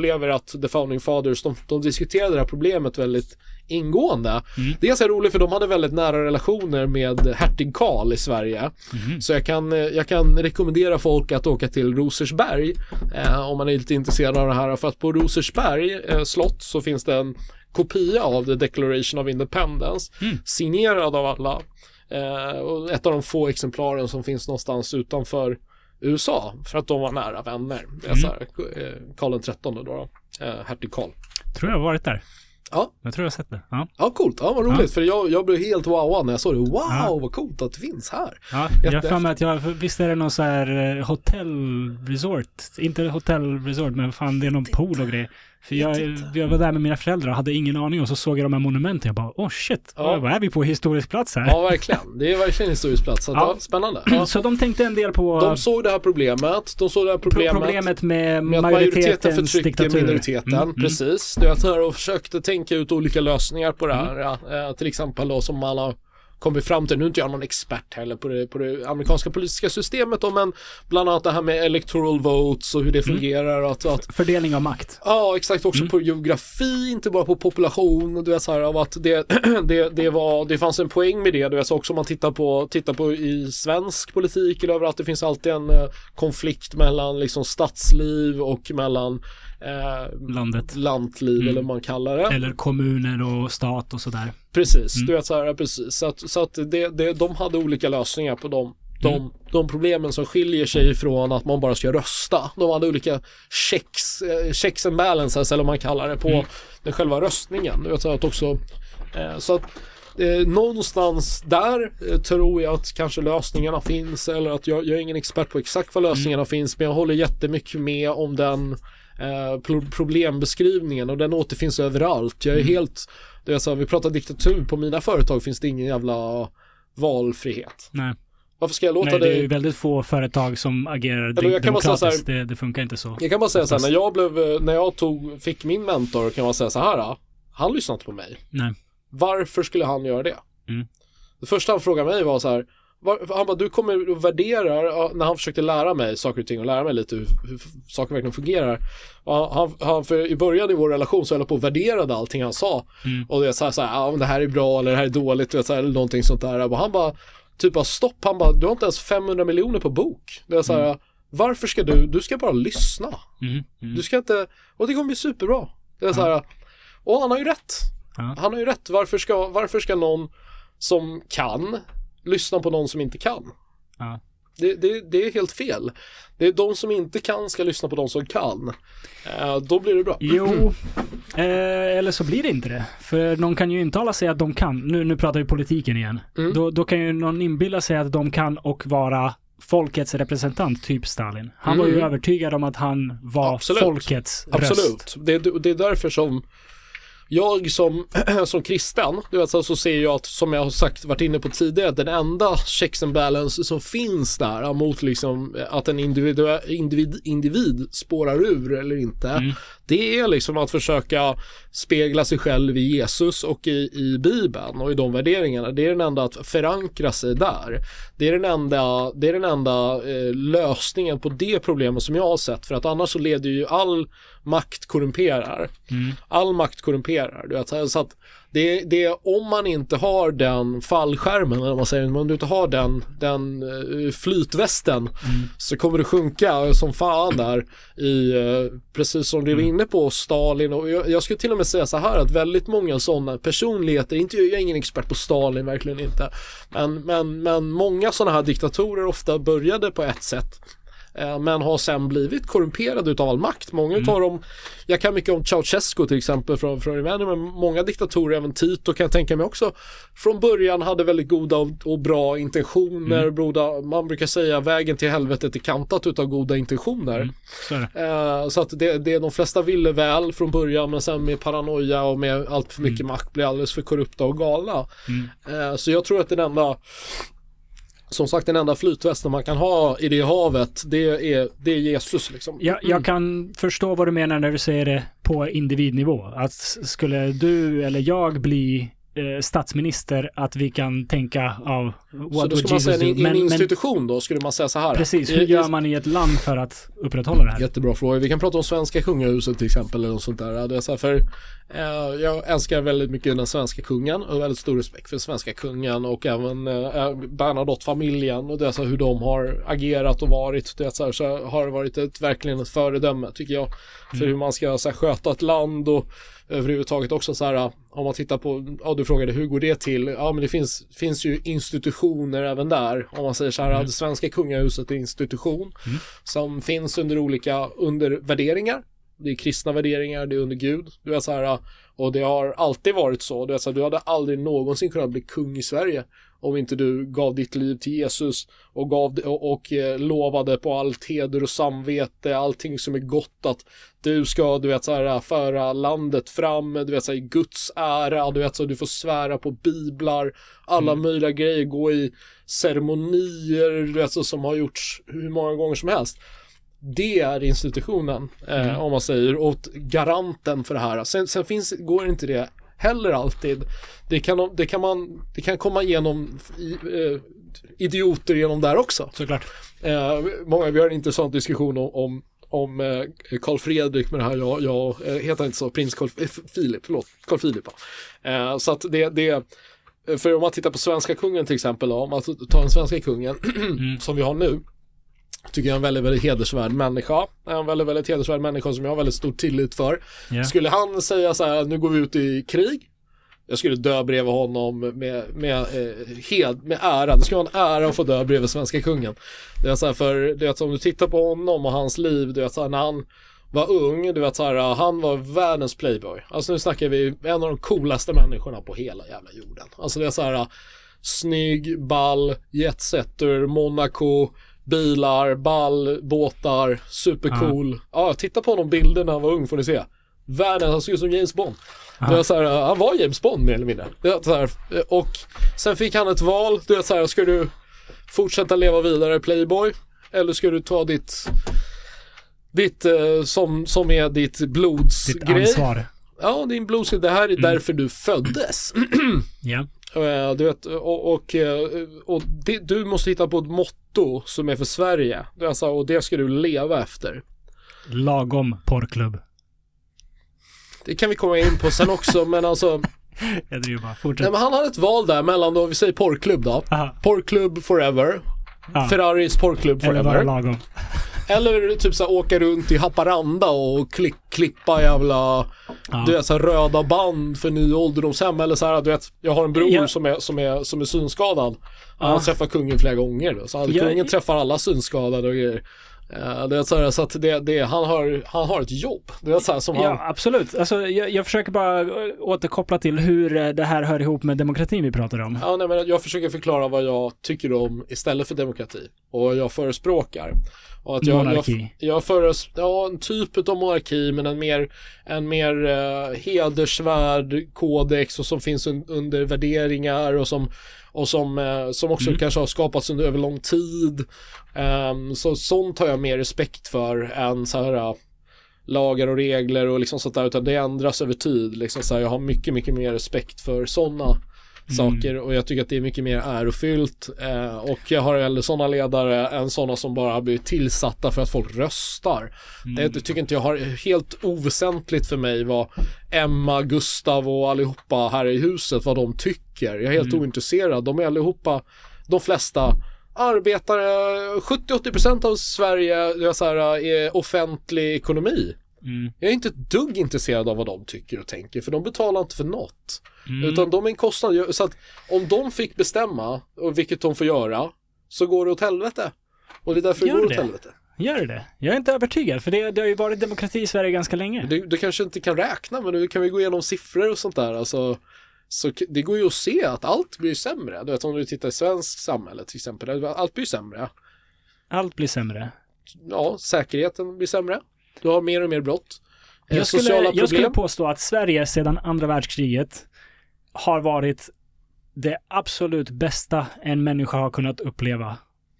att The Founding Fathers, de diskuterade det här problemet väldigt ingående. Det är så roligt för de hade väldigt nära relationer med hertig Karl i Sverige. Så jag kan rekommendera folk att åka till Rosersberg om man är lite intresserad av det här, för att på Rosersberg slott så finns det en kopia av The Declaration of Independence signerad av alla. Och ett av de få exemplaren som finns någonstans utanför USA, för att de var nära vänner. Det är så här, Karl XIII då, hertig Karl. Tror jag har varit där. Ja. Jag tror jag har sett det. Ja, coolt. Ja, vad roligt. För jag blev helt wowad när jag såg det. Wow, vad coolt att det finns här. Ja, jag får med att visst är det någon så här hotellresort. Inte hotellresort, men fan det är någon pool och grejer. För jag var där med mina föräldrar och hade ingen aning, och så såg jag de här monumenten. Jag bara, shit, vad är vi på historisk plats här? Ja, verkligen. Det är verkligen historisk plats. Så spännande. Ja. Så de tänkte en del på... De såg det här problemet. Problemet med majoritetens förtrycker minoriteten. Precis. Det är här och försökte tänka ut olika lösningar på det här. Till exempel då, som man har kommit fram till. Nu är inte jag någon expert heller på det amerikanska politiska systemet då, men bland annat det här med electoral votes och hur det fungerar och att fördelning av makt. Ja, exakt, också på geografi, inte bara på population, du vet så här, av att det fanns en poäng med det, du vet så också om man tittar på i svensk politik eller överallt, det finns alltid en konflikt mellan liksom stadsliv och mellan lantliv eller vad man kallar det. Eller kommuner och stat och sådär. Precis, du vet så här, precis. Så att de hade olika lösningar på de problemen som skiljer sig från att man bara ska rösta. De hade olika checks and balances, eller vad man kallar det, på den själva röstningen. Du vet så att också så att någonstans där tror jag att kanske lösningarna finns, eller att jag är ingen expert på exakt vad lösningarna finns, men jag håller jättemycket med om den problembeskrivningen, och den återfinns överallt. Jag är helt, det är så, vi pratar diktatur, på mina företag finns det ingen jävla valfrihet. Nej. Varför ska jag låta det är ju väldigt få företag som agerar demokratiskt. Det funkar inte så. Jag kan bara säga så här, när jag fick min mentor, kan man säga så här, han lyssnade inte på mig. Nej. Varför skulle han göra det? Det första han frågade mig var så här, han bara, du kommer och värderar, när han försökte lära mig saker och ting och lära mig lite hur saker verkligen fungerar. Han för i början i vår relation så höll jag på och värderade allting han sa. Och det är så här, det här är bra eller det här är dåligt, vet, så här, eller någonting sånt där. Och han bara, stopp, han bara, du har inte ens 500 miljoner på bok. Det är så här, varför ska du ska bara lyssna. Du ska inte, och det kommer bli superbra. Det är så här, och han har ju rätt. Han har ju rätt. Varför ska någon som kan lyssna på någon som inte kan? Det är helt fel. Det är de som inte kan ska lyssna på de som kan. Då blir det bra. Jo, eller så blir det inte det. För någon kan ju intala sig att de kan. Nu pratar vi politiken igen. Då kan ju någon inbilla sig att de kan och vara folkets representant, typ Stalin. Han var ju övertygad om att han var folkets röst. Absolut. Det är därför som jag som kristen, du vet, så ser jag att, som jag har sagt, varit inne på tidigare, den enda checks and balance som finns där mot liksom att en individ spårar ur eller inte, det är liksom att försöka spegla sig själv i Jesus och i Bibeln och i de värderingarna. Det är den enda, att förankra sig där. Det är den enda lösningen på det problemet som jag har sett, för att annars så leder ju all makt korrumperar. All makt korrumperar. Du vet, så att det är om man inte har den fallskärmen, eller man säger, om du inte har den flytvästen, så kommer det sjunka som fan där i, precis som du var inne på, Stalin. Och jag skulle till och med säga så här, att väldigt många sådana personligheter, jag är ingen expert på Stalin, verkligen inte, men många sådana här diktatorer ofta började på ett sätt, men har sen blivit korrumperade utav all makt. Många utav dem, jag kan mycket om Ceausescu till exempel från Rumänien, men många diktatorer, även Tito kan jag tänka mig också, från början hade väldigt goda och bra intentioner. Man brukar säga vägen till helvetet är kantat utav goda intentioner. Så att det de flesta ville väl från början, men sen med paranoia och med allt för mycket makt blir alldeles för korrupta och galna. Så jag tror att den enda flytvästen man kan ha i det havet, det är Jesus liksom. Jag kan förstå vad du menar när du säger det på individnivå. Att skulle du eller jag bli statsminister att vi kan tänka av what så då skulle man säga en institution då, skulle man säga så här. Precis, hur gör man i ett land för att upprätthålla det här? Jättebra fråga. Vi kan prata om svenska kungahuset till exempel eller något sånt där. Det är så här, för jag älskar väldigt mycket den svenska kungen och väldigt stor respekt för den svenska kungen och även Bernadotte-familjen och det är så här, hur de har agerat och varit. Det är så har det varit verkligen ett föredöme tycker jag för hur man ska så här, sköta ett land och överhuvudtaget också så här, om man tittar på, du frågade hur går det till? Ja, men det finns ju institutioner även där. Om man säger så här, det svenska kungahuset är en institution som finns under värderingar. Det är kristna värderingar, det är under Gud. Du vet så här, och det har alltid varit så. Du vet så här, du hade aldrig någonsin kunnat bli kung i Sverige om inte du gav ditt liv till Jesus och lovade på allt heder och samvete, allting som är gott, att du ska, du vet så här, föra landet fram, du vet så här, i Guds ära, du vet så du får svära på biblar, alla möjliga grejer, gå i ceremonier, du vet så, som har gjorts hur många gånger som helst. Det är institutionen, om man säger, och garanten för det här. Sen går inte det heller alltid. Det kan komma igenom idioter genom där också. Såklart. Vi har en intressant diskussion om Carl Fredrik med det här. Jag heter inte så, prins Carl Philip. Så att det för om man tittar på svenska kungen till exempel, om man tar den svenska kungen som vi har nu, tycker jag är en väldigt, väldigt hedersvärd människa. En väldigt, väldigt hedersvärd människa som jag har väldigt stor tillit för. Yeah. Skulle han säga så här, nu går vi ut i krig, jag skulle dö bredvid honom med ära. Det skulle vara en ära att få dö bredvid svenska kungen. Det är så här, för det är att om du tittar på honom och hans liv, du vet så här, när han var ung, du vet så här, han var världens playboy. Alltså nu snackar vi en av de coolaste människorna på hela jävla jorden. Alltså det är så här, snygg, ball, jetsetter, Monaco, bilar, ball, båtar, supercool. Ja, titta på de bilderna när han var ung får ni se. Världen, han såg ut som James Bond. Det var så här, han var James Bond mer eller mindre. Det var så här, och sen fick han ett val. Det var så här, ska du fortsätta leva vidare playboy eller ska du ta ditt som är ditt blodsgrej? Ditt ansvar. Ja, din blodsgrej. Det här är därför du föddes. Ja. Du vet, och du måste hitta på ett motto som är för Sverige, alltså, och det ska du leva efter. Lagom porrklubb. Det kan vi komma in på sen också, men alltså jag driver bara, fortsätt. Nej, men han hade ett val där mellan då, vi säger porrklubb då. Porrklubb forever. Ferraris porrklubb forever. Eller bara lagom. Eller typ så här, åka runt i Haparanda och klippa jävla du vet, så här, röda band för ny ålderdomshem eller så här, du vet, jag har en bror som är synskadad. Han träffar kungen flera gånger då. Så kungen träffar alla synskadade och grejer. Det är så här, så att han har ett jobb. Det är så här som ja, absolut. Alltså, jag försöker bara återkoppla till hur det här hör ihop med demokratin vi pratar om. Ja, nej, men jag försöker förklara vad jag tycker om istället för demokrati och jag förespråkar. Och att monarki. Jag en typ av monarki, men en mer hedersvärd kodex och som finns under värderingar och som också kanske har skapats under över lång tid. Så sånt har jag mer respekt för än så här lagar och regler och liksom sånt där, utan det ändras över tid liksom, så här, jag har mycket, mycket mer respekt för sådana saker och jag tycker att det är mycket mer ärofyllt och jag har hellre sådana ledare än sådana som bara blir tillsatta för att folk röstar. Det tycker inte jag har helt oväsentligt för mig vad Emma, Gustav och allihopa här i huset, vad de tycker. Jag är helt ointresserad. De är allihopa, de flesta arbetare, 70-80% av Sverige är offentlig ekonomi. Jag är inte ett dugg intresserad av vad de tycker och tänker, för de betalar inte för något. Utan de är en kostnad. Så att om de fick bestämma, och vilket de får göra, så går det åt helvete. Och det är därför det går åt helvete. Gör det? Jag är inte övertygad, för det har ju varit demokrati i Sverige ganska länge. Du kanske inte kan räkna, men nu kan vi gå igenom siffror och sånt där. Alltså, så det går ju att se att allt blir sämre. Du vet, om du tittar i svensk samhälle till exempel, allt blir sämre. Allt blir sämre? Ja, säkerheten blir sämre. Du har mer och mer brott. Jag skulle påstå att Sverige sedan andra världskriget har varit det absolut bästa en människa har kunnat uppleva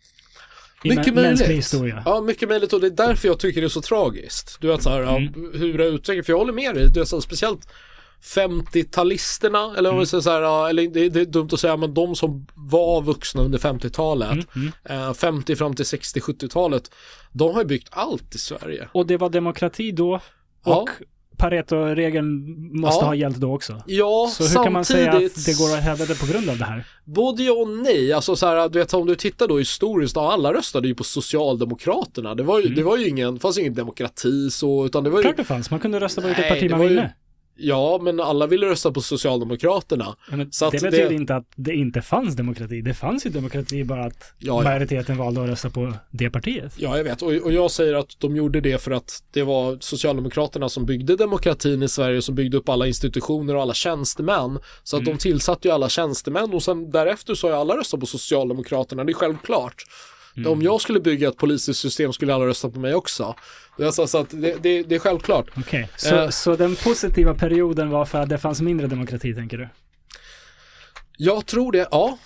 i mänsklig historia. Ja, mycket möjligt, och det är därför jag tycker det är så tragiskt. Du vet så här, hur det utvecklas, för jag håller med dig. Det är så speciellt 50-talisterna, eller om vi säger så här, eller det är dumt att säga, men de som var vuxna under 50-talet, 50 fram till 60-70-talet, de har ju byggt allt i Sverige. Och det var demokrati då, och Pareto-regeln måste ha gällt då också. Ja, så hur kan man säga att det går att hävda det på grund av det här? Både ja och nej. Alltså så här, du vet, om du tittar då historiskt, då alla röstade ju på Socialdemokraterna. Det var ju fanns ingen demokrati så, utan det var ju... Klart det fanns, man kunde rösta på vilket parti man ville. Ja, men alla ville rösta på Socialdemokraterna. Men så det betyder inte att det inte fanns demokrati. Det fanns ju demokrati, bara att majoriteten valde att rösta på det partiet. Ja, jag vet. Och jag säger att de gjorde det för att det var Socialdemokraterna som byggde demokratin i Sverige, som byggde upp alla institutioner och alla tjänstemän. Så att de tillsatte ju alla tjänstemän, och sen därefter så har ju alla röstat på Socialdemokraterna. Det är självklart. Om jag skulle bygga ett politiskt system skulle alla rösta på mig också. Så att det är självklart. Okej. Så den positiva perioden var för att det fanns mindre demokrati, tänker du? Jag tror det, ja.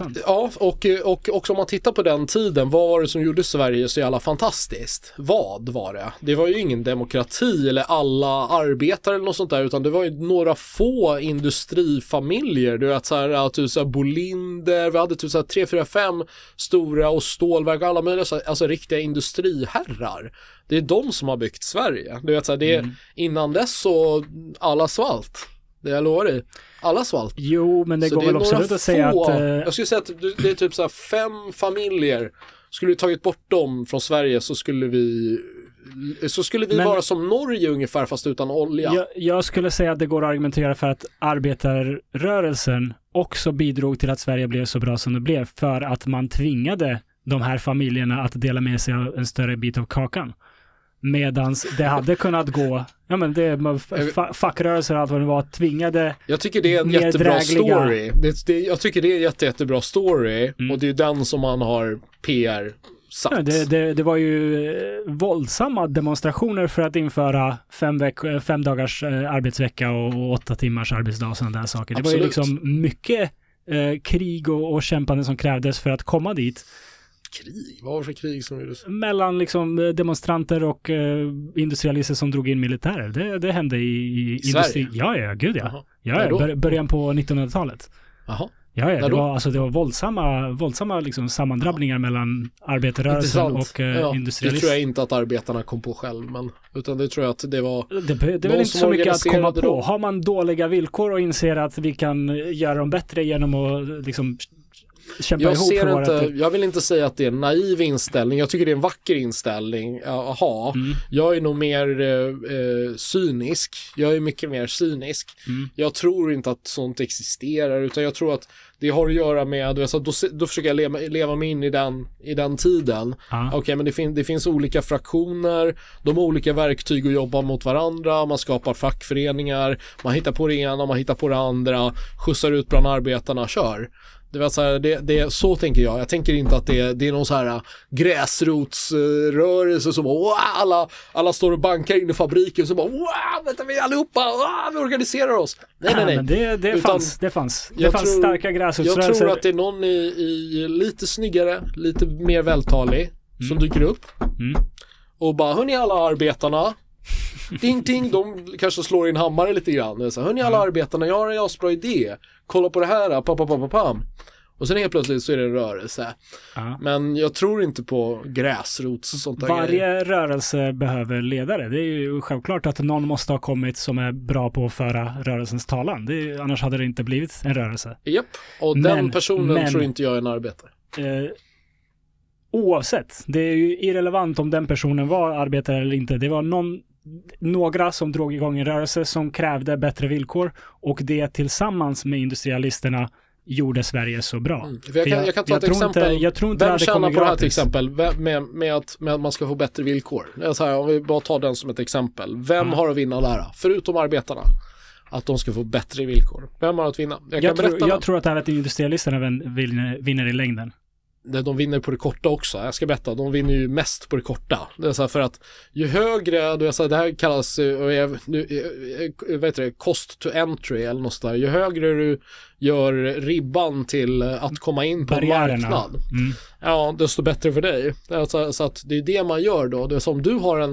Och också om man tittar på den tiden, vad var det som gjorde Sverige så jävla fantastiskt? Vad var det? Det var ju ingen demokrati eller alla arbetare eller något sånt där, utan det var ju några få industrifamiljer. Du vet så här Bolinder, vi hade typ så här 3, 4, 5 stora och stålverk, alla möjliga, alltså riktiga industriherrar. Det är de som har byggt Sverige. Du vet så här, innan dess så alla svalt. Det jag lovar dig. Alla svalt. Jo, men det så går väl absolut att säga att... Jag skulle säga att det är typ så här 5 familjer. Skulle vi tagit bort dem från Sverige så skulle vi vara som Norge ungefär, fast utan olja. Jag skulle säga att det går att argumentera för att arbetarrörelsen också bidrog till att Sverige blev så bra som det blev, för att man tvingade de här familjerna att dela med sig av en större bit av kakan. Medans det hade kunnat gå, fackrörelser och allt vad det var, tvingade. Jag tycker det är en jättebra story. Jag tycker det är en jättebra story, och det är den som man har PR satt. Ja, det var ju våldsamma demonstrationer för att införa 5 dagars arbetsvecka och 8 timmars arbetsdag och sådana där saker. Det var ju liksom mycket krig och kämpande som krävdes för att komma dit. Krig? Vad var det för krig som gjordes? Mellan liksom demonstranter och industrialister som drog in militärer. Det hände i industri. Ja, gud ja. Början på 1900-talet. Jaha. Ja, det var våldsamma liksom sammandrabbningar mellan arbetarrörelsen och industrialister. Det tror jag inte att arbetarna kom på själv, utan det tror jag att det var... Det är väl inte så mycket att komma på. Har man dåliga villkor och inser att vi kan göra dem bättre genom att liksom jag vill inte säga att det är en naiv inställning. Jag tycker det är en vacker inställning. Jag är nog mer cynisk. Jag är mycket mer cynisk. Jag tror inte att sånt existerar, utan jag tror att det har att göra med, då försöker jag leva mig in i den tiden. Okej, men det finns olika fraktioner, de har olika verktyg att jobba mot varandra, man skapar fackföreningar, man hittar på det ena, man hittar på det andra, skjutsar ut bland arbetarna, kör. Det var så här, det så tänker jag. Jag tänker inte att det är någon så här gräsrotsrörelse som alla står och bankar in i fabriken och så bara vänta, vi allihopa, vi organiserar oss. Nej. Men det fanns starka gräsrotsrörelser. Jag tror att det är någon i lite snyggare, lite mer vältalig som dyker upp och bara, hörni alla arbetarna, ding ding, de kanske slår in hammare lite grann. Så, hörni alla arbetarna, jag har en asbra idé. Kolla på det här, pam. Och sen helt plötsligt så är det en rörelse. Men jag tror inte på gräsrots och sånt där. Varje rörelse behöver ledare. Det är ju självklart att någon måste ha kommit som är bra på att föra rörelsens talan. Annars hade det inte blivit en rörelse. Japp, och den personen tror inte jag är en arbetare. Oavsett, det är ju irrelevant om den personen var arbetare eller inte. Det var några som drog igång en rörelse som krävde bättre villkor, och det tillsammans med industrialisterna gjorde Sverige så bra. Jag kan ta ett exempel. Jag tror inte vem det tjänar på gratis. Det här till exempel med att man ska få bättre villkor? Så här, om vi bara tar den som ett exempel. Vem har att vinna där? Förutom arbetarna. Att de ska få bättre villkor. Vem har att vinna? Jag tror att även industrialisterna vinner i längden. De vinner på det korta också. Jag ska berätta, de vinner ju mest på det korta. Det är så här, för att ju högre, det här kallas cost to entry eller något sådär. Ju högre du gör ribban till att komma in på en marknad, desto bättre för dig. Så att det är det man gör då. Det är som du har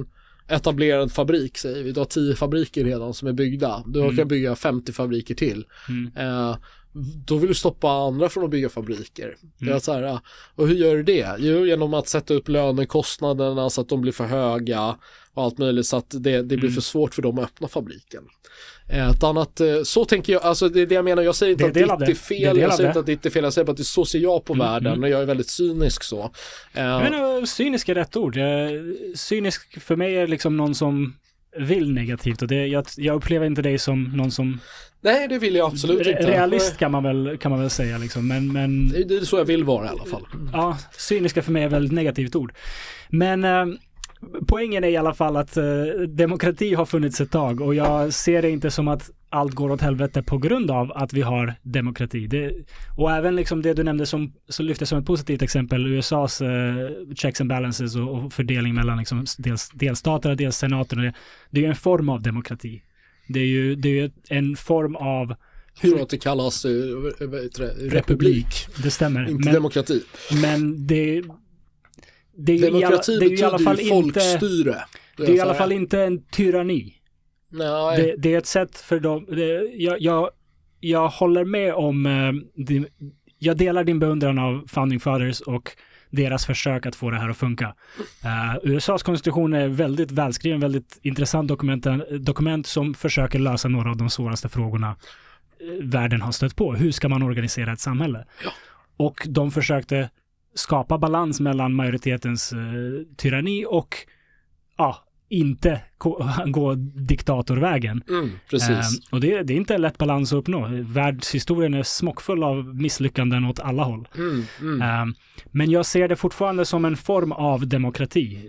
etablerad fabrik, säger vi. Du har 10 fabriker redan som är byggda. Du kan bygga 50 fabriker till. Då vill du stoppa andra från att bygga fabriker. Det är så här, och hur gör du det? Jo, genom att sätta upp lönekostnaderna så att de blir för höga och allt möjligt, så att det blir för svårt för dem att öppna fabriken. Ett annat, så tänker jag, alltså det är det jag menar, jag säger inte att det är fel, jag säger inte att det är fel, jag säger bara att det är så ser jag på världen, och jag är väldigt cynisk så. Men cynisk är rätt ord. Cynisk för mig är liksom någon som vill negativt, och jag upplever inte dig som någon som... Nej, det vill jag absolut inte. Realist kan man väl säga liksom, men... Det är så jag vill vara i alla fall. Ja, cyniska för mig är väldigt negativt ord. Men poängen är i alla fall att demokrati har funnits ett tag, och jag ser det inte som att allt går åt helvete på grund av att vi har demokrati. Och även liksom det du nämnde som lyfter som ett positivt exempel, USAs checks and balances och fördelning mellan liksom dels delstater och dels senaten. Det är ju en form av demokrati. Det är ju en form av... Jag tror att det kallas republik. Det stämmer. Inte demokrati. Men demokrati betyder i alla fall folkstyre. Det är i alla fall inte en tyranni. Nej. Det är ett sätt för dem... Jag håller med om... jag delar din beundran av Founding Fathers och deras försök att få det här att funka. USAs konstitution är väldigt välskriven, väldigt intressant dokument som försöker lösa några av de svåraste frågorna världen har stött på. Hur ska man organisera ett samhälle? Ja. Och de försökte skapa balans mellan majoritetens tyranni och inte gå diktatorvägen. Precis. Och det är inte en lätt balans att uppnå. Världshistorien är smockfull av misslyckanden åt alla håll. Men jag ser det fortfarande som en form av demokrati.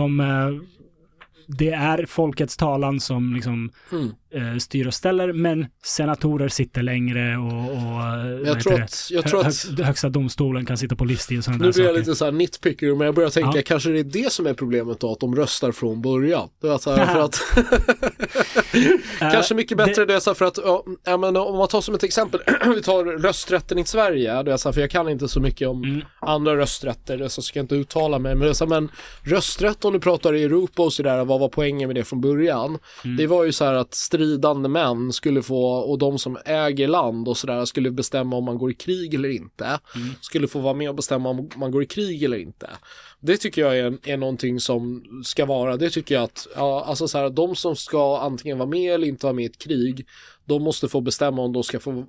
Det är folkets talan som liksom styr och ställer, men senatorer sitter längre och jag tror att högsta domstolen kan sitta på livstid. Nu blir jag lite så här nitpicker, men jag börjar tänka kanske det är det som är problemet då, att de röstar från början. Det är så här, för att kanske mycket bättre det är så här, för att men om man tar som ett exempel vi tar rösträtten i Sverige, det är så här, för jag kan inte så mycket om andra rösträtter, så ska jag inte uttala mig, men det är så här, men rösträtt, om du pratar i Europa och så där, vad var poängen med det från början? Det var ju så här att stridande män skulle få, och de som äger land och sådär skulle bestämma om man går i krig eller inte. Skulle få vara med och bestämma om man går i krig eller inte. Det tycker jag är någonting som ska vara, det tycker jag att alltså så här, de som ska antingen vara med eller inte vara med i ett krig, de måste få bestämma om de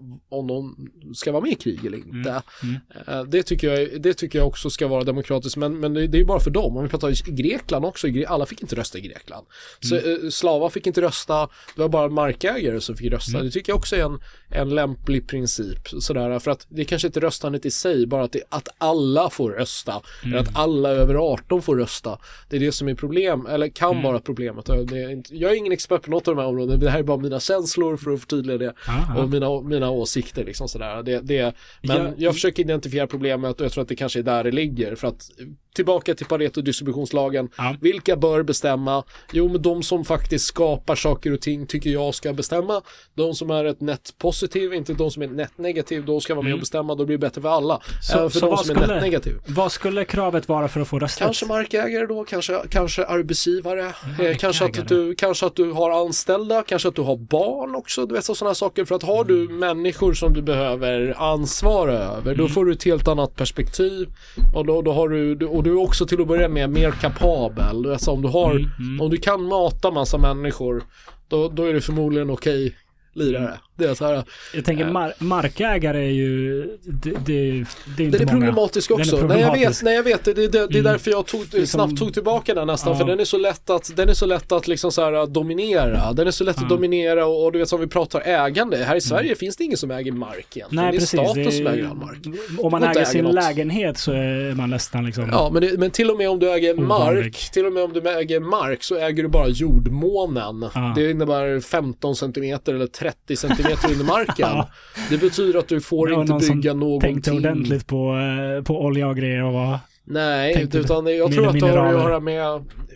ska vara med i krig eller inte. Det tycker jag också ska vara demokratiskt, men det är ju bara för dem. Om vi pratar i Grekland också, alla fick inte rösta i Grekland. Så slavar fick inte rösta, det var bara markägare som fick rösta. Det tycker jag också är en lämplig princip sådär, för att det är kanske inte röstandet i sig, bara att alla får rösta, eller att alla över 18 får rösta. Det är det som är problem, eller kan vara problemet. Jag är ingen expert på något av de här områdena, det här är bara mina känslor för att förtydliga det. Och mina åsikter liksom sådär. Men jag försöker identifiera problemet, och jag tror att det kanske är där det ligger, för att tillbaka till Pareto-distributionslagen. Vilka bör bestämma? Jo, men de som faktiskt skapar saker och ting tycker jag ska bestämma. De som är ett net positiv, inte de som är net negativ, då ska vara med och bestämma, då blir det bättre för alla. För de som är net negativ. Vad skulle kravet vara för att få rösträtt? Kanske markägare då, kanske arbetsgivare, kanske att du har anställda, kanske att du har barn också, du vet, sådana saker, för att har du människor som du behöver ansvara över, då får du ett helt annat perspektiv, och då har du är också till att börja med mer kapabel. Alltså om du kan mata massa människor, då är det förmodligen okej lirare. Det är så här. Jag tänker markägare är ju det är inte den är problematisk också. Nej, jag vet. Det är därför jag snabbt tog tillbaka den nästan, för den är så lätt att liksom så här dominera. Den är så lätt att dominera, och du vet, som vi pratar ägande. Här i Sverige finns det ingen som äger mark egentligen. Nej, det är precis, staten som äger all mark. Om man äger sin lägenhet så är man nästan liksom... Ja, men till och med om du äger mark så äger du bara jordmånen. Det innebär 15 centimeter eller 30 centimeter under marken. Det betyder att du får inte bygga någonting. Tänkte ordentligt på olja och grejer och nej, utan jag tror att det har att göra med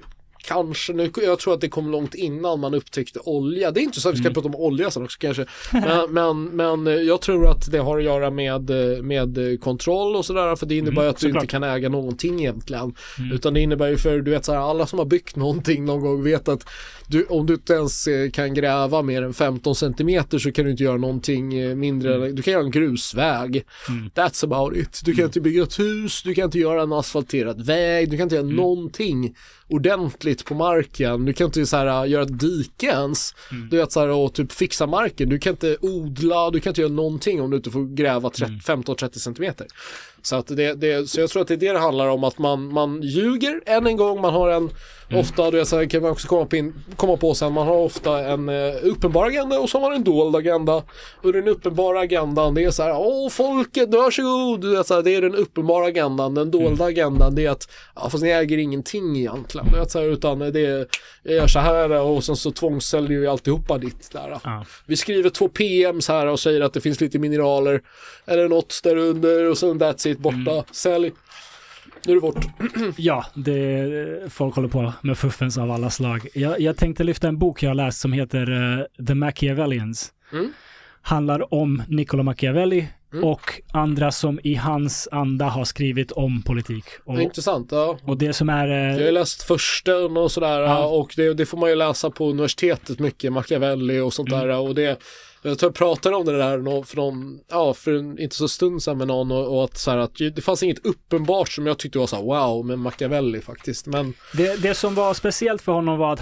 kanske, nu, jag tror att det kom långt innan man upptäckte olja. Det är inte så att vi ska prata om olja sen också kanske. Men jag tror att det har att göra med kontroll och sådär, för det innebär att du inte kan äga någonting egentligen. Utan det innebär ju, för du vet så här, alla som har byggt någonting någon gång vet att om du inte ens kan gräva mer än 15 centimeter så kan du inte göra någonting mindre. Du kan göra en grusväg. That's about it. Du kan inte bygga ett hus, du kan inte göra en asfalterad väg, du kan inte göra någonting ordentligt på marken. Du kan inte så här göra ett dike ens. Du vet så här, och typ fixa marken. Du kan inte odla, du kan inte göra någonting om du inte får gräva 15-30 centimeter. Så att så jag tror att det handlar om, att man ljuger än en gång. Man har en ofta, du vet, så här, kan man också komma på sen, man har ofta en uppenbar agenda och så har man en dold agenda. Och den uppenbara agendan, det är så här, folket, varsågod. Du vet, så här, det är den uppenbara agendan. Den dolda agendan, det är att fast ni äger ingenting egentligen. Du vet, så här, utan det är så här, och sen så tvångssäljer vi alltihopa ditt där. Vi skriver 2 PMs här och säger att det finns lite mineraler eller något där under, och sen that's it, borta, sälj. Nu är det bort. Ja, folk håller på med fuffens av alla slag. Jag tänkte lyfta en bok jag har läst som heter The Machiavellians. Handlar om Niccolo Machiavelli och andra som i hans anda har skrivit om politik. Intressant, ja. Och det som är... Jag har läst försten och sådär, och det får man ju läsa på universitetet mycket, Machiavelli och sånt där, och det... Jag pratade om det där för inte så stund sedan med någon, och att, så här, att det fanns inget uppenbart som jag tyckte var så här, wow, med Machiavelli faktiskt. Men det som var speciellt för honom var att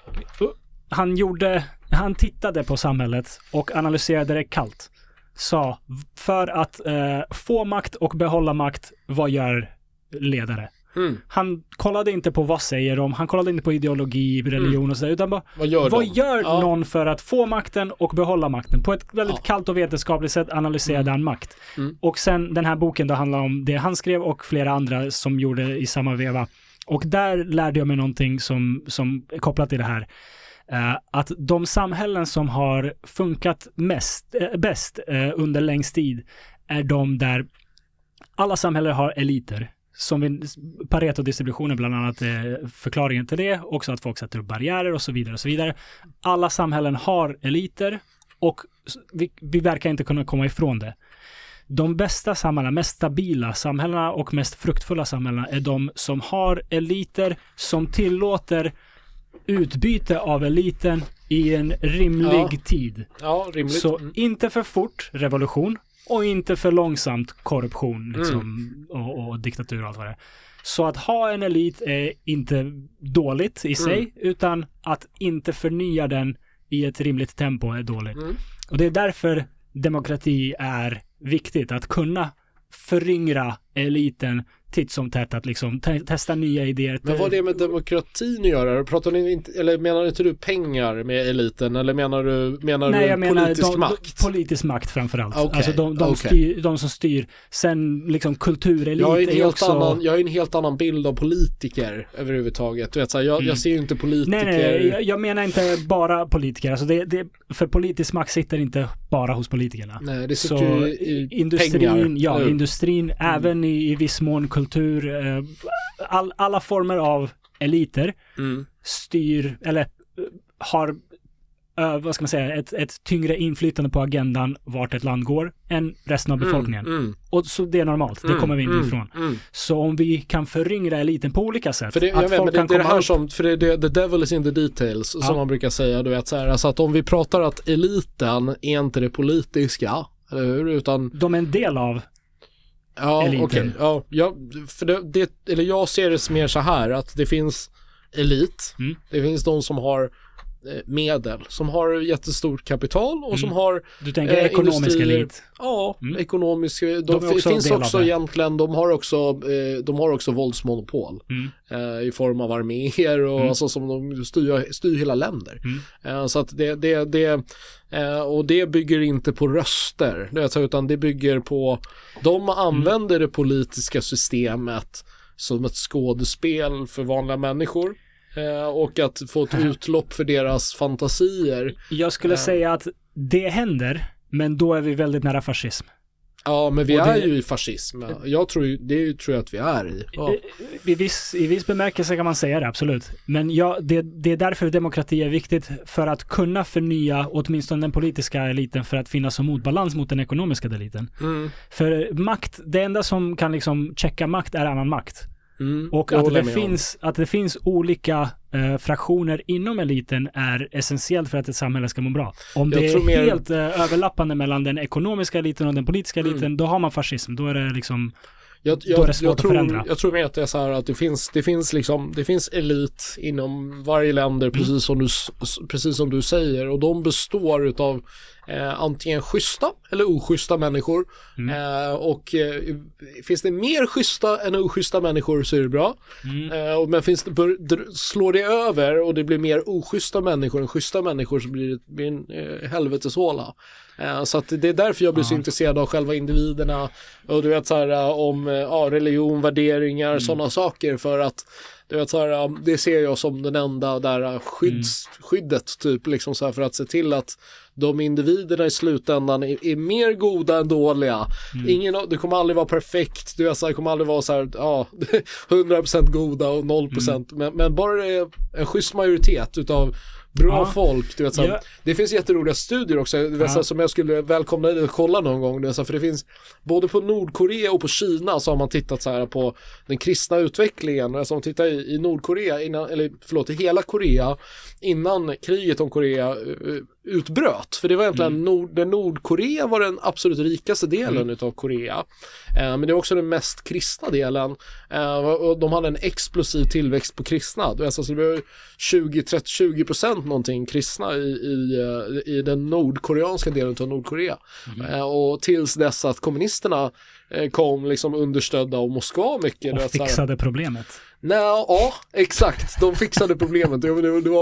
han tittade på samhället och analyserade det kallt. Sa, för att få makt och behålla makt, vad gör ledare? Han kollade inte på vad säger de, han kollade inte på ideologi, religion och sådär, utan bara vad gör någon för att få makten och behålla makten? På ett väldigt kallt och vetenskapligt sätt analyserade han makt. Och sen den här boken då handlar om det han skrev och flera andra som gjorde i samma veva. Och där lärde jag mig någonting som är kopplat till det här. Att de samhällen som har funkat bäst under längst tid är de där alla samhällen har eliter. Som Pareto-distributionen bland annat är förklaringen till det. Också att folk sätter upp barriärer och så vidare och så vidare. Alla samhällen har eliter och vi verkar inte kunna komma ifrån det. De bästa samhällena, mest stabila samhällena och mest fruktfulla samhällena är de som har eliter som tillåter utbyte av eliten i en rimlig tid. Ja, rimligt. Så inte för fort revolution och inte för långsamt korruption liksom, och diktatur och allt vad det är. Så att ha en elit är inte dåligt i sig, utan att inte förnya den i ett rimligt tempo är dåligt. Och det är därför demokrati är viktigt, att kunna föryngra eliten titt som tätt, att liksom testa nya idéer. Men vad är det med demokratin att göra? Pratar ni inte, eller menar inte du pengar med eliten, eller menar du politisk makt? Politisk makt framförallt. Okay. Alltså de som styr. Sen liksom kulturelit jag har en helt annan bild av politiker överhuvudtaget. Du vet, så här, jag ser ju inte politiker. Nej, jag menar inte bara politiker. Alltså för politisk makt sitter inte bara hos politikerna. Nej, det sitter ju i industrin, pengar. Ja, industrin, även i viss mån kultur. Alla former av eliter styr, eller har vad ska man säga, ett tyngre inflytande på agendan vart ett land går än resten av befolkningen. Och så det är normalt, det kommer vi inte ifrån. Så om vi kan föryngra eliten på olika sätt, för det, att folk kan det komma här som, för det the devil is in the details, som man brukar säga, du vet, så här, alltså att om vi pratar att eliten är inte det politiska, eller hur, utan de är en del av eliten. Okej. Ja, för jag ser det mer så här, att det finns elit, det finns de som har medel, som har jättestort kapital och som har du tänker ekonomisk elit. Ja, ekonomisk. Det finns också egentligen, de har också våldsmonopol i form av arméer och alltså, som de styr hela länder. Så att och det bygger inte på röster, utan det bygger på, de använder det politiska systemet som ett skådespel för vanliga människor. Och att få ett utlopp för deras fantasier. Jag skulle säga att det händer, men då är vi väldigt nära fascism. Ja, men vi är ju i fascism. Jag tror att vi är i. Ja. I viss bemärkelse kan man säga det, absolut. Men det är därför demokrati är viktigt, för att kunna förnya åtminstone den politiska eliten, för att finnas som motbalans mot den ekonomiska eliten. För makt, det enda som kan liksom checka makt är annan makt. Och att det finns olika fraktioner inom eliten är essentiellt för att ett samhälle ska må bra. Om det är helt överlappande mellan den ekonomiska eliten och den politiska eliten, då har man fascism. Då är det liksom då är det svårt att förändra. Jag tror mer att det är så här att det finns elit inom varje länder, precis som du säger, och de består utav antingen schyssta eller oschyssta människor. Och finns det mer schyssta än oschyssta människor så är det bra. Men slår det över och det blir mer oschyssta människor än schyssta människor, så blir det en helveteshåla. Så att det är därför jag blir så intresserad av själva individerna, och du vet så här, om religion, värderingar, sådana saker, för att du vet så här, det ser jag som den enda där skyddet typ, liksom så här, för att se till att de individerna i slutändan är mer goda än dåliga. Det kommer aldrig vara perfekt. Du vet, så här, det kommer aldrig vara så här 100% goda och 0%, men bara det är en schysst majoritet utav bra folk, du vet, så det finns jätteroliga studier också, du vet, som jag skulle välkomna dig att kolla någon gång, du vet, för det finns både på Nordkorea och på Kina, så har man tittat så här på den kristna utvecklingen. Alltså, om man tittar i Nordkorea i hela Korea innan kriget om Korea utbröt, för det var egentligen Nordkorea var den absolut rikaste delen utav Korea, men det var också den mest kristna delen, och de hade en explosiv tillväxt på kristna. Alltså, så det var 20% någonting kristna i den nordkoreanska delen av Nordkorea, och tills dess att kommunisterna kom liksom understödda av Moskva mycket. Och fixade problemet. Exakt. De fixade problemet. Det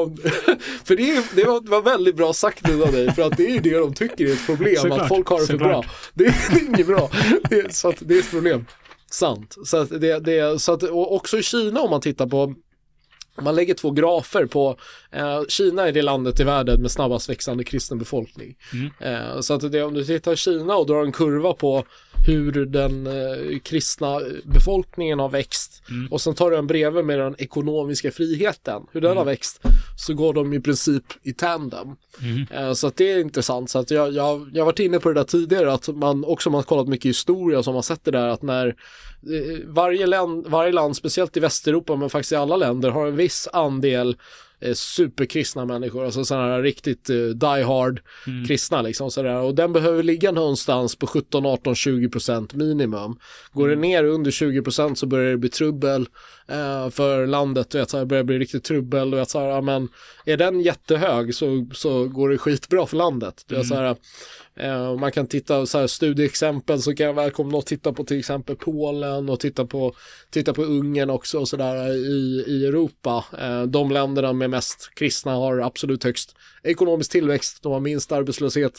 var väldigt bra sagt av dig, för att det är det de tycker är ett problem, såklart, att folk har det för bra. Det är inget bra. Så att det är ett problem. Sant. Så att och också i Kina, om man tittar på, man lägger två grafer på Kina är det landet i världen med snabbast växande kristen befolkning. Så att om du tittar i Kina och drar en kurva på hur den kristna befolkningen har växt, och sen tar du en bredvid med den ekonomiska friheten, hur den har växt, så går de i princip i tandem. Så att det är intressant. Så att jag har varit inne på det där tidigare, att man har kollat mycket historia, som man sett det där, att när varje land, speciellt i Västeuropa, men faktiskt i alla länder, har en viss andel superkristna människor, alltså sådana här riktigt die hard kristna liksom, sådär. Och den behöver ligga någonstans på 17, 18, 20% minimum. Går det ner under 20% så börjar det bli trubbel för landet, du vet, så här, börjar bli riktigt trubbel, du vet, så här, men är den jättehög så går det skitbra för landet, du vet, så här. Man kan titta så här studieexempel, så kan jag välkomna att titta på till exempel Polen, och titta på Ungern också, och sådär i Europa. De länderna med mest kristna har absolut högst ekonomisk tillväxt, de har minst arbetslöshet.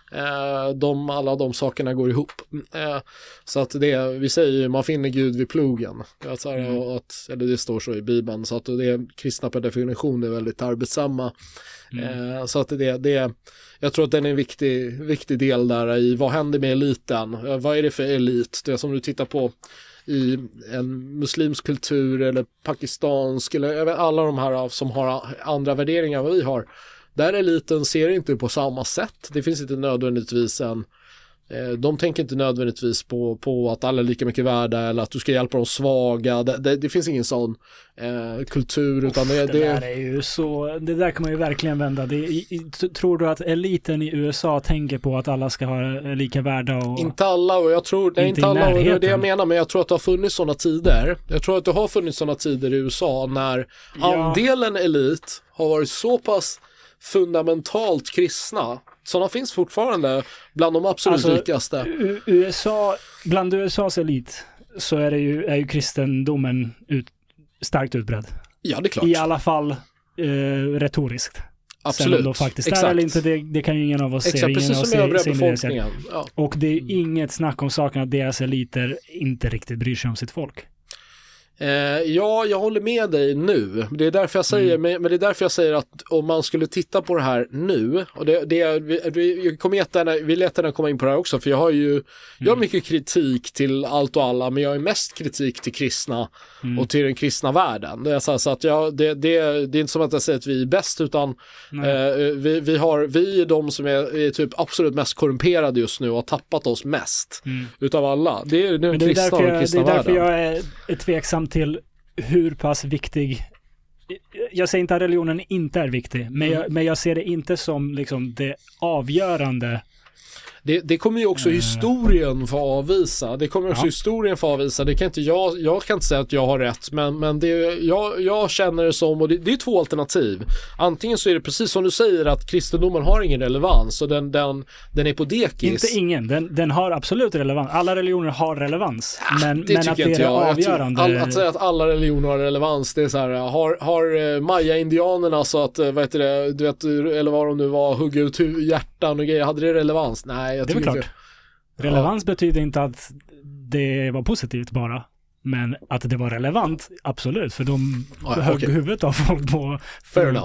Alla de sakerna går ihop. Så att vi säger, man finner Gud vid plogen. Eller det står så i Bibeln, så att kristna per definition är väldigt arbetsamma. Så att jag tror att den är en viktig del där i vad händer med eliten. Vad är det för elit? Det som du tittar på i en muslimsk kultur eller pakistansk, eller alla de här som har andra värderingar än vad vi har. Där eliten ser inte på samma sätt. Det finns inte nödvändigtvis de tänker inte nödvändigtvis på att alla är lika mycket värda, eller att du ska hjälpa de svaga. Det finns ingen sån kultur, utan det där är ju så, det där kan man ju verkligen vända. Tror du att eliten i USA tänker på att alla ska ha lika värda? Och inte alla, och jag tror inte alla, och det är det jag menar, men jag tror att det har funnits sådana tider. Jag tror att det har funnits sådana tider i USA när andelen elit har varit så pass fundamentalt kristna. Sådana finns fortfarande bland de absolut rikaste. Bland USAs elit så är ju kristendomen starkt utbredd. Ja, det är klart. I alla fall retoriskt. Absolut. Sen om de faktiskt är eller inte, det kan ju ingen av oss se. Precis som i övriga befolkningen. Ja. Och det är inget snack om saken att deras eliter inte riktigt bryr sig om sitt folk. Ja, jag håller med dig nu. Det är därför jag säger, men det är därför jag säger att om man skulle titta på det här nu, och vi lät den komma in på det här också, för jag har mycket kritik till allt och alla, men jag har mycket kritik till kristna och till den kristna världen. Det är så att det är inte som att jag säger att vi är bäst, utan vi är de som är typ absolut mest korrumperade just nu och har tappat oss mest utav alla. Det är den kristna och den kristna världen. Det är därför jag är tveksam till hur pass viktig. Jag säger inte att religionen inte är viktig, men jag ser det inte som liksom det avgörande. Det kommer ju också historien få avvisa. Det kommer också historien få avvisa. Det kan inte jag kan inte säga att jag har rätt, men det jag känner det som, och det är två alternativ. Antingen så är det precis som du säger att kristendomen har ingen relevans och den är på dekis. Inte ingen, den har absolut relevans. Alla religioner har relevans, men att det är det avgörande. Att säga att alla religioner har relevans, det är så här, har Maya-indianerna så att vad heter det, du vet, eller vad de nu var, hugga ut hjärtan och grejer, hade det relevans? Nej, det är väl klart. Relevans betyder inte att det var positivt bara, men att det var relevant, absolut, för de högg huvudet av folk på... Fair enough.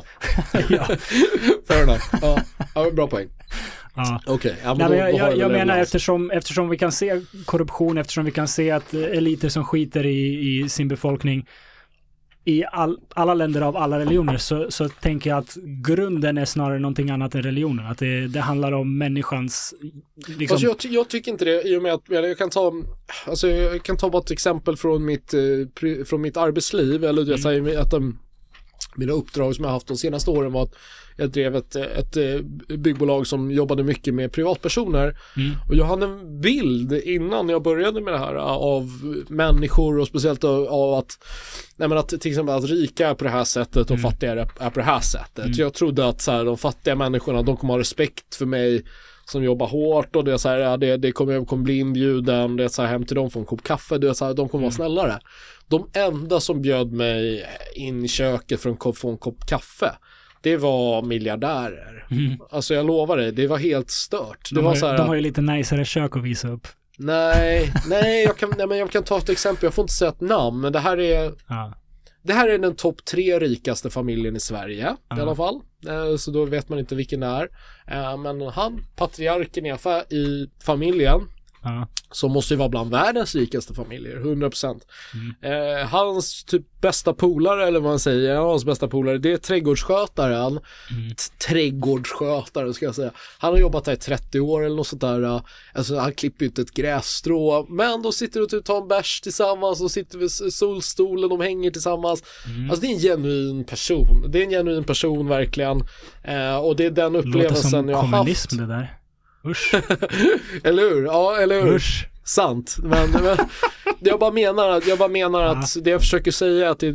Fair enough. Ja, bra poäng. Ja. Okay. Ja, jag menar eftersom vi kan se korruption, eftersom vi kan se att eliter som skiter i sin befolkning i alla länder av alla religioner, så tänker jag att grunden är snarare någonting annat än religionen. Att det handlar om människans... Liksom... Alltså jag tycker inte det, i och med att jag kan ta bara ett exempel från mitt arbetsliv, eller jag säger att mina uppdrag som jag har haft de senaste åren var att jag drev ett byggbolag som jobbade mycket med privatpersoner. Och jag hade en bild innan jag började med det här av människor, och speciellt av att till exempel att rika är på det här sättet och fattiga är på det här sättet. Jag trodde att så här, de fattiga människorna, de kommer ha respekt för mig som jobbar hårt, och det är så här, jag kommer bli inbjuden, det är så här, hem till dem för en kopp kaffe, det är så här, de kommer vara snällare. De enda som bjöd mig in i köket för att få en kopp kaffe, det var miljardärer. Alltså jag lovar dig, det var helt stört. De har ju lite najsare kök att visa upp. Nej, jag kan ta ett exempel. Jag får inte säga ett namn, men det här är den topp 3 rikaste familjen i Sverige i alla fall. Så då vet man inte vilken det är. Men patriarken i familjen, som måste ju vara bland världens rikaste familjer, 100%. Hans typ bästa polare, eller vad man säger, hans bästa polare, det är trädgårdsskötaren. Trädgårdsskötaren ska jag säga. Han har jobbat där i 30 år eller något sånt där. Alltså han klipper ut ett grässtrå, men de sitter och tar en bärs tillsammans och sitter vid solstolen, de hänger tillsammans. Alltså det är en genuin person. Det är en genuin person verkligen. Och det är den upplevelsen jag har haft. Kommunism det där. Usch. Eller hur? Ja, eller hur? Usch. Sant. Men jag bara menar att det jag försöker säga att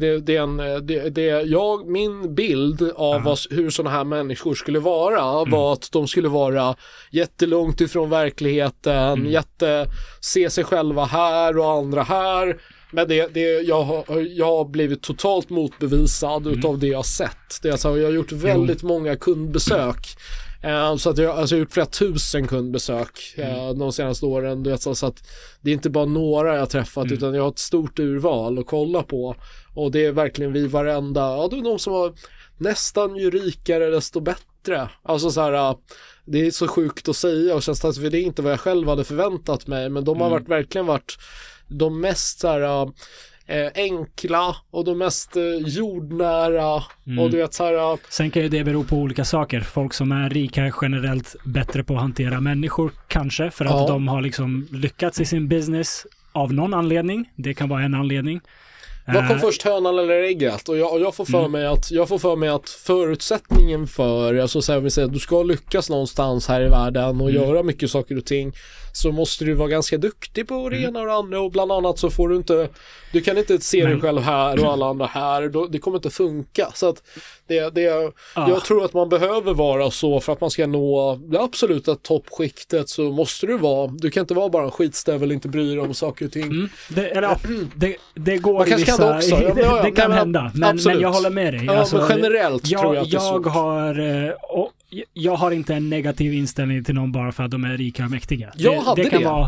min bild av hur sådana här människor skulle vara var att de skulle vara jättelångt ifrån verkligheten, se sig själva här och andra här. Men jag har blivit totalt motbevisad utav det jag har sett. Det är alltså, jag har gjort väldigt många kundbesök. Så att jag har gjort flera tusen kundbesök de senaste åren. Så att det är inte bara några jag har träffat, utan jag har ett stort urval att kolla på. Och det är verkligen vid varenda, det är de som har nästan ju rikare desto bättre. Alltså så här, det är så sjukt att säga, och känns för det är inte vad jag själv hade förväntat mig, men de har verkligen varit de mest så här enkla och de mest jordnära och du vet så här. Sen kan ju det bero på olika saker. Folk som är rika är generellt bättre på att hantera människor kanske, för att de har liksom lyckats i sin business av någon anledning. Det kan vara en anledning. Vad kom först, hönan eller ägget? Och jag får för mig att förutsättningen för, alltså så här, vi säger att du ska lyckas någonstans här i världen och göra mycket saker och ting, så måste du vara ganska duktig på det ena och det andra, och bland annat så får du kan inte se dig själv här och alla andra här, det kommer inte funka. Så att jag tror att man behöver vara så för att man ska nå det absoluta toppskiktet, så måste du kan inte vara bara en skitstövel, inte bry dig om saker och ting. Det går. Man kanske vissa, kan det också. Det kan hända. Men jag håller med dig. Ja, alltså, men generellt tror jag att det är svårt. Jag har inte en negativ inställning till någon bara för att de är rika och mäktiga. Jag hade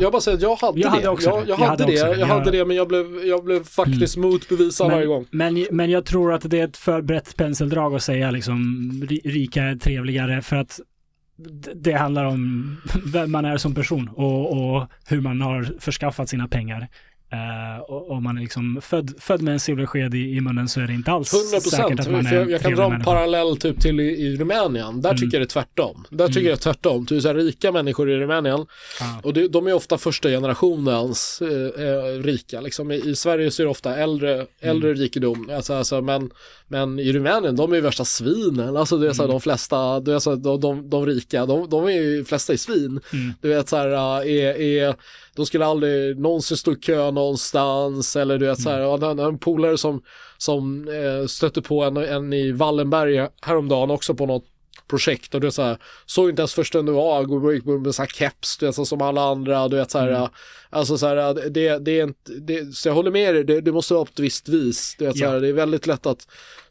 det, men jag blev faktiskt motbevisad varje gång. Men jag tror att det är ett för brett penseldrag att säga liksom rika är trevligare, för att det handlar om vem man är som person och hur man har förskaffat sina pengar. Om man är liksom född med en silversked i munnen, så är det inte alls 100%, säkert att man är jag kan dra en parallell typ till i Rumänien. Där tycker jag det är tvärtom. Tycker jag tvärtom. Du är rika människor i Rumänien och de är ofta första generationens rika. Liksom, i Sverige så är det ofta äldre rikedom. Alltså, men i Rumänien, de är ju värsta svinen. Alltså det är så här, de flesta, det är så här, de rika, de är ju flesta i svin. Du vet så här, de skulle aldrig någonsin stå i kö någonstans, eller du vet så här, en polare som stötte på en i Wallenberg häromdagen också på något projekt, och det är så här, såg inte ens först ändå gick med så här keps, du vet, så som alla andra, du vet så här, alltså så här, det är inte, så jag håller med dig, det måste vara på ett visst vis, du vet så här, det är väldigt lätt att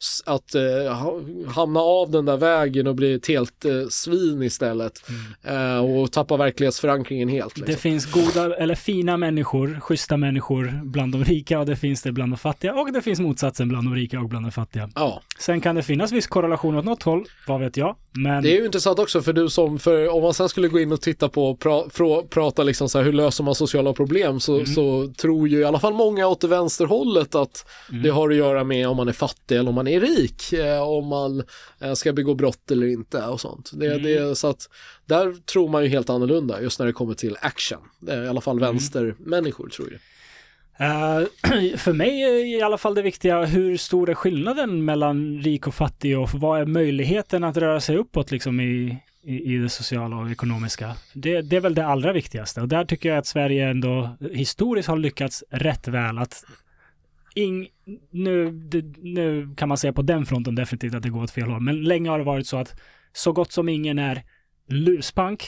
hamna av den där vägen och bli ett helt svin istället och tappa verklighetsförankringen helt liksom. Det finns goda eller fina människor, schyssta människor bland de rika, och det finns det bland de fattiga, och det finns motsatsen bland de rika och bland de fattiga. Ja. Sen kan det finnas viss korrelation åt något håll, vad vet jag. Men det är ju intressant också för om man sen skulle gå in och titta på prata liksom så här, hur löser man sociala problem, så tror ju i alla fall många åt vänsterhållet att det har att göra med om man är fattig eller om man är rik, om man ska begå brott eller inte och sånt. Det så att där tror man ju helt annorlunda just när det kommer till action. Det är i alla fall vänstermänniskor, tror jag. För mig är i alla fall det viktiga, hur stor är skillnaden mellan rik och fattig, och vad är möjligheten att röra sig uppåt liksom i det sociala och ekonomiska. Det är väl det allra viktigaste, och där tycker jag att Sverige ändå historiskt har lyckats rätt väl. Att nu kan man säga på den fronten definitivt att det går åt fel håll, men länge har det varit så att så gott som ingen är luspank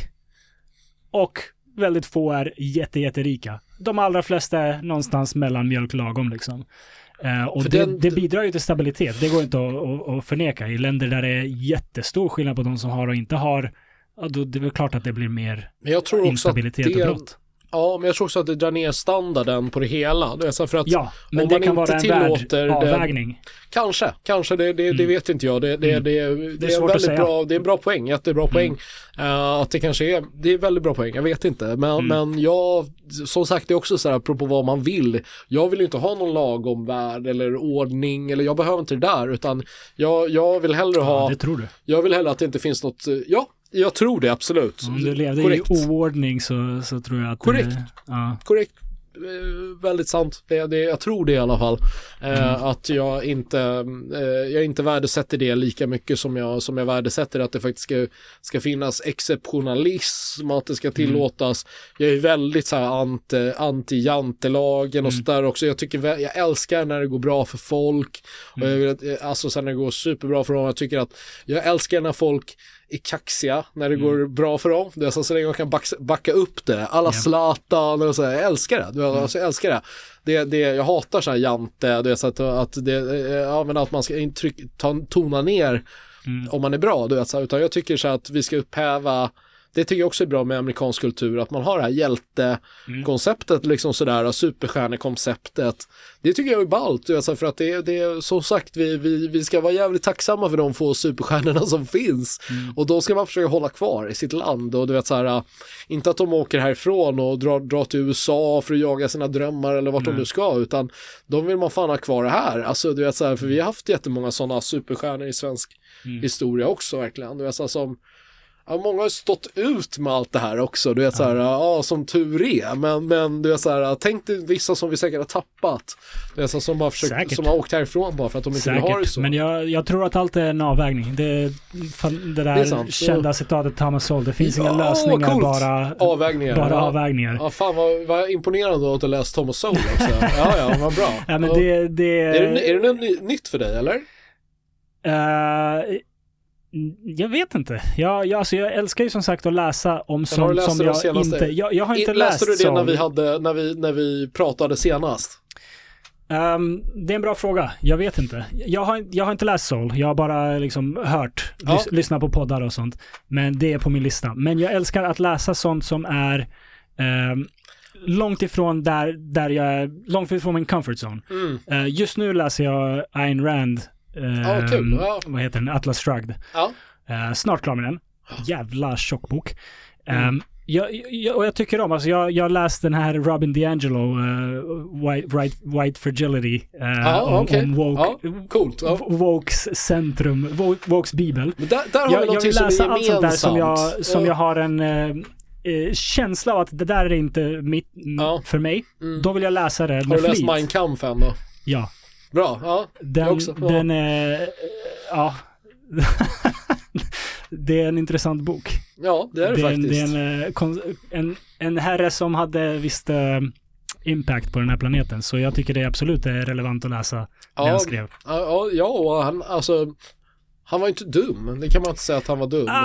och väldigt få är jätterika. De allra flesta är någonstans mellan mjölklagom liksom. Och det bidrar ju till stabilitet. Det går inte att förneka. I länder där det är jättestor skillnad på de som har och inte har, då det är väl klart att det blir mer instabilitet och brott. Ja, men jag tror också att det drar ner standarden på det hela. Det är så för att men det kan vara en värd avvägning. Kanske det vet inte jag. Det är svårt att säga. Det är en bra poäng, jättebra poäng. Att det kanske det är väldigt bra poäng, jag vet inte. Men jag, som sagt, det är också så här apropå vad man vill. Jag vill inte ha någon lagom värld eller ordning, eller jag behöver inte det där, utan jag vill hellre ha. Det tror du. Jag vill hellre att det inte finns något. Jag tror det, absolut. Om du levde i oordning så tror jag att Korrekt. Väldigt sant. Jag tror det i alla fall. Att jag inte värdesätter det lika mycket som jag värdesätter att det faktiskt ska finnas exceptionalism, att det ska tillåtas. Jag är väldigt så här anti-jantelagen och sådär också. Jag älskar när det går bra för folk. Och jag vill, alltså sen när det går superbra för dem. Jag älskar när folk är kaxiga när det går bra för dem. Det är så länge man kan backa upp det. Alla Zlatan och så här, jag älskar det. Alltså, jag älskar det. Jag hatar så här jante, det är så att man ska tona ner om man är bra, du vet, så här, utan jag tycker så att vi ska upphäva. Det tycker jag också är bra med amerikansk kultur, att man har det här hjältekonceptet, liksom sådär, superstjärnekonceptet. Det tycker jag är ballt, alltså, för att det är som sagt, vi ska vara jävligt tacksamma för de få superstjärnorna som finns. Och då ska man försöka hålla kvar i sitt land, och du vet så här, inte att de åker härifrån och drar till USA för att jaga sina drömmar eller vart de nu ska, utan de vill man fan ha kvar det här. Alltså du vet så här, för vi har haft jättemånga sådana superstjärnor i svensk historia också, verkligen. Du vet så här, som många har stått ut med allt det här också, du vet så här, som tur är, men du vet så här, tänk dig vissa som vi säkert har tappat, du vet så, som bara försökt, som har åkt härifrån bara för att de inte vill ha det så. Men jag tror att allt är en avvägning. Det där kända citatet Thomas Sowell, det finns inga lösningar, coolt. bara avvägningar. Ja, fan vad imponerande att ha läst Thomas Sowell också. ja, vad bra. Ja, men är det något nytt för dig, eller? Jag vet inte. Jag älskar ju som sagt att läsa om sånt som jag inte... Jag har inte läst. Läste du det när vi pratade senast? Det är en bra fråga. Jag vet inte. Jag har inte läst Soul. Jag har bara liksom hört, lyssnat på poddar och sånt. Men det är på min lista. Men jag älskar att läsa sånt som är långt ifrån där jag är, långt ifrån min comfort zone. Just nu läser jag Ayn Rand. Kul. Vad heter den? Atlas Shrugged. Snart klar med den. Jävla tjock bok. Och jag tycker om, alltså jag läste den här Robin DiAngelo White Fragility om woke, coolt. Wokes centrum, Wokes bibel. Där har jag vill läsa allt sånt där som jag har en känsla av att det där är inte mitt för mig. Då vill jag läsa det med Har du flit. läst Mein Kampf än då? Ja. Bra, Den är det är en intressant bok. Ja, det är det faktiskt. Det är en herre som hade visst impact på den här planeten. Så jag tycker det absolut är relevant att läsa det han skrev. Och han var inte dum. Det kan man inte säga att han var dum.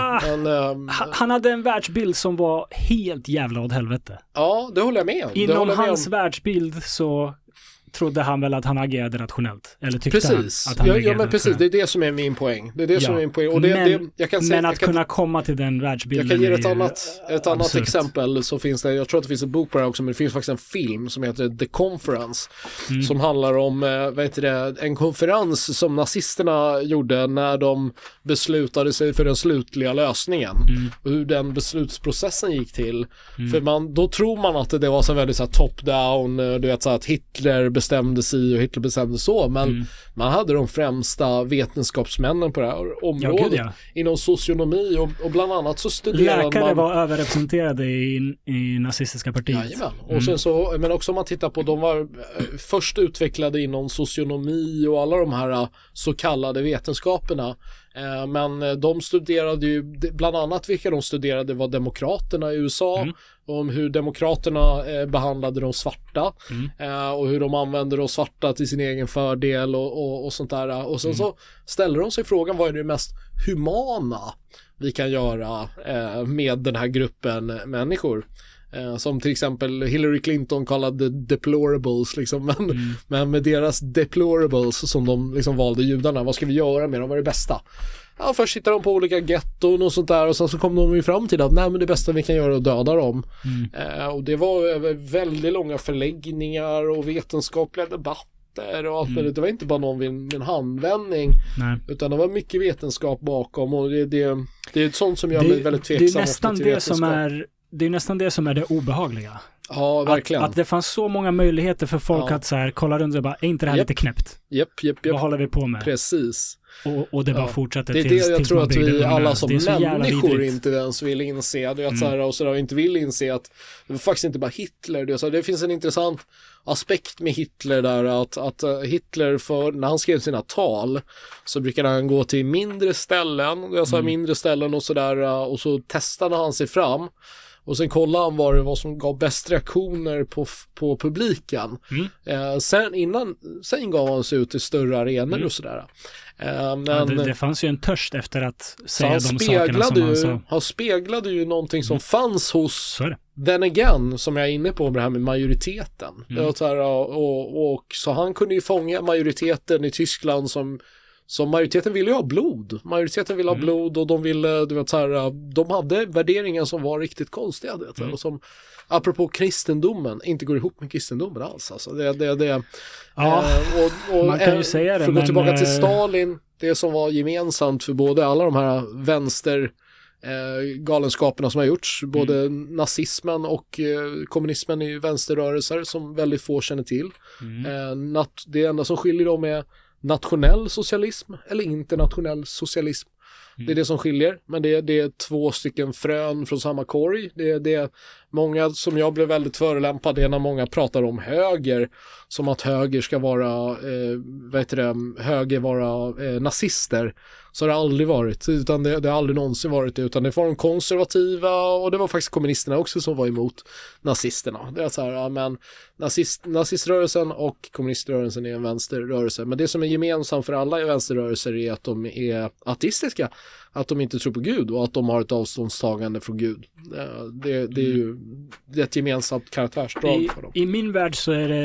Han hade en världsbild som var helt jävla åt helvete. Ja, det håller jag med om. Inom hans världsbild så trodde han väl att han agerade rationellt. Eller tyckte precis. Han att han agerade men precis. Det är det som är min poäng. Det är det som är min poäng. Och men att kunna komma till den världsbilden. Jag kan ge ett annat exempel. Så finns det, jag tror att det finns en bok på det här också, men det finns faktiskt en film som heter The Conference. Som handlar om en konferens som nazisterna gjorde när de beslutade sig för den slutliga lösningen. Och hur den beslutsprocessen gick till. För då tror man att det var så väldigt så här top-down, du vet så att Hitler bestämde sig och Hitler bestämde så, men man hade de främsta vetenskapsmännen på det här området inom socionomi och bland annat så studerade läkare var överrepresenterade i nazistiska partiet. Jajamän. Och sen så, men också om man tittar på, de var först utvecklade inom socionomi och alla de här så kallade vetenskaperna. Men de studerade ju, bland annat vilka de studerade var demokraterna i USA, om hur demokraterna behandlade de svarta och hur de använde de svarta till sin egen fördel och sånt där. Och sen så ställer de sig frågan, vad är det mest humana vi kan göra med den här gruppen människor? Som till exempel Hillary Clinton kallade deplorables liksom, men med deras deplorables som de liksom valde judarna, vad ska vi göra med dem, vad är det bästa? Ja, först hittar de på olika getton och sånt där, och sen så kom de ju fram till att nej, men det bästa vi kan göra är att döda dem. Och det var över väldigt långa förläggningar och vetenskapliga debatter och allt. Det var inte bara någon vid en handvändning. Utan det var mycket vetenskap bakom, och det är ett sånt som gör mig väldigt tveksam. Det är nästan det är nästan det som är det obehagliga. Ja, verkligen. Att det fanns så många möjligheter för folk att så här kolla runt och bara, är inte det här lite knäppt? Japp. Vad håller vi på med? Precis. Och det bara fortsätter det är tills det jag tror att vi alla som människor vidrigt. inte ens vill inse. Du vet, så här, och så där, inte vill inse att det var faktiskt inte bara Hitler. Det finns en intressant aspekt med Hitler där, att Hitler, för när han skrev sina tal så brukade han gå till mindre ställen, mindre ställen och sådär, och så testade han sig fram. Och sen kollade han vad som gav bäst reaktioner på publiken. Sen gav han sig ut i större arenor och sådär. Men det fanns ju en törst efter att säga de sakerna som han sa. Han speglade ju någonting som fanns hos then again, som jag är inne på med det här med majoriteten. Och så han kunde ju fånga majoriteten i Tyskland som majoriteten ville ju ha blod. Majoriteten ville ha blod, och de ville, du vet, så här, de hade värderingar som var riktigt konstiga, och som apropå kristendomen inte går ihop med kristendomen alls. Alltså och man kan ju säga det, för att gå tillbaka till Stalin, det som var gemensamt för både alla de här vänster galenskaperna som har gjorts, både nazismen och kommunismen, är ju vänsterrörelser som väldigt få känner till. Det enda som skiljer dem är nationell socialism eller internationell socialism. Det är det som skiljer, men det är 2 stycken frön från samma korg. Det är många som jag blev väldigt förolämpad, det är när många pratar om höger som att höger ska vara höger vara nazister. Så har det aldrig varit, utan det har aldrig någonsin varit det, utan det var de konservativa, och det var faktiskt kommunisterna också som var emot nazisterna. Det är så här, men naziströrelsen och kommuniströrelsen är en vänsterrörelse, men det som är gemensamt för alla vänsterrörelser är att de är ateistiska, att de inte tror på Gud och att de har ett avståndstagande från Gud. Det är ju ett gemensamt karaktärsdrag för dem. I min värld så är det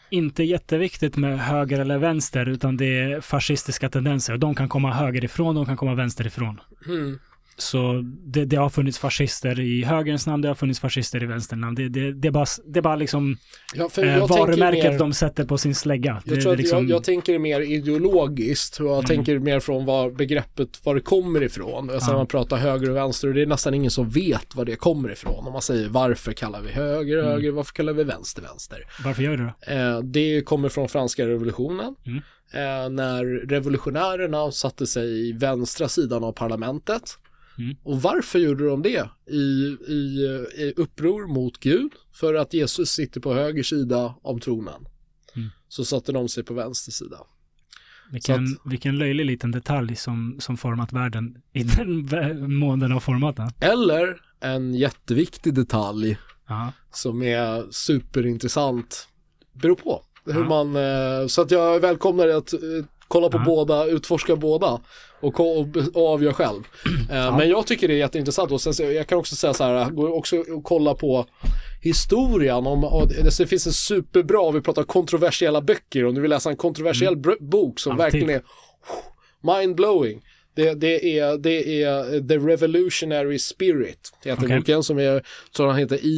inte jätteviktigt med höger eller vänster, utan det är fascistiska tendenser. De kan komma högerifrån, de kan komma vänsterifrån. Så det har funnits fascister i högerns namn, det har funnits fascister i vänsterns namn. Det är bara liksom varumärket de sätter på sin slägga. Jag tänker mer ideologiskt, och jag tänker mer från var det kommer ifrån. Alltså man pratar höger och vänster, och det är nästan ingen som vet var det kommer ifrån. Om man säger varför kallar vi höger, varför kallar vi vänster? Varför gör vi det? Det kommer från franska revolutionen. När revolutionärerna satte sig i vänstra sidan av parlamentet. Och varför gjorde de det? I uppror mot Gud, för att Jesus sitter på höger sida av tronen. Så satte de sig på vänster sida. Vilken löjlig liten detalj som format världen i den mån den har format den. Eller en jätteviktig detalj som är superintressant. Beror på hur man, så att jag välkomnar att kolla på båda, utforska båda och avgöra själv. Men jag tycker det är jätteintressant, och sen, jag kan också säga så här, går också att kolla på historien det finns en superbra, vi pratar kontroversiella böcker, om du vill läsa en kontroversiell bok som verkligen är mind-blowing. Det är The Revolutionary Spirit heter boken, som är, så han heter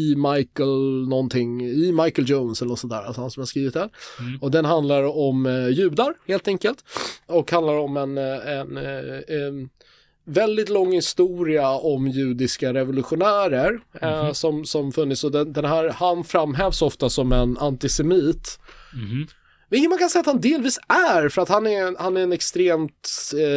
Michael Jones eller något sådär, alltså han som har skrivit det. Och den handlar om judar helt enkelt, och handlar om en väldigt lång historia om judiska revolutionärer som funnits, och den här, han framhävs ofta som en antisemit. Vilket man kan säga att han delvis är, för att han är en extremt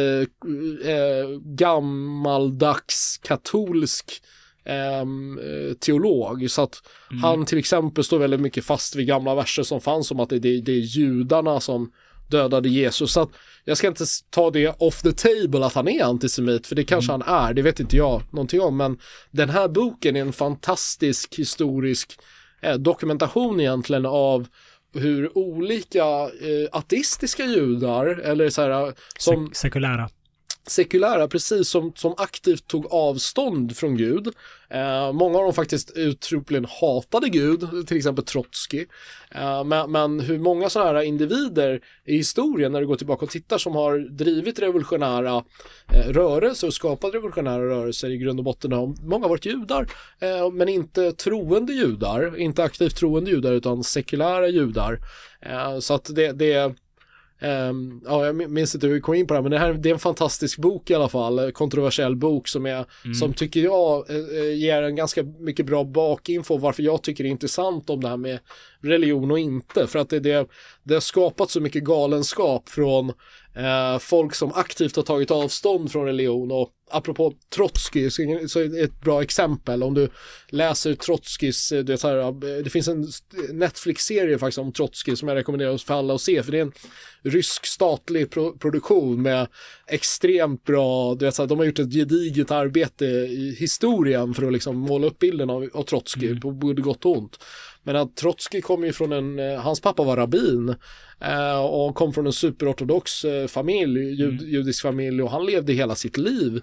gammaldags katolsk teolog, så att han till exempel står väldigt mycket fast vid gamla verser som fanns om att det är judarna som dödade Jesus. Så att jag ska inte ta det off the table att han är antisemit, för det kanske han är, det vet inte jag någonting om, men den här boken är en fantastisk historisk dokumentation egentligen av hur olika ateistiska judar, eller så här, som sekulära, precis, som aktivt tog avstånd från Gud. Många av dem faktiskt uttryckligen hatade Gud, till exempel Trotsky. Men hur många sådana här individer i historien, när du går tillbaka och tittar, som har drivit revolutionära rörelser och skapat revolutionära rörelser i grund och botten, många har varit judar, men inte troende judar, inte aktivt troende judar, utan sekulära judar. Så att det jag minns inte hur vi kom in på det här, men det är en fantastisk bok i alla fall, kontroversiell bok som tycker jag ger en ganska mycket bra bakinfo varför jag tycker det är intressant om det här med religion och inte, för att det har skapat så mycket galenskap från folk som aktivt har tagit avstånd från religion. Och apropå Trotsky, så är ett bra exempel, om du läser Trotskys, det finns en Netflix-serie faktiskt om Trotsky som jag rekommenderar för alla att se, för det är en rysk statlig produktion med extremt bra, de har gjort ett gediget arbete i historien för att liksom måla upp bilden av Trotsky på både gott och ont. Men att Trotsky kom ju från hans pappa var rabbin och kom från en superortodox familj, judisk familj, och han levde hela sitt liv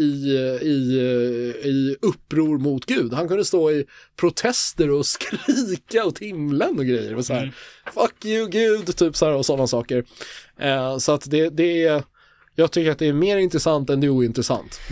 i uppror mot Gud. Han kunde stå i protester och skrika åt himlen och grejer och så här, fuck you Gud, typ så här, och sådana saker. Så att det är, jag tycker att det är mer intressant än det är ointressant.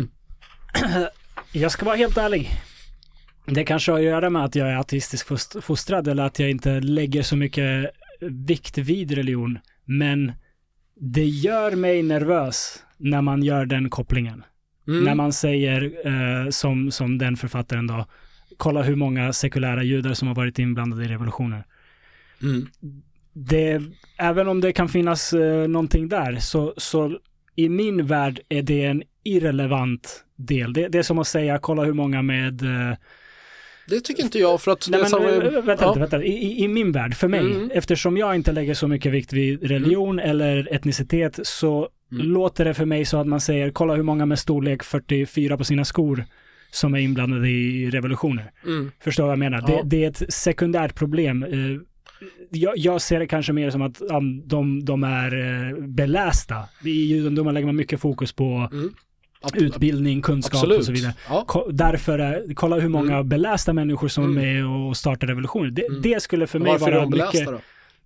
Jag ska vara helt ärlig. Det kanske har att göra med att jag är ateistiskt fostrad, eller att jag inte lägger så mycket vikt vid religion. Men det gör mig nervös när man gör den kopplingen. När man säger, som den författaren då, kolla hur många sekulära judar som har varit inblandade i revolutioner. Även om det kan finnas någonting där, så i min värld är det en irrelevant del. Det är som att säga, kolla hur många med... Det tycker inte jag, för att... Vänta. I min värld, för mig, eftersom jag inte lägger så mycket vikt vid religion eller etnicitet, så låter det för mig så att man säger, kolla hur många med storlek 44 på sina skor som är inblandade i revolutioner. Förstår vad jag menar? Ja. Det är ett sekundärt problem. Jag ser det kanske mer som att de är belästa. I judendomen lägger man mycket fokus på utbildning, kunskap. Absolut. Och så vidare. Ja. Därför, kolla hur många belästa människor som är med och startar revolutioner. Det skulle för mig vara mycket... Då?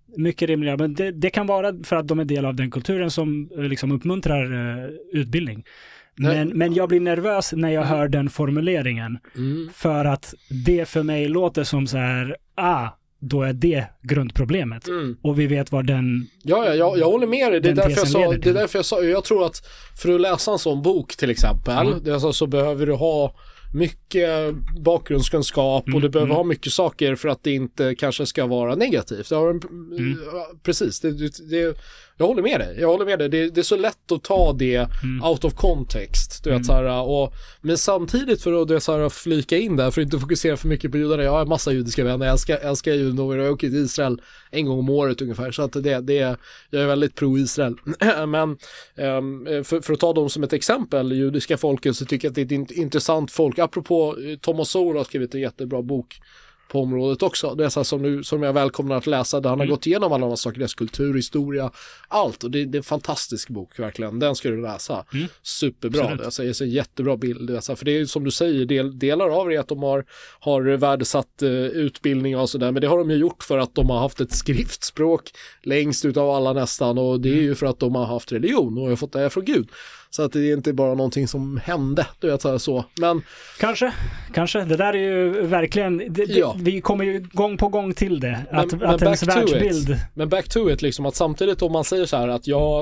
mycket rimligare. Men det kan vara för att de är del av den kulturen som liksom uppmuntrar utbildning. Men jag blir nervös när jag hör den formuleringen. För att det för mig låter som så här, då är det grundproblemet. Och vi vet vad den... Jag håller med dig. Det är därför jag sa, jag tror att för att läsa en sån bok till exempel, så behöver du ha mycket bakgrundskunskap och du behöver ha mycket saker för att det inte kanske ska vara negativt. Precis, jag håller med dig. Det är så lätt att ta det out of context. Du vet, så här, men samtidigt för att så här, flika in där, för att inte fokusera för mycket på judarna. Jag har en massa judiska vänner. Jag älskar judar och jag åker till Israel en gång om året ungefär. Så att jag är väldigt pro-Israel. Men för att ta dem som ett exempel, judiska folket, så tycker jag att det är ett intressant folk. Apropå Thomas Sowell har skrivit en jättebra bok på området också. Det är så här som jag välkomnar att läsa, där han har gått igenom alla de här saker, deras kultur, historia, allt. Och det är en fantastisk bok, verkligen. Den ska du läsa. Superbra. Det är en jättebra bild. För det är som du säger, delar av det är att de har värdesatt utbildning och sådär, men det har de ju gjort för att de har haft ett skriftspråk längst utav alla nästan, och det är ju för att de har haft religion och har fått det här från Gud. Så att det är inte bara någonting som hände, du vet, så. Men kanske. Det där är ju verkligen vi kommer ju gång på gång till det. Att ens världsbild. Men back to it, liksom, att samtidigt om man säger så här att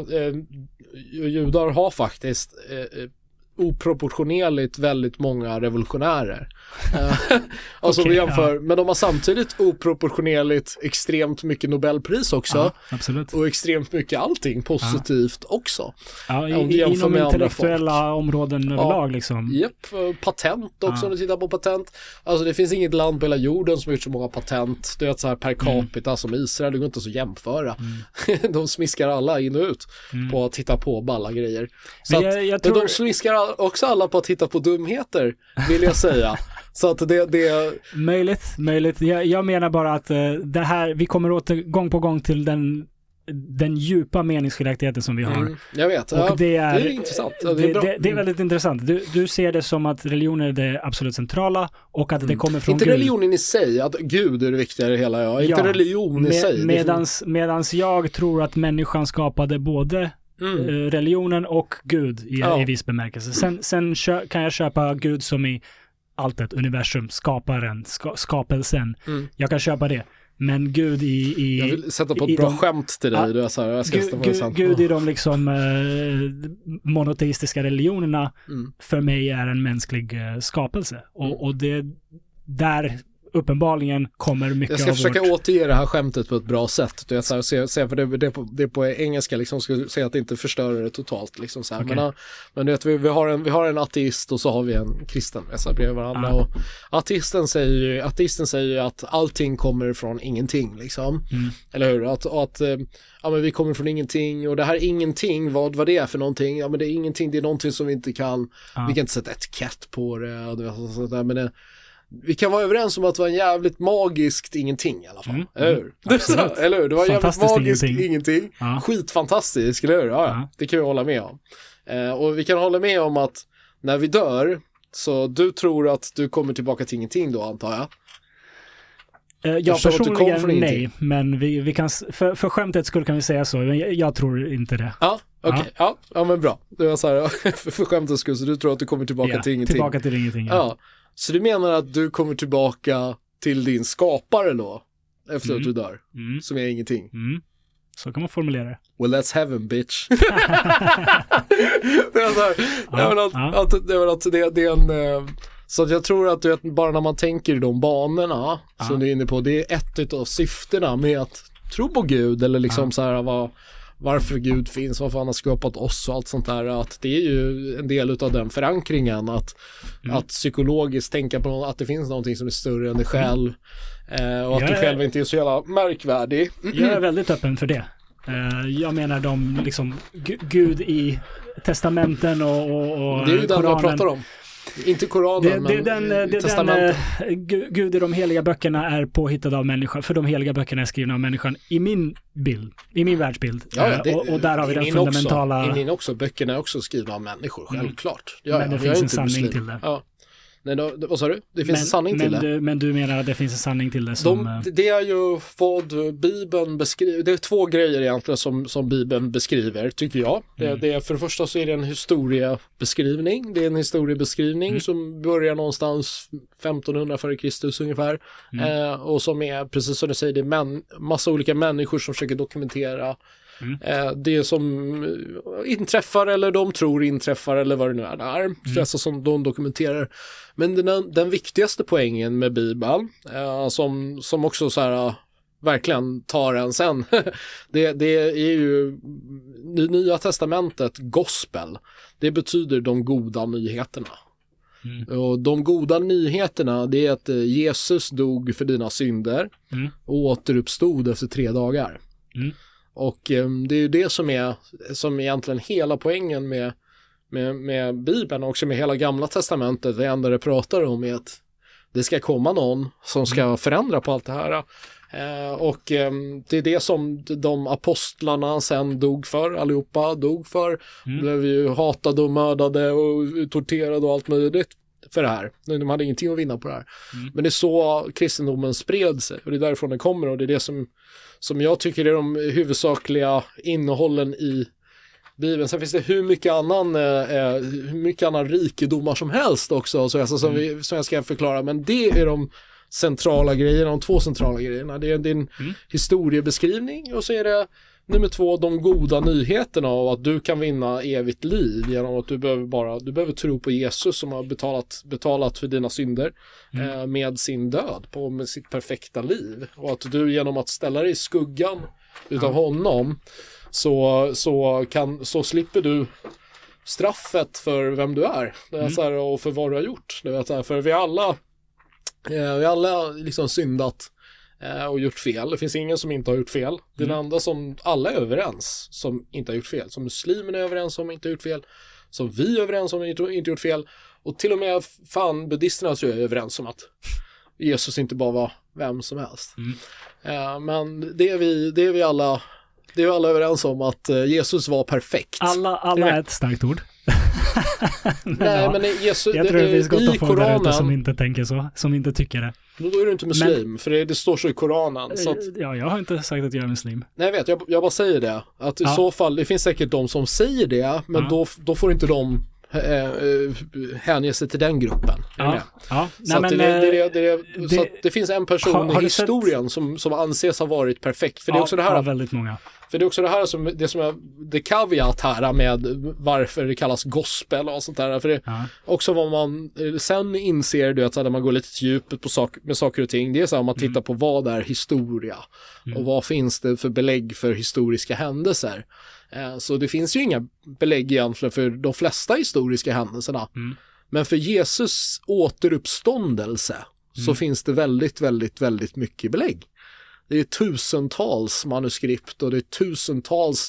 judar har faktiskt oproportionerligt väldigt många revolutionärer. Alltså vi jämför, men de har samtidigt oproportionerligt extremt mycket Nobelpris också. Absolut. Och extremt mycket allting positivt också. Inom intellektuella områden överlag liksom. Patent också, om du tittar på patent. Alltså det finns inget land på hela jorden som har gjort så många patent. Det är så här per capita som Israel, det går inte så jämföra. De smiskar alla in och ut på att titta på balla grejer. Så jag tror... de smiskar också alla på att titta på dumheter, vill jag säga. Så att det är... Möjligt. Jag menar bara att det här, vi kommer åter gång på gång till den djupa meningsskiljaktigheten som vi har. Jag vet. Och det är intressant. Det är väldigt intressant. Du ser det som att religion är det absolut centrala och att det kommer från inte Gud. Inte religionen i sig, att Gud är det viktigare i hela. Inte religion i sig. Medans jag tror att människan skapade både religionen och Gud i viss bemärkelse. Sen kan jag köpa Gud som i allt ett universum, skaparen, skapelsen. Jag kan köpa det. Men Gud i jag vill sätta på ett bra skämt till dig. Gud i de liksom monoteistiska religionerna för mig är en mänsklig skapelse. Och det där uppenbarligen kommer mycket av jag ska försöka återge det här skämtet på ett bra sätt. Du vet, så här, se för det är på engelska liksom, ska säga att det inte förstör det totalt liksom, så här. Okay. Men du vet, vi har en ateist och så har vi en kristen så här, bredvid varandra. Och ateisten säger ju att allting kommer från ingenting liksom. Eller hur? Att men vi kommer från ingenting, och det här ingenting, vad det är för någonting, men det är ingenting, det är någonting som vi inte kan vi kan inte sätta etikett på det, och du vet, sånt där, men vi kan vara överens om att det var en jävligt magiskt ingenting i alla fall. Eller hur? Det var en jävligt magiskt ingenting. Skitfantastiskt, eller hur? Ja. Det kan vi hålla med om. Och vi kan hålla med om att när vi dör, så du tror att du kommer tillbaka till ingenting då, antar jag. Jag personligen nej, men vi kan för skämtet skulle kan vi säga så, men jag tror inte det. Ja, okej. Ja, men bra. Det var så här, för skämtets skull, så du tror att du kommer tillbaka till ingenting. Tillbaka till ingenting. Ja. Så du menar att du kommer tillbaka till din skapare då, efter att du dör, som är ingenting? Så kan man formulera det. Well, that's heaven, bitch. Det är så här, det är en... Så att jag tror att du vet, bara när man tänker i de banorna som du är inne på, det är ett av syftena med att tro på Gud, eller liksom så här, varför Gud finns, varför han har skapat oss och allt sånt där, att det är ju en del av den förankringen att psykologiskt tänka på att det finns någonting som är större än dig själv, och att du själv inte är så jävla märkvärdig. Jag är väldigt öppen för det. Jag menar de liksom Gud i testamenten och det är ju den jag pratar om. Inte Koranen, men testamenten. Gud i de heliga böckerna är påhittad av människan, för de heliga böckerna är skrivna av människan i min världsbild. Och där har vi den fundamentala... I min också, böckerna är också skrivna av människor, självklart. Men det finns en sanning till det. Ja. Nej, vad sa du? Det finns en sanning till det. Men du menar att det finns en sanning till det Det är ju vad Bibeln beskriver. Det är 2 grejer egentligen som Bibeln beskriver, tycker jag. Det är, för det första så är det en historiebeskrivning. Det är en historiebeskrivning som börjar någonstans 1500 före Kristus ungefär. Och som är, precis som du säger, det är massa olika människor som försöker dokumentera det som inträffar eller de tror inträffar eller vad det nu är där. Det som de dokumenterar. Men den viktigaste poängen med Bibeln som också så här verkligen tar en sen det är ju Nya testamentet, gospel. Det betyder de goda nyheterna. Och de goda nyheterna, det är att Jesus dog för dina synder och återuppstod efter 3 dagar. Och det är ju det som egentligen hela poängen med Bibeln och också med hela gamla testamentet. Det enda det pratar om är att det ska komma någon som ska förändra på allt det här. Och det är det som de apostlarna sen dog för, allihopa dog för. Blev ju hatade och mördade och torterade och allt möjligt för det här. De hade ingenting att vinna på det här. Men det är så kristendomen spred sig och det är därifrån den kommer och det är det som jag tycker är de huvudsakliga innehållen i Bibeln. Sen finns det hur mycket annan rikedomar som helst också som jag ska förklara, men det är de centrala grejerna, de 2 centrala grejerna. Det är din historiebeskrivning och så är det nummer 2, de goda nyheterna och att du kan vinna evigt liv genom att du behöver tro på Jesus som har betalat för dina synder med sin död med sitt perfekta liv. Och att du genom att ställa dig i skuggan utav honom så slipper du straffet för vem du är. Det är så här, och för vad du har gjort. Det är så här, för vi alla liksom syndat och gjort fel. Det finns ingen som inte har gjort fel. Det är den enda som alla är överens som inte har gjort fel. Som muslimerna är överens om inte har gjort fel. Som vi är överens om inte gjort fel. Och till och med buddhisterna tror jag är överens om att Jesus inte bara var vem som helst. Men det är vi alla överens om att Jesus var perfekt. Alla är ett starkt ord. Nej, men Jesus, jag tror det finns gott att få där ute som inte tänker så, som inte tycker det. Då är du inte muslim, för det står så i Koranen. Så att, ja, jag har inte sagt att jag är muslim. Nej, jag bara säger det. Att i så fall, det finns säkert de som säger det, men då får inte de hänge sig till den gruppen. Det finns en person i historien som anses ha varit perfekt. För det är också det här. Väldigt många. För det är också det här som det caveat här med varför det kallas gospel och sånt där. För det är också vad man sen inser det att när man går lite till djupet med saker och ting. Det är så här om man tittar på vad är historia och vad finns det för belägg för historiska händelser. Så det finns ju inga belägg egentligen för de flesta historiska händelserna. Men för Jesus återuppståndelse så finns det väldigt, väldigt, väldigt mycket belägg. Det är tusentals manuskript och det är tusentals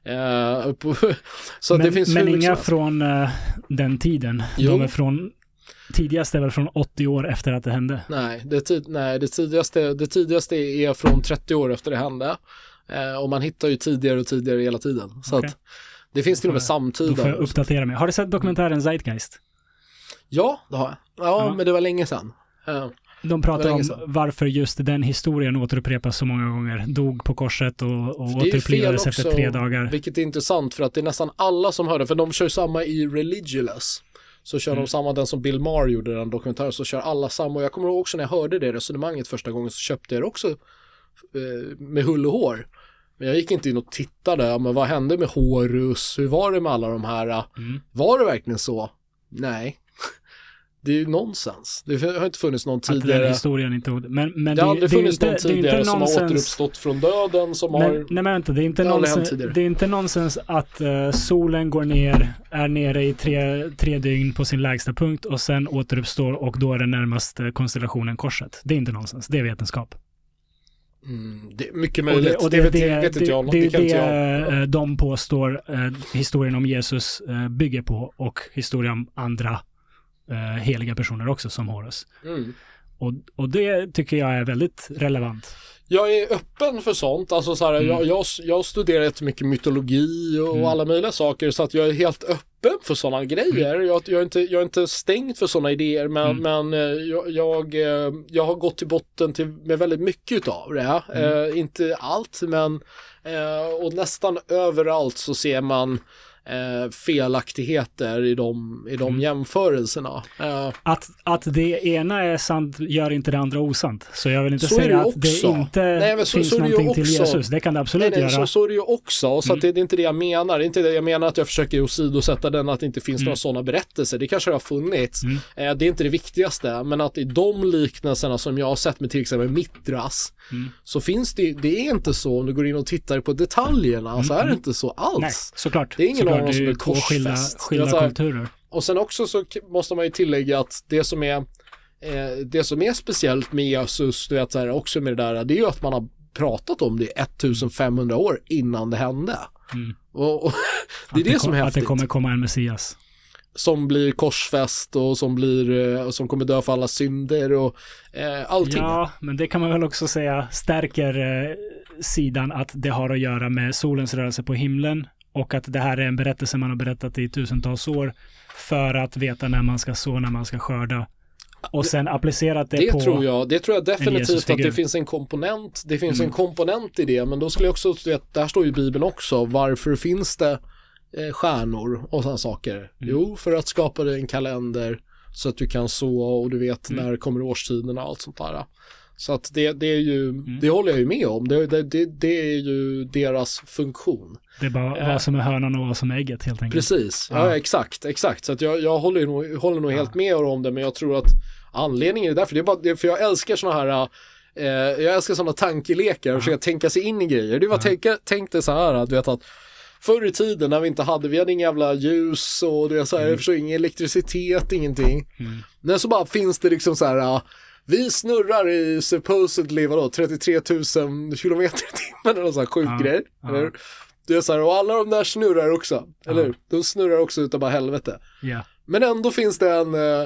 så det finns men inga från den tiden. De är från tidigaste är väl från 80 år efter att det hände. Nej, det tidigaste är från 30 år efter det hände. Och man hittar ju tidigare och tidigare hela tiden. Så att det finns till och med samtida. Då får jag uppdatera mig. Har du sett dokumentären Zeitgeist? Ja, det har jag. Ja, men det var länge sedan. De pratar om varför just den historien återupprepas så många gånger. Dog på korset och återupplivades efter 3 dagar. Vilket är intressant för att det är nästan alla som hör det. För de kör samma i Religulous. Så kör de samma, den som Bill Maher gjorde den dokumentären, så kör alla samma. Och jag kommer ihåg också när jag hörde det resonemanget första gången så köpte jag det också med hull och hår. Men jag gick inte in och tittade. Men vad hände med Horus? Hur var det med alla de här? Var det verkligen så? Nej. Det är ju nonsens. Det har inte funnits någon tidigare. Att den historien inte... Men det har aldrig funnits någon tidigare som har återuppstått från döden. Nej, men vänta. Det är inte nonsens att solen är nere i 3 dygn på sin lägsta punkt och sen återuppstår och då är den närmaste konstellationen korset. Det är inte nonsens. Det är vetenskap. Det är mycket möjligt. Och det vet inte jag. Det är det de påstår historien om Jesus bygger på och historien om andra heliga personer också som Horus. Och det tycker jag är väldigt relevant. Jag är öppen för sånt. Alltså så här, jag studerar jättemycket mytologi och alla möjliga saker så att jag är helt öppen öppen för sådana grejer. Jag är inte stängd för sådana idéer, men jag har gått till botten med väldigt mycket av det. Inte allt, men och nästan överallt så ser man felaktigheter i de jämförelserna. Att det ena är sant gör inte det andra osant. Så jag vill inte säga att det inte finns någonting till Jesus. Det kan det absolut göra. Så är det ju också. Så att det är inte det jag menar. Det är inte det jag menar att jag försöker åsidosätta den, att det inte finns några sådana berättelser. Det kanske har funnits. Det är inte det viktigaste. Men att i de liknelserna som jag har sett med till exempel Mitras, så finns det är inte så om du går in och tittar på detaljerna. Så är det inte så alls. Nej, såklart. Det är ingen av dem som är korsfäst. Skilda kulturer. Och sen också så måste man ju tillägga att det som är speciellt med Jesus, du vet, så här, också med det där, det är ju att man har pratat om det 1500 år innan det hände. Och det är det som är häftigt. Att det kommer komma en Messias. Som blir korsfäst och som kommer dö för alla synder och allting. Ja, men det kan man väl också säga stärker sidan att det har att göra med solens rörelse på himlen. Och att det här är en berättelse man har berättat i tusentals år för att veta när man ska så, när man ska skörda. Och sen applicerat det på... Det tror jag definitivt att det finns en komponent. Det finns en komponent i det, men då skulle jag också veta, där står ju i Bibeln också, varför finns det stjärnor och sådana saker? Jo, för att skapa dig en kalender så att du kan så och du vet när kommer årstiderna och allt sånt där. Så att det är ju, det håller jag ju med om. Det är ju deras funktion. Det är bara vad som är hönan och vad som är ägget helt enkelt. Precis, ja exakt. Så att jag håller nog helt med om det, men jag tror att anledningen är därför, det är bara för jag älskar såna här jag älskar såna tankelekar och försöka tänka sig in i grejer. Det var tänkte så här att du vet att förr i tiden när vi hade inga jävla ljus och det är så här, jag förstår ingen elektricitet, ingenting. Men så bara finns det liksom så här vi snurrar i supposedly 33 000 kilometer i timmen eller så här sjuk grej. Eller? Det är så här, och alla de där snurrar också. Eller de snurrar också utav bara helvete. Men ändå finns det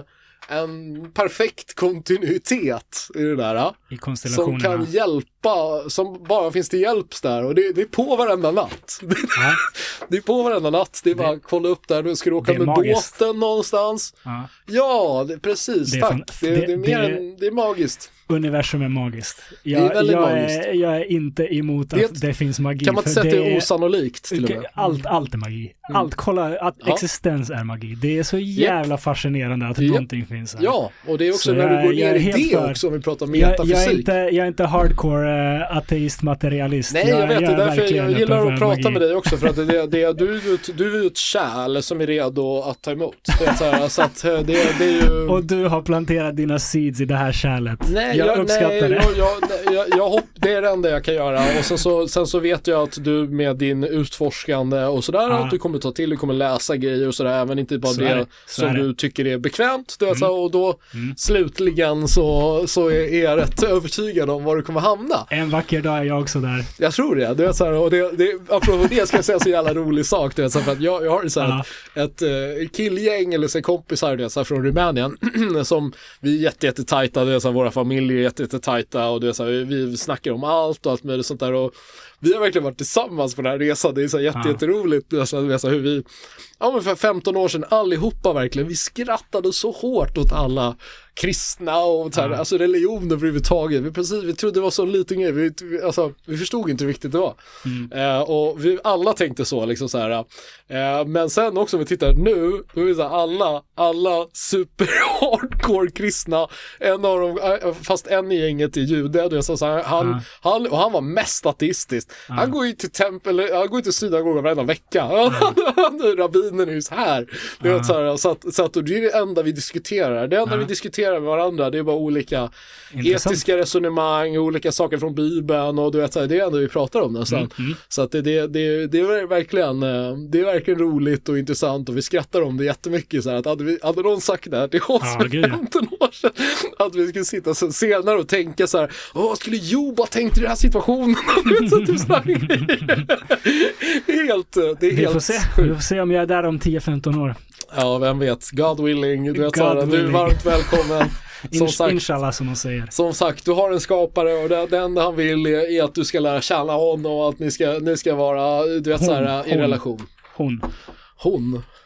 en perfekt kontinuitet i det där. I konstellationerna. Som kan hjälpa, som bara finns till hjälps där. Och det är på varenda natt. Det är på varenda natt. Det är bara att kolla upp där. Du ska åka med båten någonstans. Ja, precis. Tack. Det är magiskt. Universum är magiskt. Jag är inte emot att det finns magi. Kan man inte säga att det är osannolikt till och med? Allt är magi. Existens är magi. Det är så jävla fascinerande att någonting finns här. Ja, och det är också så när du går ner i det också, om vi pratar metafysik. Jag är inte hardcore ateist materialist. Nej, jag vet det. Därför jag gillar att prata med dig också, för att du är ett kärl som är redo att ta emot. Det är så här, så att det är ju... Och du har planterat dina seeds i det här kärlet. Nej, jag uppskattar det. Det är det enda jag kan göra. Och sen så vet jag att du med din utforskande och sådär, att du kommer läsa grejer och sådär, även inte bara det som du tycker är bekvämt. Och då slutligen så är jag rätt övertygad om var du kommer hamna. En vacker dag är jag också där. Jag tror det. Det är så här, och apropå det ska jag säga så jävla rolig sak. Det är så här, för att jag har så här, ett killgäng eller så kompisar det är så här, från Rumänien som vi är jättetajta. Det är så här, våra familjer är jättetajta och det är så här, vi snackar om allt och allt möjligt sånt där, och vi har verkligen varit tillsammans på den här resan. Det är så jätteroligt. Det är så hur vi men för 15 år sedan allihopa verkligen, vi skrattade så hårt åt alla kristna och så här, alltså religioner överhuvudtaget. Vi trodde det var så en liten grej. Vi förstod inte hur viktigt det var. Och vi alla tänkte så liksom så här. Men sen också om vi tittar nu, då är det så här, alla super hardcore kristna, en av dem, fast en i gänget är jude, det är så här, han var mest ateistisk. Han går ju till tempel, han går till synagogan varenda vecka. Rabbinen är ju så här. Det är så att det är det enda vi diskuterar. Det enda vi diskuterar med varandra, det är bara olika etiska resonemang, olika saker från Bibeln, och du vet så här, det är det enda vi pratar om nästan. Så att det är verkligen roligt och intressant, och vi skrattar om det jättemycket så här, att hade någon sagt det här till oss för 15 år sedan, att vi skulle sitta senare och tänka så här, skulle Job ha tänkt i den här situationen? Det är helt vi får se om jag är där om 10-15 år. Ja, vem vet. God willing. Du är varmt välkommen. Inshallah, som de säger. Som sagt, du har en skapare, och det enda han vill är att du ska lära känna honom, och att ni ska vara, du vet, så här, i relation. Hon.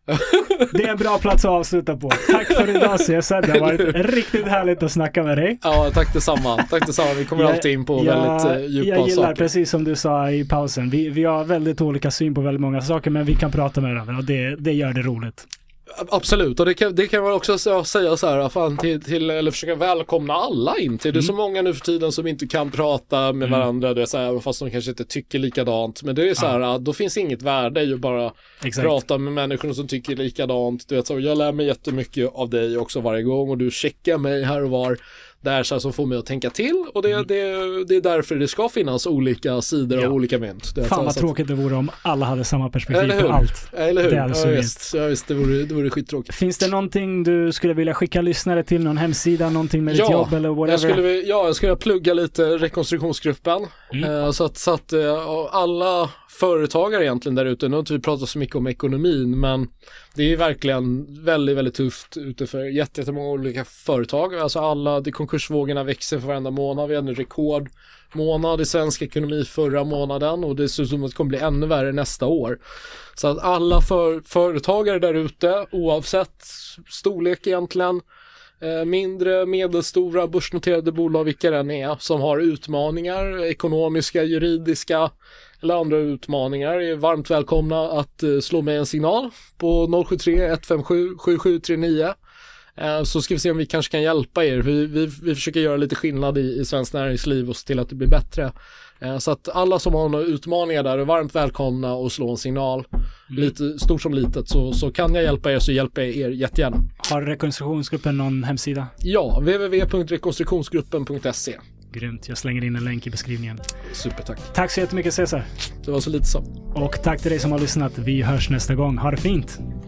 Det är en bra plats att avsluta på. Tack för idag Cesar. Det har varit riktigt härligt att snacka med dig. Ja, tack detsamma. Vi kommer alltid in på väldigt djupa saker. Jag gillar, precis som du sa i pausen. Vi har väldigt olika syn på väldigt många saker, men vi kan prata med varandra och det gör det roligt. Absolut, och det kan man också säga så här, fan, till eller försöka välkomna alla in till. Det är så många nu för tiden som inte kan prata med varandra, det är så här, fast de kanske inte tycker likadant. Men det är så här, då finns inget värde i att bara prata med människor som tycker likadant. Du vet, så jag lär mig jättemycket av dig också varje gång och du checkar mig här och var. Det är så här som får mig att tänka till och det är därför det ska finnas olika sidor av olika mynt. Fan vad tråkigt det vore om alla hade samma perspektiv på allt. Eller hur? Ja, visst, det vore skittråkigt. Finns det någonting du skulle vilja skicka lyssnare till? Någon hemsida, någonting med ditt jobb eller whatever? Jag skulle plugga lite rekonstruktionsgruppen. Så att alla företagare egentligen där ute, nu har inte vi pratat så mycket om ekonomin, men det är verkligen väldigt, väldigt tufft ute för jättemånga olika företag. Alltså konkursvågorna växer för varenda månad. Vi hade en rekordmånad i svensk ekonomi förra månaden och det ser ut som att det kommer bli ännu värre nästa år. Så att alla företagare där ute, oavsett storlek egentligen, mindre, medelstora, börsnoterade bolag, vilka den är, som har utmaningar, ekonomiska, juridiska eller andra utmaningar, är varmt välkomna att slå mig en signal på 073 157 7739. Så ska vi se om vi kanske kan hjälpa er. Vi försöker göra lite skillnad i svensk näringsliv och se till att det blir bättre. Så att alla som har några utmaningar där är varmt välkomna och slå en signal. Lite stort som litet, så kan jag hjälpa er, så hjälper jag er jättegärna. Har rekonstruktionsgruppen någon hemsida? Ja, www.rekonstruktionsgruppen.se. Grymt, jag slänger in en länk i beskrivningen. Supertack. Tack så jättemycket Cesar. Det var så lite så. Och tack till dig som har lyssnat. Vi hörs nästa gång. Ha det fint.